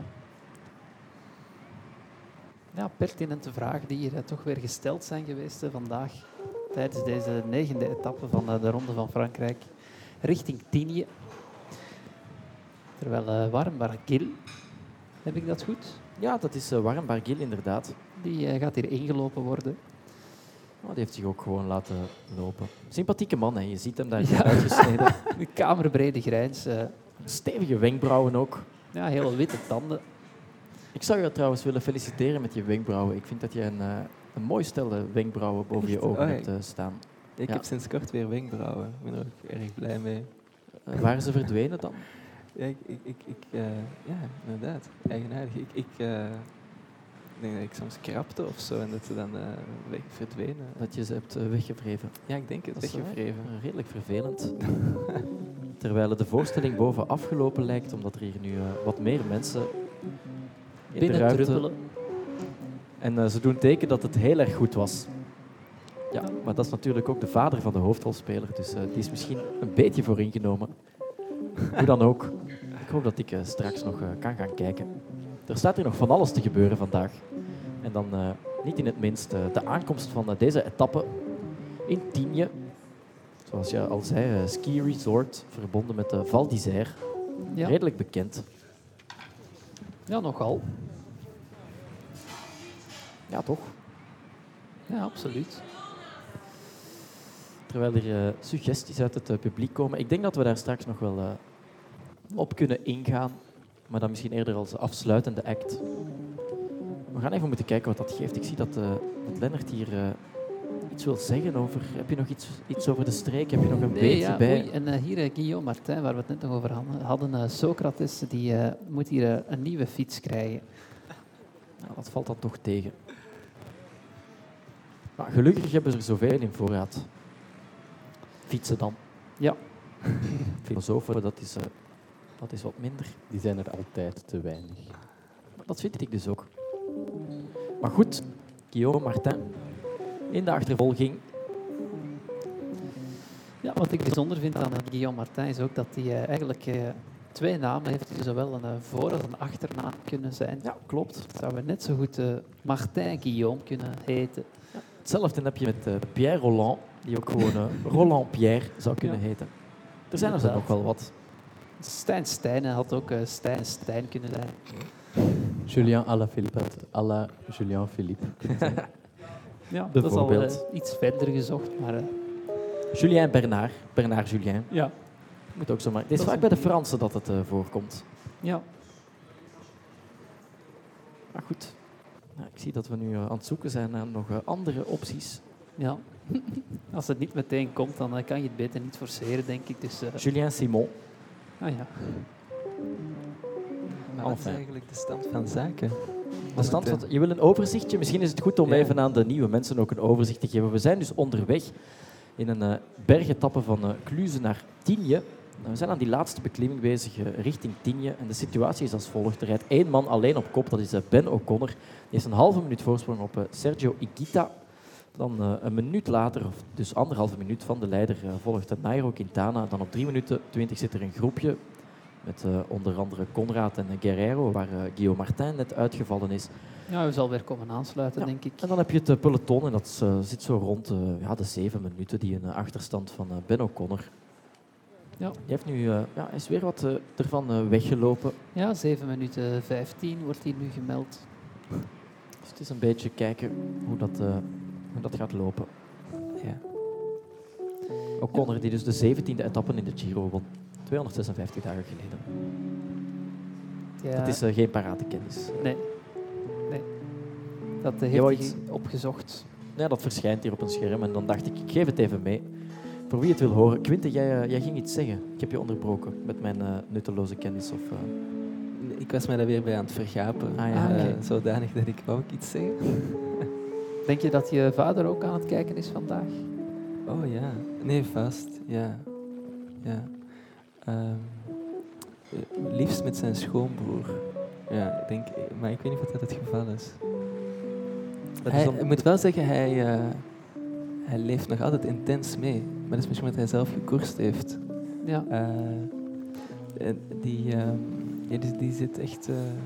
Ja, pertinente vragen die hier toch weer gesteld zijn geweest vandaag tijdens deze 9e etappe van de Ronde van Frankrijk richting Tignes. Terwijl Warren Barguil, heb ik dat goed? Ja, dat is Warren Barguil inderdaad. Die gaat hier ingelopen worden. Oh, die heeft zich ook gewoon laten lopen. Sympathieke man, hè. Je ziet hem daar Ja. uitgesneden. De kamerbrede grijns. Stevige wenkbrauwen ook. Ja, hele witte tanden. Ik zou je trouwens willen feliciteren met je wenkbrauwen. Ik vind dat je een mooi stel wenkbrauwen boven je Echt? ogen Oh, ja. hebt staan. Ik Ja. heb sinds kort weer wenkbrauwen. Ik ben er ook erg blij mee. Waren ze verdwenen dan? Ja, ja, inderdaad. Eigenaardig. Ik denk dat ik soms krapte of zo en dat ze dan weg verdwenen. Dat je ze hebt weggewreven. Ja, ik denk het. Dat is Weggevreven. redelijk vervelend. Terwijl de voorstelling boven afgelopen lijkt, omdat er hier nu wat meer mensen in de Binnen ruimte... druppelen. En ze doen teken dat het heel erg goed was. Ja, maar dat is natuurlijk ook de vader van de hoofdrolspeler, dus die is misschien een beetje vooringenomen. Hoe dan ook. Ik hoop dat ik straks nog kan gaan kijken. Er staat hier nog van alles te gebeuren vandaag. En dan niet in het minst de aankomst van deze etappe in Tignes. Zoals je al zei, ski resort verbonden met de Val d'Isère. Ja. Redelijk bekend. Ja, nogal. Ja, toch? Ja, absoluut. Terwijl er suggesties uit het publiek komen. Ik denk dat we daar straks nog wel op kunnen ingaan. Maar dan misschien eerder als afsluitende act. We gaan even moeten kijken wat dat geeft. Ik zie dat Lennart hier iets wil zeggen over... Heb je nog iets over de streek? Heb je nog een beetje ja, bij? oei, en hier Guillaume Martin, waar we het net nog over hadden. Socrates, die moet hier een nieuwe fiets krijgen. Nou, dat valt dan toch tegen. Maar gelukkig hebben ze er zoveel in voorraad. Fietsen dan. Ja. Filosofen, dat is wat minder. Die zijn er altijd te weinig. Dat vind ik dus ook. Maar goed, Guillaume Martin in de achtervolging. Ja, wat ik bijzonder vind aan Guillaume Martin is ook dat hij eigenlijk twee namen heeft die zowel een voor- als een achternaam kunnen zijn. Ja, klopt. Het zou net zo goed Martin Guillaume kunnen heten. Hetzelfde heb je met Pierre Roland, die ook gewoon Roland Pierre zou kunnen Ja. heten. Er zijn er nog wel wat. Stijn Stijn had ook Stijn Stijn kunnen zijn. Julien Alaphilippe had à la Julien Philippe kunnen zijn. Ja, dat is al Bijvoorbeeld. iets verder gezocht, maar Julien Bernard. Bernard Julien. ja. Moet ook zomaar. Het is Dat is vaak bij de Fransen dat het voorkomt. Ja. Maar goed. Nou, ik zie dat we nu aan het zoeken zijn naar nog andere opties. Ja. Als het niet meteen komt, dan kan je het beter niet forceren, denk ik. Dus, Julien Simon. ah ja. Maar wat is Enfin. eigenlijk de stand van zaken? De stand van, je wil een overzichtje? Misschien is het goed om Ja. even aan de nieuwe mensen ook een overzicht te geven. We zijn dus onderweg in een bergetappe van Cluse naar Tignes. We zijn aan die laatste beklimming bezig richting Tignes. En de situatie is als volgt. Er rijdt één man alleen op kop, dat is Ben O'Connor. Die heeft een halve minuut voorsprong op Sergio Higuita. Dan een minuut later, of dus 1,5 minuut van de leider, volgt Nairo Quintana. Dan op 3 minuten 20 zit er een groepje met onder andere Conrad en Guerrero, waar Guillaume Martin net uitgevallen is. Ja, we zal weer komen aansluiten, Ja. denk ik. En dan heb je het peloton en dat zit zo rond de 7 minuten, die een achterstand van Ben O'Connor. Ja. Die heeft nu, hij is weer wat ervan weggelopen. Ja, 7 minuten 15 wordt hier nu gemeld. Dus het is een beetje kijken hoe dat gaat lopen. Ja. O'Connor die dus de 17e etappe in de Giro won, 256 dagen geleden. Ja, Het is geen parate kennis. nee. Dat Je heeft wou hij iets- opgezocht. Ja, dat verschijnt hier op een scherm en dan dacht ik geef het even mee. Voor wie het wil horen. Quinte, jij ging iets zeggen. Ik heb je onderbroken met mijn nutteloze kennis. Of, Ik was mij daar weer bij aan het vergapen. Ah, ja, oké. Zodanig dat ik wou iets zeggen. Denk je dat je vader ook aan het kijken is vandaag? Oh ja. Nee, vast. Ja. Ja. Liefst met zijn schoonbroer. Ja, ik denk, maar ik weet niet of dat het geval is. dat is dan- Ik moet wel zeggen, hij leeft nog altijd intens mee. Maar dat is misschien omdat hij zelf gekoerst heeft. Ja. Die zit echt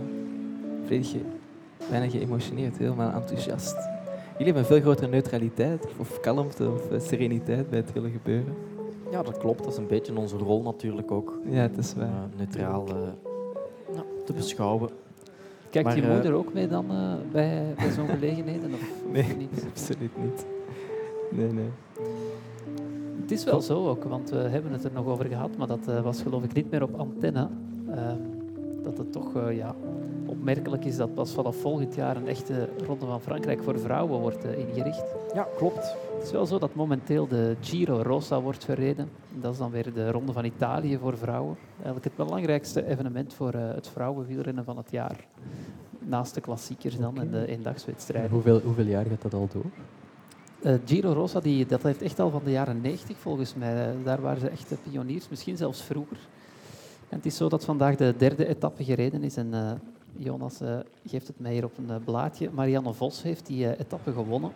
bijna geëmotioneerd, helemaal enthousiast. Jullie hebben een veel grotere neutraliteit of kalmte of sereniteit bij het hele gebeuren. Ja, dat klopt. Dat is een beetje onze rol natuurlijk ook. Ja, het is Om waar. neutraal te beschouwen. Kijkt Maar, je moeder ook mee dan bij zo'n gelegenheden? Of Nee, niet? absoluut niet. Nee. Het is wel zo ook, want we hebben het er nog over gehad, maar dat was geloof ik niet meer op antenne. Dat het toch opmerkelijk is dat pas vanaf volgend jaar een echte Ronde van Frankrijk voor vrouwen wordt ingericht. Ja, klopt. Het is wel zo dat momenteel de Giro Rosa wordt verreden. Dat is dan weer de Ronde van Italië voor vrouwen. Eigenlijk het belangrijkste evenement voor het vrouwenwielrennen van het jaar. Naast de klassiekers dan en de En eendagswedstrijden. hoeveel jaar gaat dat al door? Giro Rosa, dat heeft echt al van de jaren 90 volgens mij. Daar waren ze echt de pioniers, misschien zelfs vroeger. En het is zo dat vandaag de derde etappe gereden is. En Jonas geeft het mij hier op een blaadje. Marianne Vos heeft die etappe gewonnen.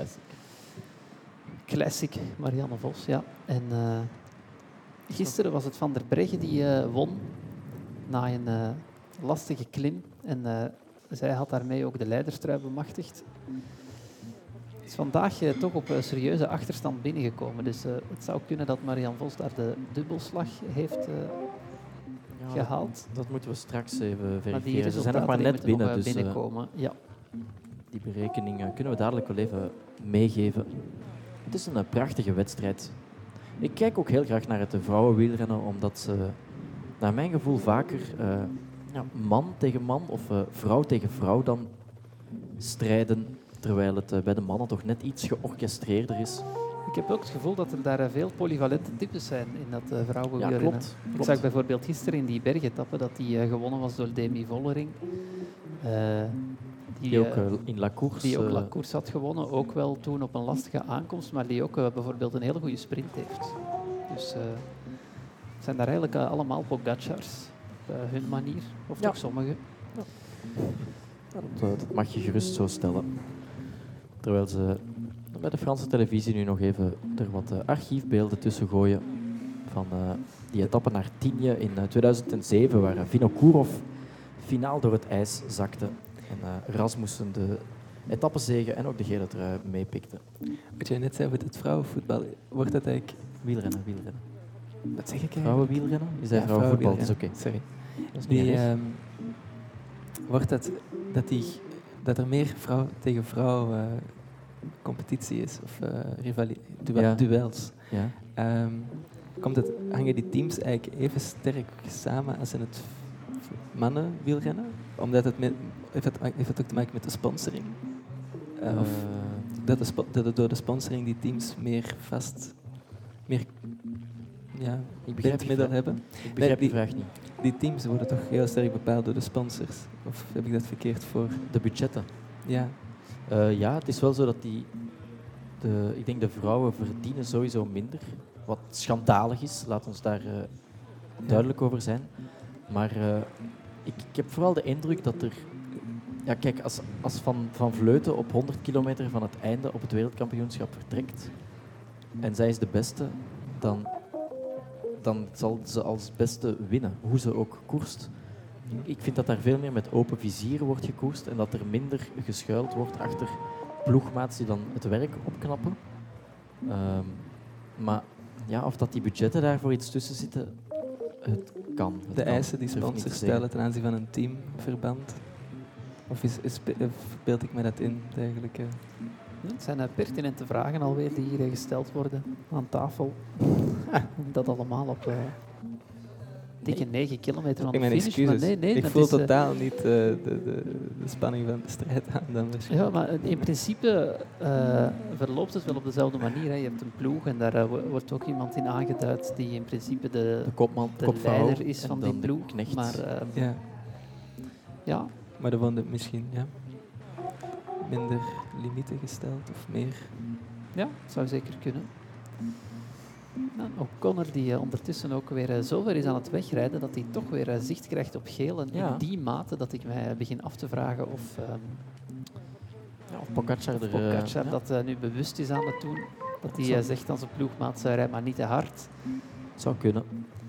Classic Marianne Vos, ja. En gisteren was het Van der Breggen die won na een lastige klim. En zij had daarmee ook de leiderstrui bemachtigd. Is vandaag toch op serieuze achterstand binnengekomen. Dus het zou kunnen dat Marianne Vos daar de dubbelslag heeft gehaald. Dat moeten we straks even Maar die verifiëren. Ze zijn nog maar resultaten die net moeten binnen, nog, dus binnenkomen. Ja. die berekening kunnen we dadelijk wel even meegeven. Het is een prachtige wedstrijd. Ik kijk ook heel graag naar het vrouwenwielrennen, omdat ze naar mijn gevoel vaker man tegen man of vrouw tegen vrouw dan strijden, terwijl het bij de mannen toch net iets georchestreerder is. Ik heb ook het gevoel dat er daar veel polyvalente types zijn in dat Ja, vrouwenwielrennen. klopt. Ik zag bijvoorbeeld gisteren in die bergetappe dat die gewonnen was door Demi Vollering. Die ook in La Course... die ook La Course had gewonnen, ook wel toen op een lastige aankomst, maar die ook bijvoorbeeld een hele goede sprint heeft. Dus het zijn daar eigenlijk allemaal Pogacars op hun manier, of Ja. toch sommigen. Dat mag je gerust zo stellen. Terwijl ze bij de Franse televisie nu nog even er wat archiefbeelden tussen gooien van die etappe naar Tignes in 2007, waar Vinokourov finaal door het ijs zakte en Rasmussen de etappezege en ook de gele trui meepikte. Wat jij net zei over het vrouwenvoetbal, wordt dat eigenlijk... Wielrennen. Wat zeg ik eigenlijk? Vrouwenwielrennen? Je zei Ja, vrouwenvoetbal, dat is oké. Sorry. Dat is niet Die, erg. wordt dat er meer vrouw tegen vrouw competitie is, of Ja. duels. Ja. Hangen die teams eigenlijk even sterk samen als in het mannenwielrennen? Omdat heeft het ook te maken met de sponsoring? Of dat het door de sponsoring die teams meer Ik begrijp je bindmiddel vraag. hebben? Ik begrijp die- je vraag niet. Die teams worden toch heel sterk bepaald door de sponsors? Of heb ik dat verkeerd voor? De budgetten. Ja. Ja, het is wel zo dat ik denk de vrouwen verdienen sowieso minder. Wat schandalig is, laat ons daar duidelijk over zijn. Maar ik heb vooral de indruk dat er... Ja, kijk, als Van Vleuten op 100 kilometer van het einde op het wereldkampioenschap vertrekt en zij is de beste, dan zal ze als beste winnen, hoe ze ook koerst. Ik vind dat daar veel meer met open vizier wordt gekoerst en dat er minder geschuild wordt achter ploegmaats die dan het werk opknappen. Maar ja, of dat die budgetten daarvoor iets tussen zitten, het kan. Het De kan. eisen die Ik durf niet sponsors te zeggen. stellen ten aanzien van een teamverband? Of beeld ik me dat in, eigenlijk? Het zijn pertinente vragen alweer die hier gesteld worden aan tafel. Om dat allemaal op dikke 9 kilometer van Ik de mijn finish. excuses. Maar nee, ik dat voel is, totaal niet de spanning van de strijd aan. Dan Ja, maar in principe verloopt het wel op dezelfde manier. Hè. Je hebt een ploeg en daar wordt ook iemand in aangeduid die in principe de kopman, leider kopvrouw is en van dan die de ploeg. knecht. Maar ja, ja, maar er worden misschien minder limieten gesteld of meer. ja, zou zeker kunnen. Nou, O'Connor die ondertussen ook weer zover is aan het wegrijden dat hij toch weer zicht krijgt op geel. En Ja. in die mate dat ik mij begin af te vragen of Of Pogacar er... Pogacar ja. dat nu bewust is aan het doen. Dat hij zegt aan zijn ploegmaat, rijd maar niet te hard. zou kunnen.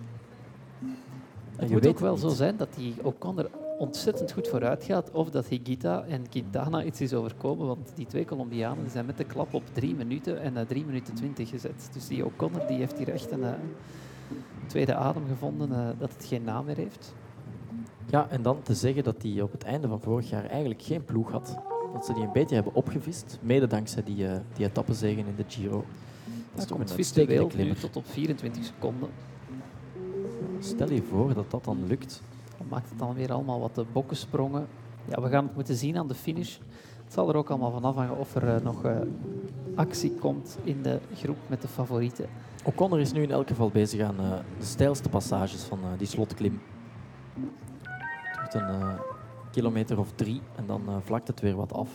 Het moet ook wel zo zijn dat die O'Connor ontzettend goed vooruit gaat, of dat Higuita en Quintana iets is overkomen, want die twee Colombianen zijn met de klap op 3 minuten en 3 minuten 20 gezet. Dus die O'Connor die heeft hier echt een tweede adem gevonden dat het geen naam meer heeft. Ja, en dan te zeggen dat hij op het einde van vorig jaar eigenlijk geen ploeg had. Dat ze die een beetje hebben opgevist, mede dankzij die etappenzegen in de Giro. Dat is Dan toch komt een virtueel uitstekende nu klimmer. tot op 24 seconden. Stel je voor dat dat dan lukt. Dan maakt het dan weer allemaal wat bokkensprongen. Ja, we gaan het moeten zien aan de finish. Het zal er ook allemaal van afhangen of er nog actie komt in de groep met de favorieten. O'Connor is nu in elk geval bezig aan de steilste passages van die slotklim. Het wordt een kilometer of 3 en dan vlakt het weer wat af.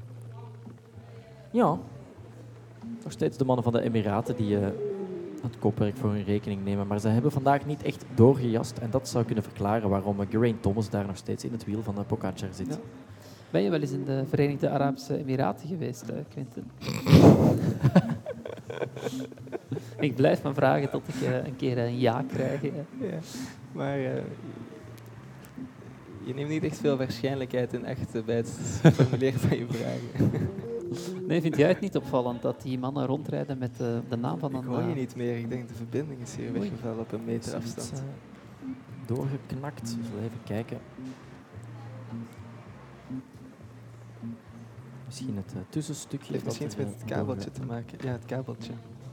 Ja, nog steeds de mannen van de Emiraten die het kopwerk voor hun rekening nemen. Maar ze hebben vandaag niet echt doorgejast. En dat zou kunnen verklaren waarom Geraint Thomas daar nog steeds in het wiel van Pogacar zit. Ja. Ben je wel eens in de Verenigde Arabische Emiraten geweest, Quinten? Ik blijf me vragen tot ik een keer een ja krijg. Ja, maar je neemt niet echt veel waarschijnlijkheid in acht bij het formuleren van je vragen. Nee, vind jij het niet opvallend dat die mannen rondrijden met de naam van Ik een... hoor je niet meer. Ik denk de verbinding is hier weggevallen op een meter Is er iets, afstand. doorgeknakt. We zullen even kijken. Misschien het tussenstukje. Het heeft misschien iets dat met er, het kabeltje te maken. Ja, het kabeltje.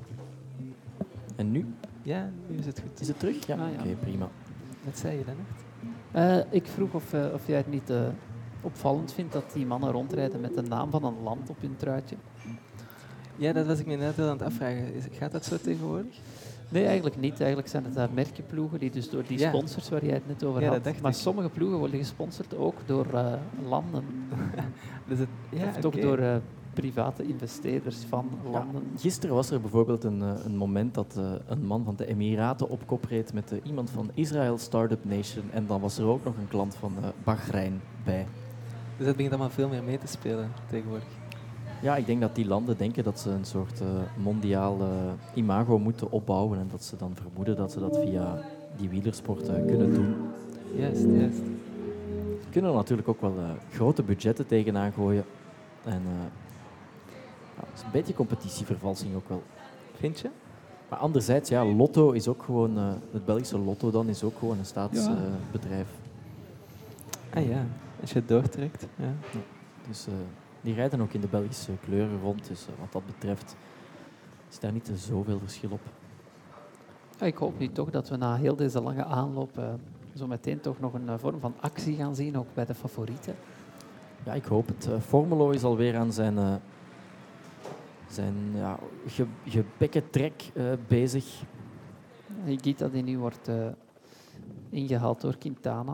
En nu? Ja, nu is het goed. Is het terug? Ja, Ah, ja. oké, prima. Wat zei je, Lennart? Ik vroeg of jij het niet opvallend vindt dat die mannen rondrijden met de naam van een land op hun truitje. Ja, dat was ik me net wel aan het afvragen. Gaat dat zo tegenwoordig? Nee, eigenlijk niet. Eigenlijk zijn het daar merkenploegen die dus door die Ja. sponsors waar jij het net over Ja, dat had. dacht Maar ik. sommige ploegen worden gesponsord ook door landen. Dus het, ja, of toch oké. door private investeerders van landen. Gisteren was er bijvoorbeeld een moment dat een man van de Emiraten op kop reed met iemand van Israël Startup Nation. En dan was er ook nog een klant van Bahrein bij. Dus dat begint allemaal veel meer mee te spelen tegenwoordig. Ja, ik denk dat die landen denken dat ze een soort mondiaal imago moeten opbouwen. En dat ze dan vermoeden dat ze dat via die wielersport kunnen doen. Juist. Ze kunnen er natuurlijk ook wel grote budgetten tegenaan gooien. En ja, het is een beetje competitievervalsing ook wel. Vind je? Maar anderzijds, ja, Lotto is ook gewoon, het Belgische Lotto dan is ook gewoon een staatsbedrijf. Ah ja, als je het doortrekt. Ja. Dus die rijden ook in de Belgische kleuren rond. Dus wat dat betreft is daar niet zoveel verschil op. Ja, ik hoop nu toch dat we na heel deze lange aanloop zo meteen toch nog een vorm van actie gaan zien, ook bij de favorieten. Ja, ik hoop het. Formelo is alweer aan zijn gebekken trek bezig. Higuita die nu wordt ingehaald door Quintana.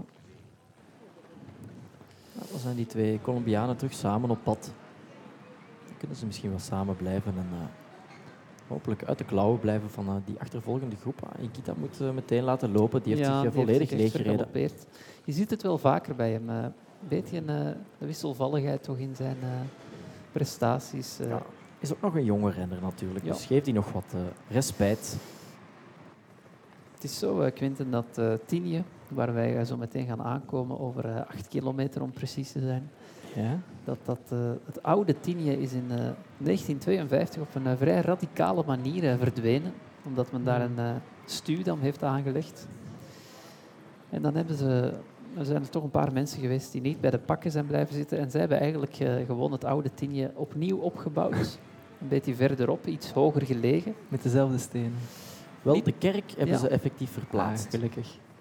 Nou, dan zijn die twee Colombianen terug samen op pad. Dan kunnen ze misschien wel samen blijven en hopelijk uit de klauwen blijven van die achtervolgende groep. Higuita moet meteen laten lopen. Die heeft zich volledig zich echt leeggereden. vergalopeerd. Je ziet het wel vaker bij hem. Een beetje de wisselvalligheid toch in zijn prestaties. Ja, is ook nog een jonge renner natuurlijk, Ja. dus geeft hij nog wat respijt. Het is zo, Quinten, dat Tienje, waar wij zo meteen gaan aankomen over 8 kilometer om precies te zijn, Ja? dat het oude Tienje is in 1952 op een vrij radicale manier verdwenen, omdat men daar een stuwdam heeft aangelegd. En dan zijn er toch een paar mensen geweest die niet bij de pakken zijn blijven zitten en zij hebben eigenlijk gewoon het oude Tienje opnieuw opgebouwd. Een beetje verderop, iets hoger gelegen. Met dezelfde stenen. Wel, Niet- de kerk hebben Ja. ze effectief verplaatst. Ah, gelukkig.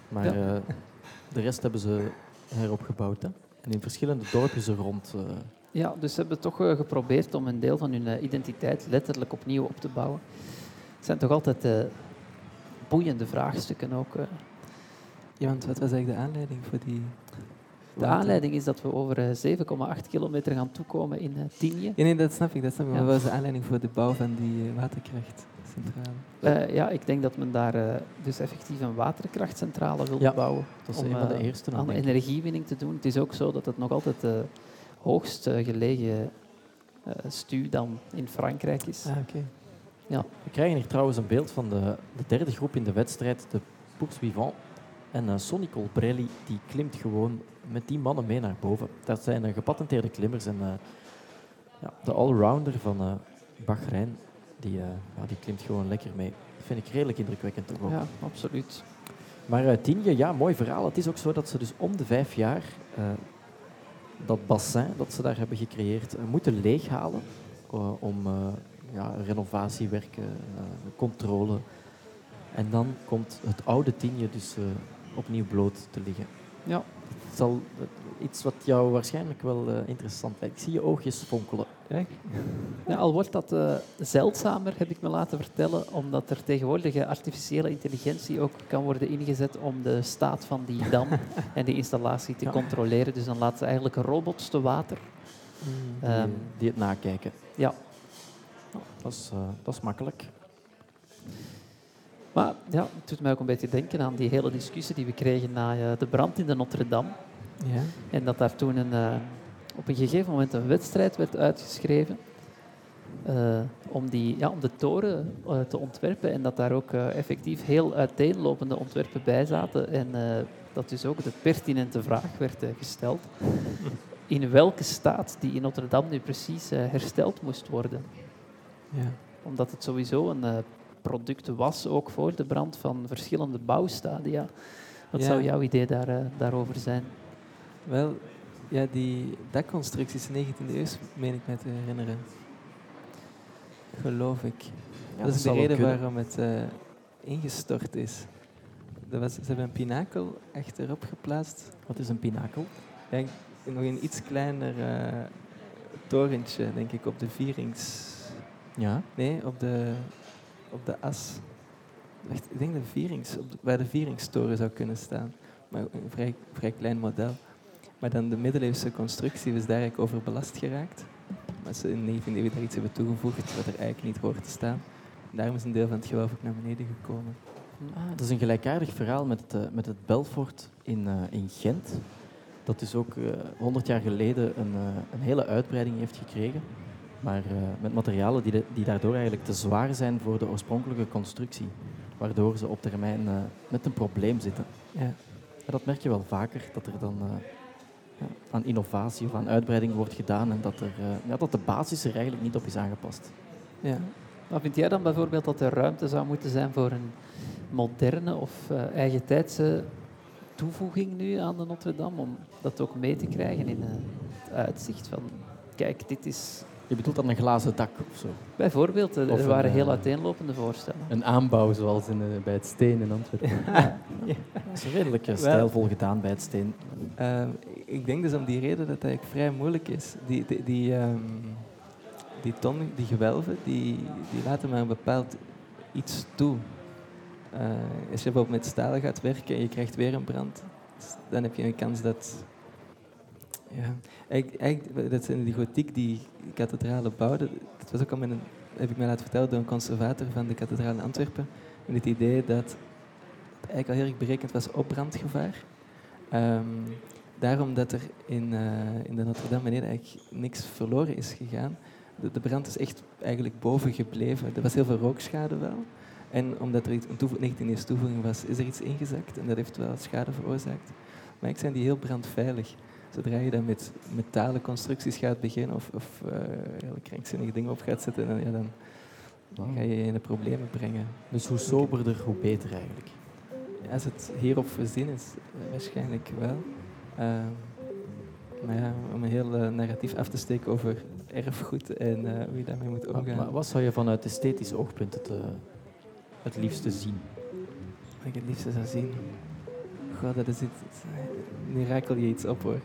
Maar de rest hebben ze heropgebouwd. Hè? En in verschillende dorpjes er rond. Ja, dus ze hebben toch geprobeerd om een deel van hun identiteit letterlijk opnieuw op te bouwen. Het zijn toch altijd boeiende vraagstukken ook. Ja, want wat was eigenlijk de aanleiding voor die... De aanleiding is dat we over 7,8 kilometer gaan toekomen in Tienje. Ja, nee, dat snap ik. Ja. Maar wat was de aanleiding voor de bouw van die waterkrachtcentrale? Ja, ik denk dat men daar dus effectief een waterkrachtcentrale wil Ja, bouwen. dat is om een van de eerste. aan energiewinning te doen. Het is ook zo dat het nog altijd de hoogst gelegen stuwdam in Frankrijk is. Ah, oké. We krijgen hier trouwens een beeld van de derde groep in de wedstrijd, de Poursuivants. En Sonny Colbrelli die klimt gewoon met die mannen mee naar boven. Dat zijn gepatenteerde klimmers. En de allrounder van Bahrein, die klimt gewoon lekker mee. Dat vind ik redelijk indrukwekkend toch ook. Ja, absoluut. Maar Tienje, ja, mooi verhaal. Het is ook zo dat ze dus om de 5 jaar dat bassin dat ze daar hebben gecreëerd moeten leeghalen om renovatiewerken, controle. En dan komt het oude Tienje dus opnieuw bloot te liggen. Ja. Het zal iets wat jou waarschijnlijk wel interessant lijkt. Ik zie je oogjes fonkelen. Ja, al wordt dat zeldzamer, heb ik me laten vertellen, omdat er tegenwoordig artificiële intelligentie ook kan worden ingezet om de staat van die dam en die installatie te controleren. Dus dan laten ze eigenlijk robots te water. Die het nakijken. Ja. Dat is makkelijk. Maar ja, het doet mij ook een beetje denken aan die hele discussie die we kregen na de brand in de Notre-Dame. Ja. En dat daar toen op een gegeven moment een wedstrijd werd uitgeschreven om de toren te ontwerpen. En dat daar ook effectief heel uiteenlopende ontwerpen bij zaten. En dat dus ook de pertinente vraag werd gesteld. In welke staat die in Notre-Dame nu precies hersteld moest worden. Ja. Omdat het sowieso een product was, ook voor de brand, van verschillende bouwstadia. Wat zou jouw idee daarover zijn? Wel, ja, die dakconstructies 19e eeuw, meen ik me te herinneren. Geloof ik. Ja, dat is de zou wel reden kunnen. waarom het ingestort is. Ze hebben een pinakel achterop geplaatst. Wat is een pinakel? Ja, nog een iets kleiner torentje, denk ik, op de vierings... Ja. Nee, op de as. Wacht, ik denk waar de vieringstoren zou kunnen staan. Maar een vrij klein model. Maar dan de middeleeuwse constructie is daar eigenlijk overbelast geraakt. Maar ze in de 19e eeuw daar iets hebben toegevoegd wat er eigenlijk niet hoort te staan. En daarom is een deel van het gewelf ook naar beneden gekomen. Dat is een gelijkaardig verhaal met het Belfort in Gent. Dat dus ook 100 jaar geleden een hele uitbreiding heeft gekregen. Maar met materialen die daardoor eigenlijk te zwaar zijn voor de oorspronkelijke constructie. Waardoor ze op termijn met een probleem zitten. Ja. En dat merk je wel vaker, dat er dan aan innovatie of aan uitbreiding wordt gedaan en dat de basis er eigenlijk niet op is aangepast. Ja. Maar vind jij dan bijvoorbeeld dat er ruimte zou moeten zijn voor een moderne of eigentijdse toevoeging nu aan de Notre-Dame, om dat ook mee te krijgen in het uitzicht van, kijk, dit is... Je bedoelt dan een glazen dak of zo? Bijvoorbeeld, Of er waren een, heel uiteenlopende voorstellen. Een aanbouw zoals bij het Steen in Antwerpen. Dat is redelijk stijlvol gedaan bij het Steen. Ik denk dus om die reden dat het eigenlijk vrij moeilijk is. Die gewelven, die laten maar een bepaald iets toe. Als je bijvoorbeeld met staal gaat werken en je krijgt weer een brand, dan heb je een kans dat... Ja, eigenlijk, dat zijn die gotiek die kathedralen bouwden. Dat was ook al heb ik mij laten vertellen door een conservator van de kathedraal in Antwerpen. Met het idee dat het eigenlijk al heel erg berekend was op brandgevaar. Daarom dat er in de Notre-Dame beneden eigenlijk niks verloren is gegaan. De brand is echt eigenlijk boven gebleven. Er was heel veel rookschade wel. En omdat er een 19e toevoeging was, is er iets ingezakt. En dat heeft wel schade veroorzaakt. Maar ik zijn die heel brandveilig. Zodra je dan met metalen constructies gaat beginnen of hele krankzinnige dingen op gaat zetten, dan ga je in de problemen brengen. Dus hoe soberder, hoe beter eigenlijk. Als het hierop voorzien is, waarschijnlijk wel. Maar ja, om een heel narratief af te steken over erfgoed en hoe je daarmee moet omgaan. Maar wat zou je vanuit esthetisch oogpunt het liefste zien? Wat ik het liefste zou zien. God, dat is iets... Nu rakel je iets op, hoor.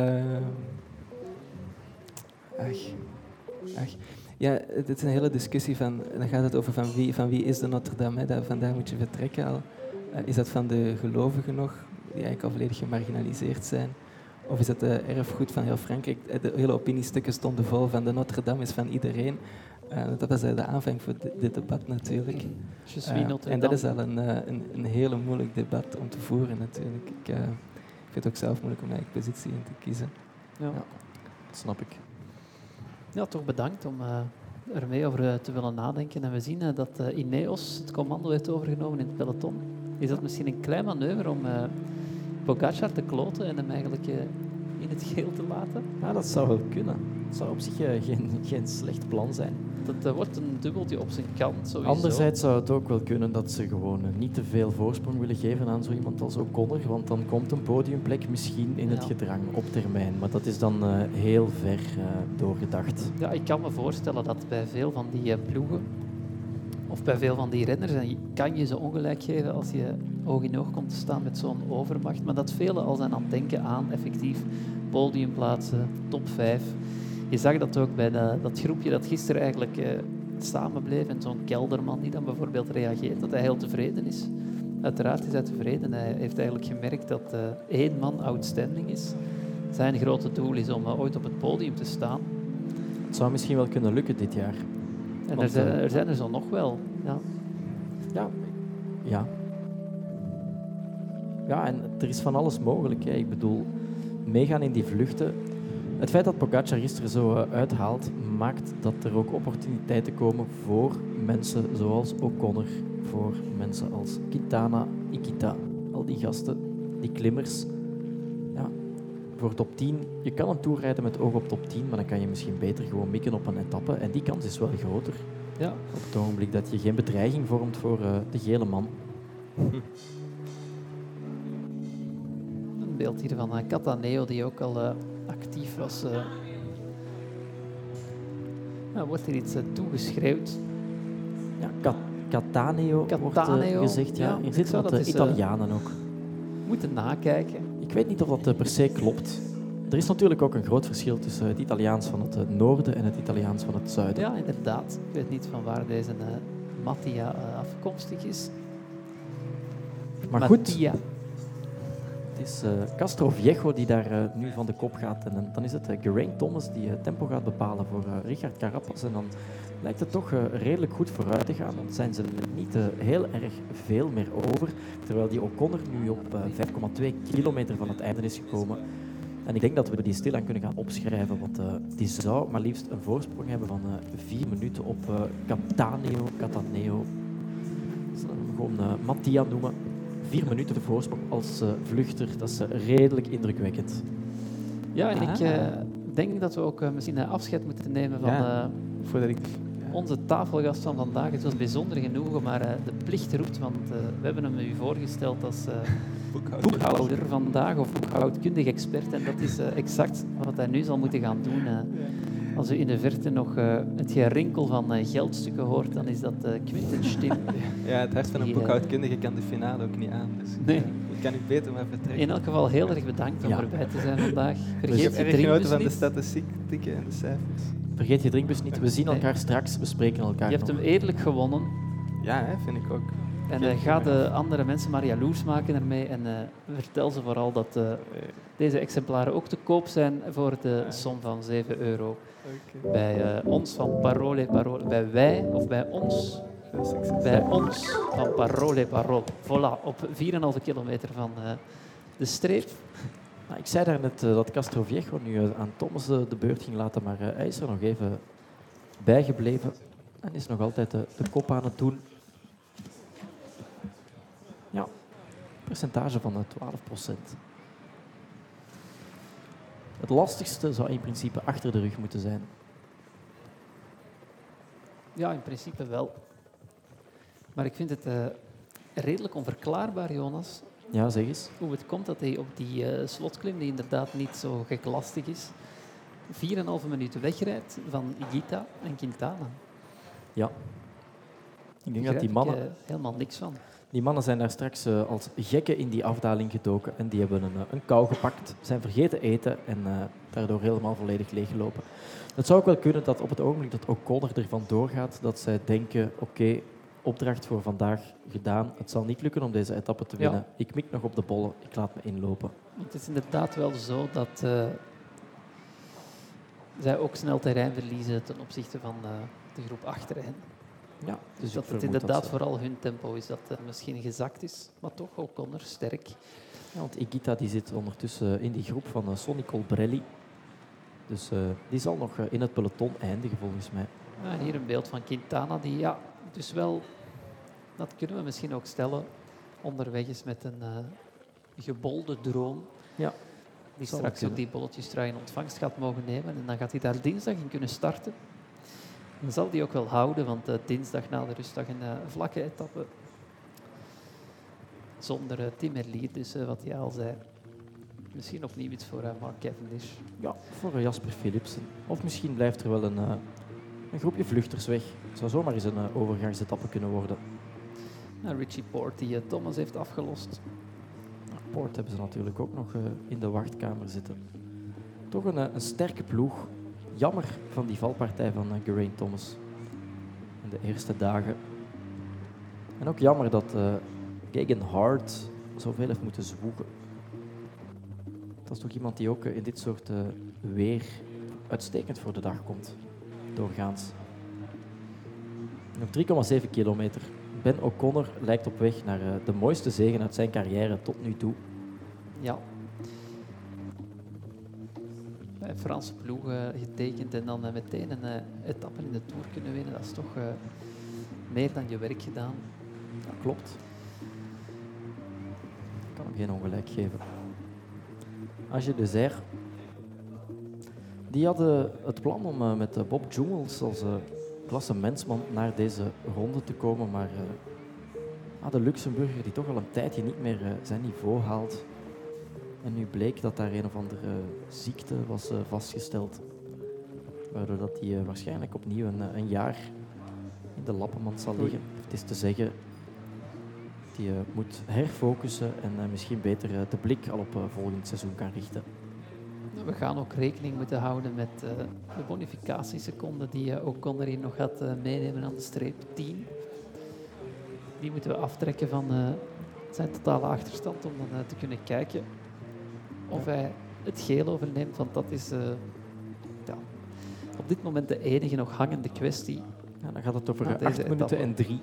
Ach. Ja, het is een hele discussie van... Dan gaat het over van wie is de Notre-Dame. Hè? Vandaar moet je vertrekken al. Is dat van de gelovigen nog, die eigenlijk al volledig gemarginaliseerd zijn? Of is het erfgoed van heel Frankrijk? De hele opiniestukken stonden vol van de Notre-Dame is van iedereen. Dat was de aanvang voor dit debat natuurlijk. Je suis Notre-Dame. En dat is al een hele moeilijk debat om te voeren natuurlijk. Ik vind het ook zelf moeilijk om mijn eigen positie in te kiezen. Ja. Dat snap ik. Ja, toch bedankt om ermee over te willen nadenken. En we zien dat Ineos het commando heeft overgenomen in het peloton. Is dat misschien een klein manoeuvre om Pogacar te kloten en hem eigenlijk in het geel te laten? Ja, dat zou wel kunnen. Het zou op zich geen slecht plan zijn. Dat wordt een dubbeltje op zijn kant, sowieso. Anderzijds zou het ook wel kunnen dat ze gewoon niet te veel voorsprong willen geven aan zo iemand als O'Connor, want dan komt een podiumplek misschien in het gedrang op termijn. Maar dat is dan heel ver doorgedacht. Ja, ik kan me voorstellen dat bij veel van die ploegen, of bij veel van die renners, en kan je ze ongelijk geven als je oog in oog komt te staan met zo'n overmacht, maar dat velen al zijn aan het denken aan effectief podiumplaatsen, top 5. Je zag dat ook bij dat groepje dat gisteren eigenlijk samen bleef en zo'n Kelderman die dan bijvoorbeeld reageert, dat hij heel tevreden is. Uiteraard is hij tevreden. Hij heeft eigenlijk gemerkt dat 1 man outstanding is. Zijn grote doel is om ooit op het podium te staan. Het zou misschien wel kunnen lukken dit jaar. En Want, er zijn er zo nog wel. Ja. Ja, en er is van alles mogelijk. Hè. Ik bedoel, meegaan in die vluchten. Het feit dat Pogacar gisteren zo uithaalt, maakt dat er ook opportuniteiten komen voor mensen zoals O'Connor, voor mensen als Quintana, Higuita, al die gasten, die klimmers. Ja, voor top 10, je kan een tour rijden met oog op top 10, maar dan kan je misschien beter gewoon mikken op een etappe. En die kans is wel groter. Ja. Op het ogenblik dat je geen bedreiging vormt voor de gele man. Een beeld hier van Cataneo, die ook al actief was. Wordt hier iets toegeschreeuwd? Ja, Cataneo wordt gezegd. Ja. Ja, Er zitten zou wat dat eens, Italianen ook. Moeten nakijken. Ik weet niet of dat per se klopt. Er is natuurlijk ook een groot verschil tussen het Italiaans van het noorden en het Italiaans van het zuiden. Ja, inderdaad. Ik weet niet van waar deze Mattia afkomstig is. Maar goed, Mattia. het is Castroviejo die daar nu van de kop gaat. En dan is het Geraint Thomas die het tempo gaat bepalen voor Richard Carapaz. En dan lijkt het toch redelijk goed vooruit te gaan. Want zijn ze niet heel erg veel meer over. Terwijl die O'Connor nu op 5,2 kilometer van het einde is gekomen. En ik denk dat we die stilaan kunnen gaan opschrijven, want die zou maar liefst een voorsprong hebben van 4 minuten op Cataneo. Zullen we hem gewoon Mattia noemen. 4 minuten de voorsprong als vluchter, dat is redelijk indrukwekkend. Ja, en ik denk dat we ook misschien afscheid moeten nemen van Voordat ik... onze tafelgast van vandaag. Het was bijzonder genoegen, maar de plicht roept, want we hebben hem u voorgesteld als boekhouder vandaag, of boekhoudkundig expert. En dat is exact wat hij nu zal moeten gaan doen. Als u in de verte nog het gerinkel van geldstukken hoort, dan is dat Quinten's stem. Ja, het hart van een boekhoudkundige kan de finale ook niet aan. Dus Nee. ik kan u beter maar vertrekken. In elk geval heel erg bedankt om Ja. erbij te zijn vandaag. Ik Vergeet heb je erg genoten drinkbus van de niet. statistieken en de cijfers. Vergeet je drinkbus niet, we zien elkaar straks, we spreken elkaar Je hebt nog. hem eerlijk gewonnen. Ja, hè, vind ik ook. En ga de andere mensen maar jaloers maken ermee. En vertel ze vooral dat deze exemplaren ook te koop zijn voor de som van €7. Bij ons van Parole. Bij wij of bij ons. Veel succes. Bij ons van Parole. Voilà, op 4,5 kilometer van de streep. Nou, ik zei daarnet dat Castroviejo nu aan Thomas de beurt ging laten, maar hij is er nog even bijgebleven en is nog altijd de kop aan het doen. Ja, percentage van 12%. Het lastigste zou in principe achter de rug moeten zijn. Ja, in principe wel. Maar ik vind het redelijk onverklaarbaar, Jonas, Ja, zeg eens. hoe het komt dat hij op die slotklim, die inderdaad niet zo geklastig is, 4,5 minuten wegrijdt van Higuita en Quintana. Ja. Ik denk dat die mannen... helemaal niks van. Die mannen zijn daar straks als gekken in die afdaling gedoken en die hebben een kou gepakt, zijn vergeten eten en daardoor helemaal volledig leeggelopen. Het zou ook wel kunnen dat op het ogenblik dat O'Connor ervan doorgaat, dat zij denken, oké, opdracht voor vandaag gedaan, het zal niet lukken om deze etappe te winnen. Ja. Ik mik nog op de bollen, ik laat me inlopen. Het is inderdaad wel zo dat zij ook snel terrein verliezen ten opzichte van de groep achter hen. Ja, dus Dat ik het vermoed inderdaad ze- vooral hun tempo is dat misschien gezakt is, maar toch O'Connor sterk. Ja, want Higuita die zit ondertussen in die groep van Sonny Colbrelli. Dus die zal nog in het peloton eindigen volgens mij. Ja, en hier een beeld van Quintana die, dus wel, dat kunnen we misschien ook stellen, onderweg is met een gebolde droom. Ja, Die zou straks kunnen. ook die bolletjestrui in ontvangst gaat mogen nemen. En dan gaat hij daar dinsdag in kunnen starten. Dan zal die ook wel houden, want dinsdag na de rustdag een vlakke etappe. Zonder Tim Merlier, dus wat hij al zei. Misschien opnieuw iets voor Mark Cavendish. Ja, voor Jasper Philipsen. Of misschien blijft er wel een groepje vluchters weg. Het zou zomaar eens een overgangsetappe kunnen worden. Richie Porte, die Thomas heeft afgelost. Poort hebben ze natuurlijk ook nog in de wachtkamer zitten. Toch een sterke ploeg. Jammer van die valpartij van Geraint Thomas in de eerste dagen. En ook jammer dat Geoghegan Hart zoveel heeft moeten zwoegen. Dat is toch iemand die ook in dit soort weer uitstekend voor de dag komt. Doorgaans. Nog 3,7 kilometer. Ben O'Connor lijkt op weg naar de mooiste zege uit zijn carrière tot nu toe. Ja. Bij een Franse ploeg getekend en dan meteen een etappe in de Tour kunnen winnen. Dat is toch meer dan je werk gedaan. Dat klopt. Ik kan hem geen ongelijk geven. Agé Désert. Die hadden het plan om met Bob Jungels als klassementsman naar deze ronde te komen, maar de Luxemburger die toch al een tijdje niet meer zijn niveau haalt. En nu bleek dat daar een of andere ziekte was vastgesteld. Waardoor dat hij waarschijnlijk opnieuw een jaar in de lappenmand zal liggen. Het is te zeggen, die moet herfocussen en misschien beter de blik al op volgend seizoen kan richten. We gaan ook rekening moeten houden met de bonificatieseconden die O'Connor hier nog gaat meenemen aan de streep 10. Die moeten we aftrekken van zijn totale achterstand om dan te kunnen kijken of hij het geel overneemt. Want dat is op dit moment de enige nog hangende kwestie. Ja, dan gaat het over Deze 8 minuten etappe. en 3.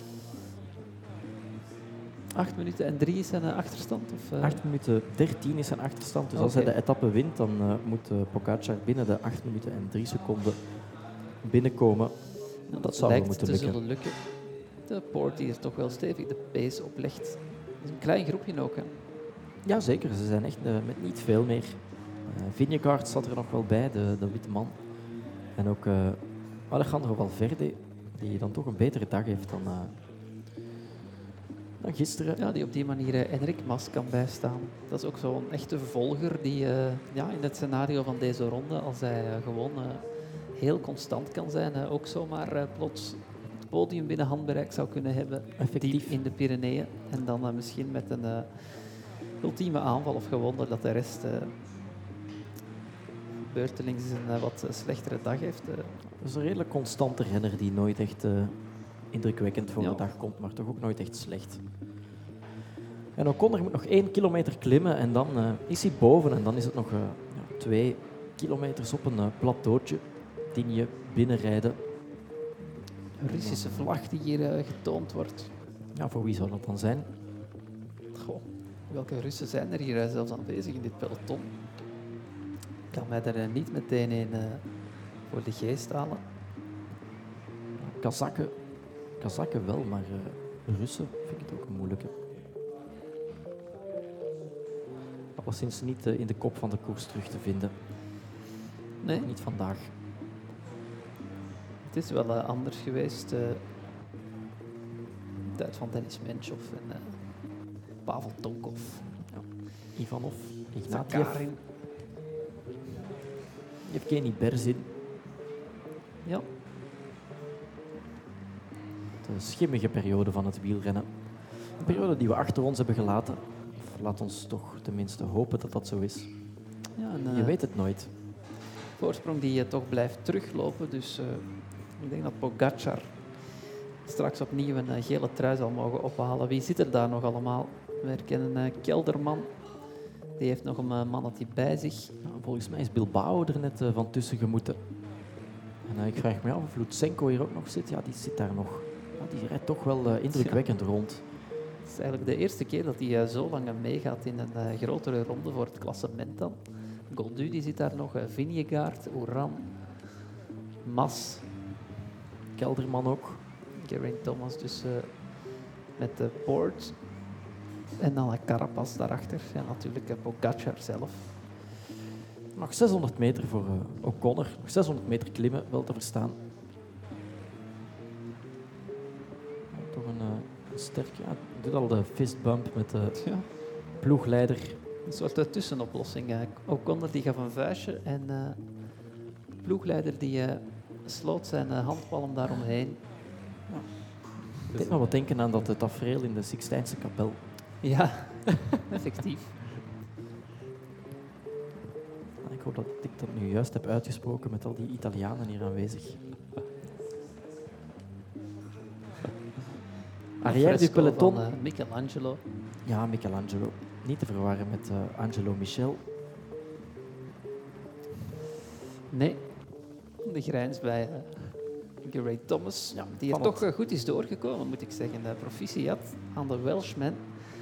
8 minuten en 3 is zijn achterstand? Of, 8 minuten 13 is zijn achterstand. Dus als hij Oké. de etappe wint, dan moet Pogacar binnen de 8 minuten en 3 seconden binnenkomen. Dat zou wel lijkt moeten te lukken. zullen lukken. De Poort die er toch wel stevig de pace oplegt. Het is een klein groepje ook. Hè. Ja, zeker. Ze zijn echt met niet veel meer. Vingegaard zat er nog wel bij, de witte man. En ook Alejandro Valverde, die dan toch een betere dag heeft dan gisteren. Ja, die op die manier Enric Mas kan bijstaan. Dat is ook zo'n echte volger die in het scenario van deze ronde, als hij gewoon heel constant kan zijn, ook zomaar plots het podium binnen handbereik zou kunnen hebben. Effectief. Diep in de Pyreneeën. En dan misschien met een ultieme aanval of gewoon dat de rest beurtelings een wat slechtere dag heeft. Dat is een redelijk constante renner die nooit echt indrukwekkend voor Ja. de dag komt, maar toch ook nooit echt slecht. En O'Connor moet nog 1 kilometer klimmen en dan is hij boven. En dan is het nog 2 kilometers op een plateautje. Digne binnenrijden. Een Russische vlag die hier getoond wordt. Ja, voor wie zou dat dan zijn? Goh, welke Russen zijn er hier zelfs aanwezig in dit peloton? Ik kan mij daar niet meteen een voor de geest halen. Kazakken wel, maar Russen vind ik het ook een moeilijke. Alleszins niet in de kop van de koers terug te vinden. Nee, Niet vandaag. het is wel anders geweest. De tijd van Denis Menchov en Pavel Tonkov. Ivanov, Ignatiev, Zakarin. Yevgeny Berzin. Ja, schimmige periode van het wielrennen. Een periode die we achter ons hebben gelaten. Of laat ons toch tenminste hopen dat dat zo is. Ja, en, Je weet het nooit. voorsprong die toch blijft teruglopen. Dus ik denk dat Pogacar straks opnieuw een gele trui zal mogen ophalen. Wie zit er daar nog allemaal? We herkennen Kelderman. Die heeft nog een mannetje bij zich. Ja, volgens mij is Bilbao er net van tussen gemoeten. En ik vraag me af of Lutsenko hier ook nog zit. Ja, die zit daar nog. Ja, die rijdt toch wel indrukwekkend rond. Het is eigenlijk de eerste keer dat hij zo lang meegaat in een grotere ronde voor het klassement dan. Goldu die zit daar nog, Vingegaard, Oran, Mas, Kelderman ook. Geraint Thomas dus met de Poort. En dan Carapaz daarachter. En natuurlijk Pogacar zelf. Nog 600 meter voor O'Connor. Nog 600 meter klimmen, wel te verstaan. Ja, toch een sterke... Ja, doet al de fistbump met de Ja. ploegleider. Een soort tussenoplossing. O'Connor die gaf een vuistje en de ploegleider die sloot zijn handpalm daaromheen. Ik deed me wat denken aan dat tafereel in de Sixtijnse kapel. Ja, effectief. Ik hoop dat ik dat nu juist heb uitgesproken met al die Italianen hier aanwezig. Arrière du Fresco peloton. van Michelangelo. Ja, Michelangelo. Niet te verwarren met Angelo Michel. Nee, de grijns bij Geraint Thomas. Ja, Die er spannend. toch goed is doorgekomen, moet ik zeggen. Proficiat aan de Welshman.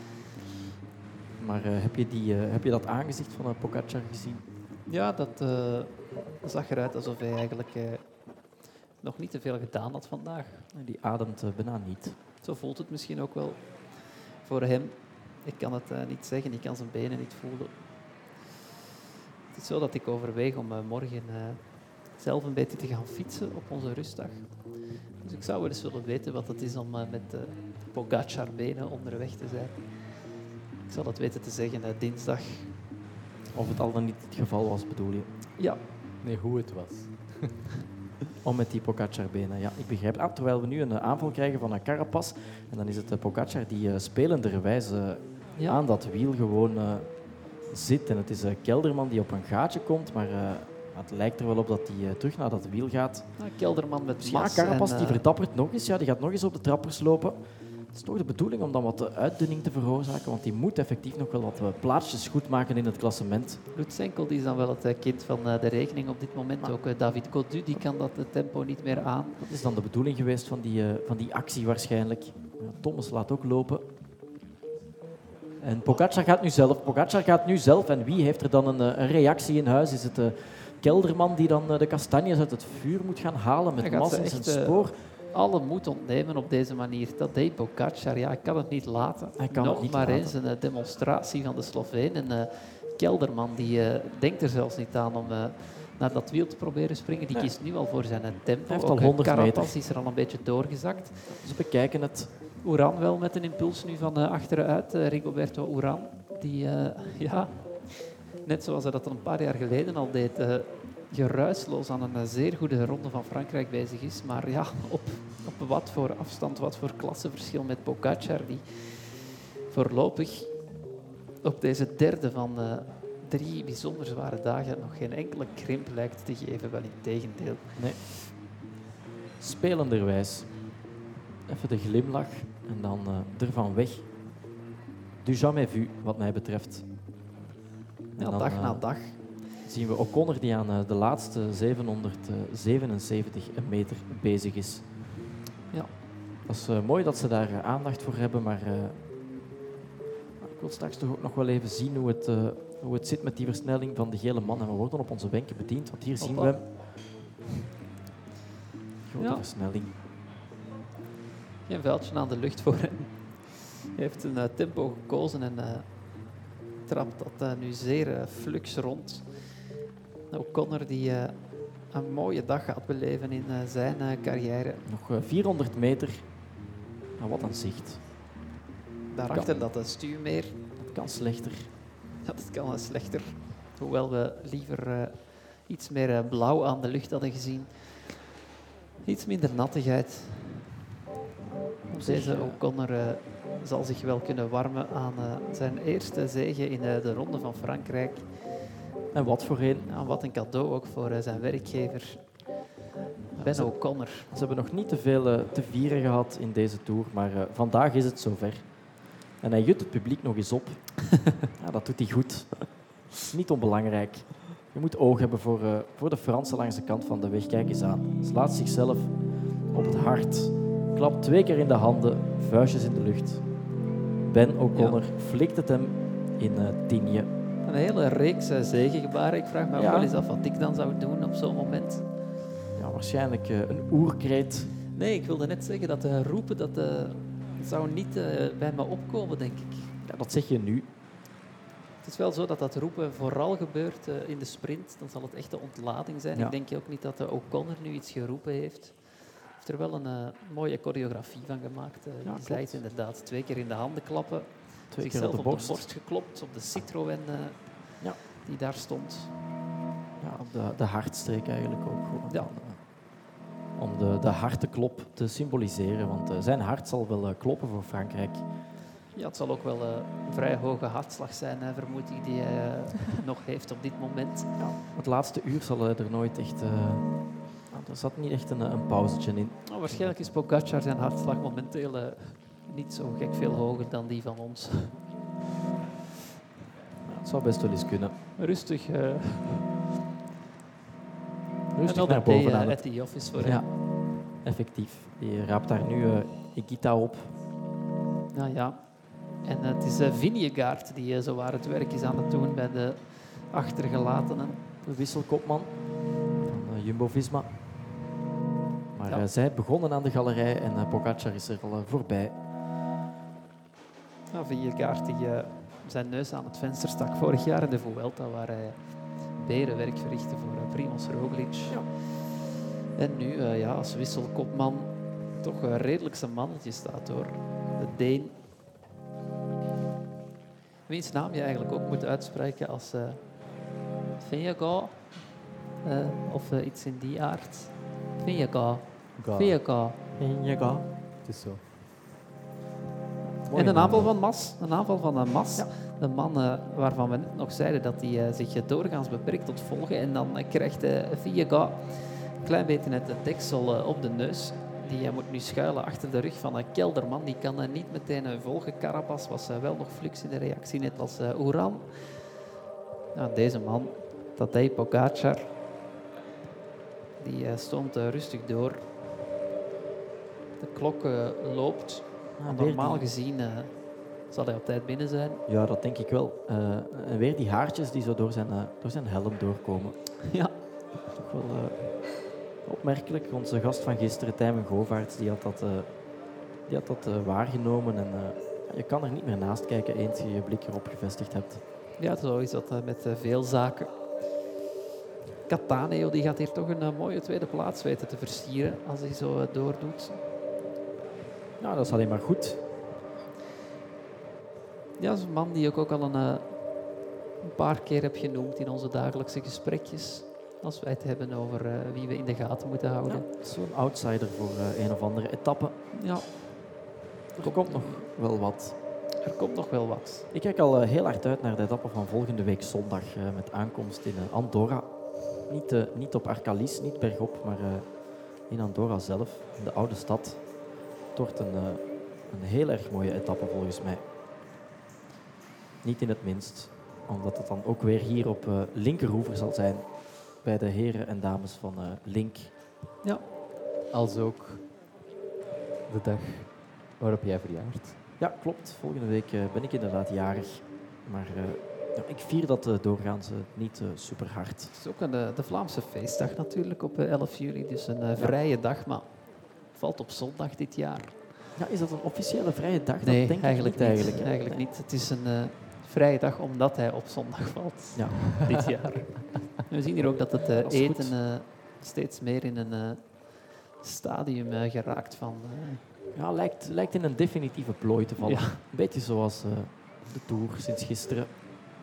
Maar heb je dat aangezicht van Pogacar gezien? Ja, dat zag eruit alsof hij eigenlijk nog niet te veel gedaan had vandaag. Die ademt bijna niet. Zo voelt het misschien ook wel voor hem. Ik kan het niet zeggen, ik kan zijn benen niet voelen. Het is zo dat ik overweeg om morgen zelf een beetje te gaan fietsen op onze rustdag. Dus ik zou wel eens willen weten wat het is om met Pogacar-benen onderweg te zijn. Ik zal dat weten te zeggen dinsdag. Of het al dan niet het geval was, bedoel je? Ja, Nee, hoe het was. Om met die Pogacar-benen, ja, ik begrijp het. Terwijl we nu een aanval krijgen van een Carapaz. En dan is het Pogacar die spelenderwijs ja. aan dat wiel gewoon zit. En het is Kelderman die op een gaatje komt, maar het lijkt er wel op dat hij terug naar dat wiel gaat. Kelderman met Dus ja, Mas Carapaz en, die verdappert nog eens. Ja, die gaat nog eens op de trappers lopen. Het is toch de bedoeling om dan wat uitdunning te veroorzaken, want die moet effectief nog wel wat plaatsjes goed maken in het klassement. Lutsenko die is dan wel het kind van de rekening op dit moment. Maar- Ook David Gaudu die kan dat tempo niet meer aan. Dat is dan de bedoeling geweest van die actie waarschijnlijk. Ja, Thomas laat ook lopen. En Pogacar gaat nu zelf. En wie heeft er dan een reactie in huis? Is het Kelderman die dan de kastanjes uit het vuur moet gaan halen Hij met gaat Mas ze in zijn echt, spoor? Alle moed ontnemen op deze manier. Dat deed Pogacar. Ja, ik kan het niet laten. Hij kan Nog het niet maar laten. eens een demonstratie van de Sloveen. En Kelderman die denkt er zelfs niet aan om naar dat wiel te proberen springen. Die Nee. kiest nu al voor zijn tempo. Hij heeft Ook al 100 Carapaz meter. is er al een beetje doorgezakt. Ze bekijken het. Oeran wel met een impuls nu van achteruit. Rigoberto Oeran. Die, ja, net zoals hij dat een paar jaar geleden al deed, geruisloos aan een zeer goede ronde van Frankrijk bezig is. Maar ja, op wat voor afstand, wat voor klasseverschil met Pogacar, die voorlopig op deze derde van 3 bijzonder zware dagen nog geen enkele krimp lijkt te geven. Wel in tegendeel. Nee. Spelenderwijs. Even de glimlach en dan ervan weg. Du jamais vu, wat mij betreft. En Ja, dan, dag na dag. zien we O'Connor die aan de laatste 777 meter bezig is. Ja. Dat is mooi dat ze daar aandacht voor hebben, maar ik wil straks toch ook nog wel even zien hoe het zit met die versnelling van de gele man. En we worden op onze wenken bediend, want hier zien we Hoppa. hem. Grote Ja. versnelling. Geen vuiltje aan de lucht voor hem. Hij heeft een tempo gekozen en trapt dat nu zeer flux rond. O'Connor die een mooie dag gaat beleven in zijn carrière. Nog 400 meter. Nou, wat een zicht. Daarachter dat stuwmeer. Het kan slechter. Ja, dat kan slechter. Hoewel we liever iets meer blauw aan de lucht hadden gezien. Iets minder nattigheid. Deze O'Connor zal zich wel kunnen warmen aan zijn eerste zege in de Ronde van Frankrijk. En wat voor een. Ja, wat een cadeau ook voor zijn werkgever Ben O'Connor. Ze hebben nog niet te veel te vieren gehad in deze Tour, maar vandaag is het zover. En hij jut het publiek nog eens op. Ja, dat doet hij goed. Niet onbelangrijk. Je moet oog hebben voor de Fransen langs de kant van de weg. Kijk eens aan. Slaat zichzelf op het hart. Klapt 2 keer in de handen, vuistjes in de lucht. Ben O'Connor flikt het hem in Tignes. Een hele reeks zegengebaren. Ik vraag me ook Ja. wel eens af wat ik dan zou doen op zo'n moment. Ja, waarschijnlijk een oerkreet. Nee, ik wilde net zeggen dat roepen, dat zou niet bij me opkomen, denk ik. Ja, dat zeg je nu. Het is wel zo dat dat roepen vooral gebeurt in de sprint. Dan zal het echt de ontlading zijn. Ja. Ik denk ook niet dat O'Connor nu iets geroepen heeft. Hij heeft er wel een mooie choreografie van gemaakt. Die zei klopt. het inderdaad. 2 keer in de handen klappen. 2 keer Zichzelf op de borst. geklopt. Op de Citroën Ja. die daar stond. Ja, op de hartstreek eigenlijk ook. Gewoon. Ja. Om de hartenklop te symboliseren. Want zijn hart zal wel kloppen voor Frankrijk. Ja, het zal ook wel een vrij hoge hartslag zijn, vermoed ik, die hij nog heeft op dit moment. Het laatste uur zal er nooit echt... er zat niet echt een pauzetje in. Nou, waarschijnlijk is Pogacar zijn hartslag momenteel niet zo gek veel hoger dan die van ons. Het zou best wel eens kunnen. Rustig. Rustig Another naar boven day aan at the office voor hem. Ja, effectief. Die raapt daar nu Higuita op. Nou ja. En het is Vingegaard die zowaar het werk is aan het doen bij de achtergelatenen. De wisselkopman van Jumbo-Visma. Maar Ja. zij begonnen aan de galerij en Pogacar is er al voorbij. Nou, Vingegaard die zijn neus aan het venster stak vorig jaar in de Vuelta, waar hij berenwerk verrichtte voor Primoz Roglic. Ja. En nu als wisselkopman toch redelijk zijn mannetje staat hoor. De Deen. Wiens naam je eigenlijk ook moet uitspreken als Vingegaard of iets in die aard. Vingegaard. Vingegaard. Het is zo. En een aanval van Mas. Een aanval van Mas. Ja. De man waarvan we net nog zeiden dat hij zich doorgaans beperkt tot volgen. En dan krijgt Vingegaard een klein beetje het deksel op de neus. Die moet nu schuilen achter de rug van Kelderman. Die kan niet meteen volgen. Carapaz was wel nog flux in de reactie, net als Uran. Nou, deze man, Tadej Pogacar, die stoomt rustig door. De klok loopt. weer Normaal die- gezien zal hij op tijd binnen zijn. Ja, dat denk ik wel. En weer die haartjes die zo door zijn helm doorkomen. Ja. Toch wel opmerkelijk. Onze gast van gisteren, Tijmen Govaerts, die had dat waargenomen. En je kan er niet meer naast kijken eens je je blik erop gevestigd hebt. Ja, zo is dat met veel zaken. Cattaneo die gaat hier toch een mooie tweede plaats weten te versieren als hij zo doordoet. Nou, dat is alleen maar goed. Ja, dat is een man die ik ook al een paar keer heb genoemd in onze dagelijkse gesprekjes. Als wij het hebben over wie we in de gaten moeten houden. Ja, zo'n outsider voor een of andere etappe. Ja, Er komt nog wel wat. er komt nog wel wat. Ik kijk al heel hard uit naar de etappe van volgende week zondag met aankomst in Andorra. Niet op Arcalis, niet bergop, maar in Andorra zelf, in de oude stad. Het wordt een heel erg mooie etappe volgens mij. Niet in het minst, omdat het dan ook weer hier op linkeroever zal zijn bij de heren en dames van Link. Als ook de dag waarop jij verjaart. Ja, klopt. Volgende week ben ik inderdaad jarig. Maar ja, ik vier dat doorgaans niet super hard. Het is ook de Vlaamse feestdag natuurlijk op 11 juli. Dus een vrije dag, maar valt op zondag dit jaar. Ja, is dat een officiële vrije dag? Nee, dat denk eigenlijk ik niet. niet. Eigenlijk, hè? Eigenlijk Nee. niet. Het is een vrije dag omdat hij op zondag valt Ja. dit jaar. En we zien hier ook dat het Dat is goed. eten steeds meer in een stadium geraakt van... Ja, lijkt in een definitieve plooi te vallen. Ja. Een beetje zoals de Tour sinds gisteren.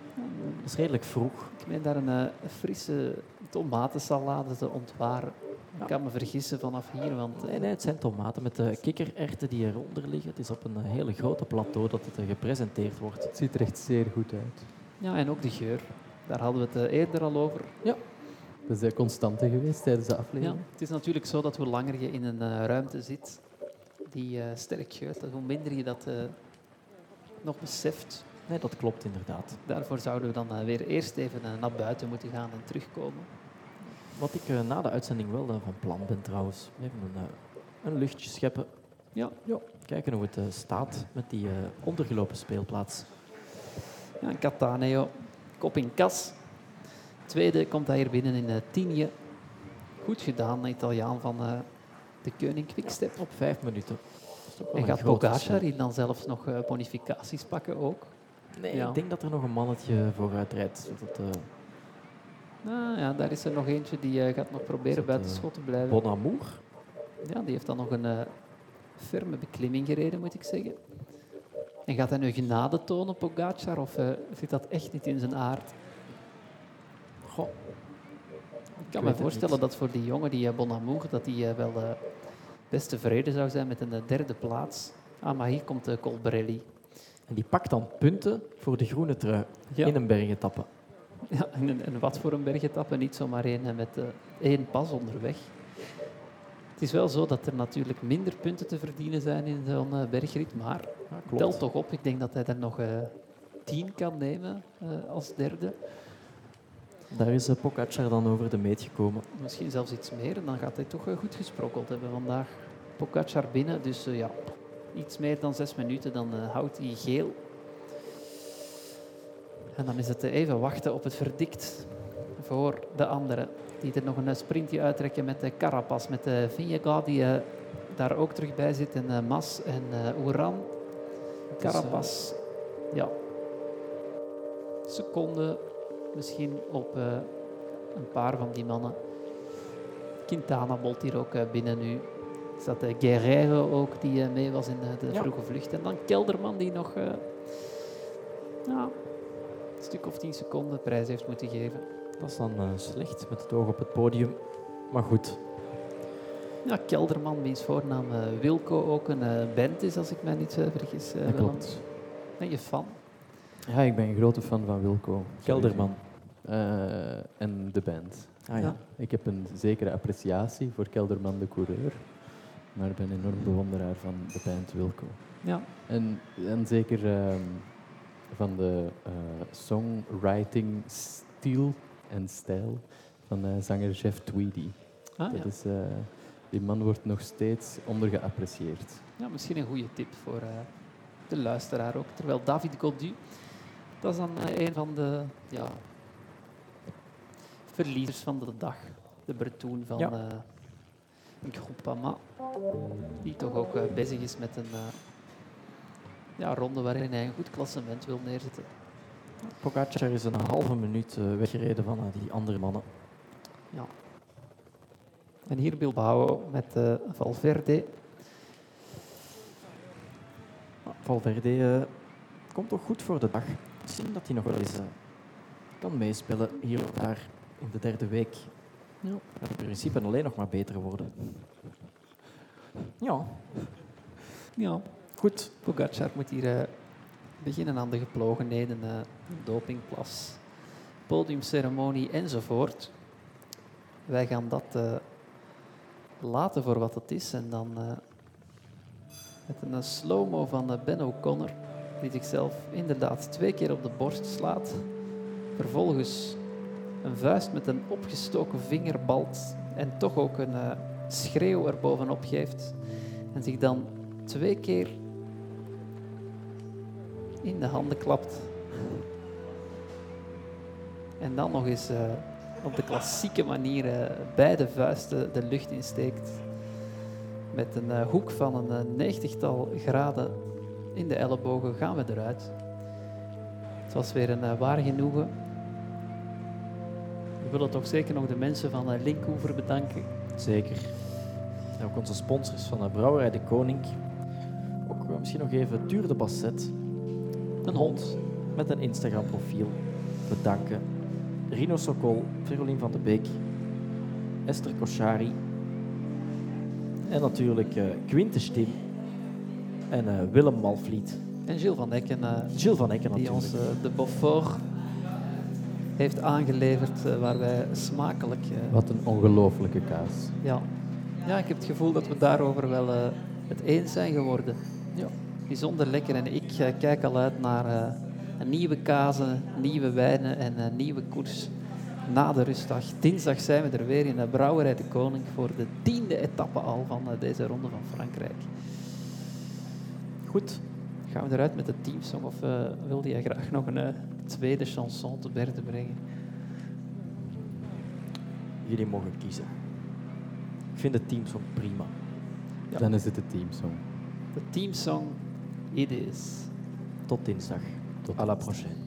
Dat is redelijk vroeg. Ik meen daar een frisse tomatensalade te ontwaren. Ik kan me vergissen vanaf hier, want Nee, het zijn tomaten met kikkererwten die eronder liggen. Het is op een hele grote plateau dat het gepresenteerd wordt. Het ziet er echt zeer goed uit. ja, en ook de geur. Daar hadden we het eerder al over. Dat is de constante geweest tijdens de Ja, aflevering. het is natuurlijk zo dat hoe langer je in een ruimte zit die sterk geurt, hoe minder je dat nog beseft. Nee, dat klopt inderdaad. Daarvoor zouden we dan weer eerst even naar buiten moeten gaan en terugkomen. Wat ik na de uitzending wel van plan ben trouwens. Even een luchtje scheppen. Ja. Kijken hoe het staat met die ondergelopen speelplaats. Ja, en Cattaneo, kop in kas. Tweede komt hij hier binnen in Tienje. Goed gedaan, de Italiaan van de Koning Quickstep. Op 5 minuten. Dat is toch wel En een gaat groot Pogacar verschil. hier dan zelfs nog bonificaties pakken ook? Nee, Ja. ik denk dat er nog een mannetje vooruit rijdt. Zodat Nou ja, daar is er nog eentje die gaat nog proberen dat, buiten schot te blijven. Bon Amour. Ja, die heeft dan nog een ferme beklimming gereden, moet ik zeggen. En gaat hij nu genade tonen, Pogacar, of zit dat echt niet in zijn aard? Goh, Ik kan weet me het voorstellen niet. dat voor die jongen, die Bon Amour, dat die wel best tevreden zou zijn met een derde plaats. Ah, maar hier komt de Colbrelli. En die pakt dan punten voor de groene trui Ja. in een bergetappe. Ja, en wat voor een bergetappe, niet zomaar één met 1 pas onderweg. Het is wel zo dat er natuurlijk minder punten te verdienen zijn in zo'n bergrit, maar Ja, klopt. tel toch op. Ik denk dat hij er nog 10 kan nemen als derde. Daar is Pogacar dan over de meet gekomen. Misschien zelfs iets meer. En dan gaat hij toch goed gesprokkeld hebben vandaag. Pogacar binnen, dus ja, iets meer dan 6 minuten. Dan houdt hij geel. En dan is het even wachten op het verdict voor de anderen. Die er nog een sprintje uittrekken met de Carapaz, met de Vingegaard die daar ook terug bij zit. En Mas en Oeran. Carapaz, ja. Seconde misschien op een paar van die mannen. Quintana bolt hier ook binnen nu. Is dat Guerrero ook die mee was in de Ja. vroege vlucht. En dan Kelderman die nog een stuk of 10 seconden prijs heeft moeten geven. Dat is dan slecht met het oog op het podium. Maar goed, Ja, Kelderman, wiens voornaam Wilco ook een band is, als ik mij niet vergis. Dat Willem. klopt. Ben je fan? Ja, ik ben een grote fan van Wilco. Kelderman. En de band. Ah ja. Ik heb een zekere appreciatie voor Kelderman de coureur, maar ik ben een enorm bewonderaar van de band Wilco. Ja. En zeker van de songwriting stijl en stijl van zanger Jeff Tweedy. Ah, ja. Dat is, die man wordt nog steeds ondergeapprecieerd. Ja, misschien een goede tip voor de luisteraar ook. Terwijl David Gaudu, dat is dan een van de verliezers van de dag. De Bretoon van Ja. Groupama. Die toch ook bezig is met een ronde waarin hij een goed klassement wil neerzetten. Pogacar is een halve minuut weggereden van die andere mannen. Ja. En hier Bilbao met Valverde. Valverde komt toch goed voor de dag. Misschien dat hij nog wel eens kan meespelen hier of daar in de derde week. Ja. Gaat in principe alleen nog maar beter worden. Ja, Ja, goed. Pogacar moet hier beginnen aan de geplogenheden, dopingplas, podiumceremonie enzovoort. Wij gaan dat laten voor wat het is en dan met een slow-mo van Ben O'Connor, die zichzelf inderdaad 2 keer op de borst slaat. Vervolgens een vuist met een opgestoken vinger balt en toch ook een schreeuw erbovenop geeft. En zich dan 2 keer in de handen klapt. En dan nog eens op de klassieke manier beide vuisten de lucht insteekt. Met een hoek van een 90-tal graden in de ellebogen gaan we eruit. Het was weer een waar genoegen. We willen toch zeker nog de mensen van Linkoever bedanken. Zeker. En ook onze sponsors van de Brouwerij de Koning. Ook misschien nog even Tuur de Basset. Een hond met een Instagram-profiel. Bedanken. Rino Sokol, Verolien van de Beek, Esther Koshari, En natuurlijk Quinten Tim en Willem Malvliet. En Gilles van Ecken, Gilles van Ecken die natuurlijk. ons de Beaufort heeft aangeleverd, waar wij smakelijk... Wat een ongelooflijke kaas. ja. Ja, ik heb het gevoel dat we daarover wel het eens zijn geworden. Ja. Bijzonder lekker en ik kijk al uit naar een nieuwe kazen, nieuwe wijnen en een nieuwe koers na de rustdag. Dinsdag zijn we er weer in de Brouwerij de Koning voor de 10e etappe al van deze Ronde van Frankrijk. Goed, gaan we eruit met de teamsong of wilde jij graag nog een tweede chanson te berden brengen? Jullie mogen kiezen. Ik vind de teamsong prima. Ja. Dan is het de teamsong. De teamsong, it is. Tot dinsdag. Tot À la dinsdag. prochaine.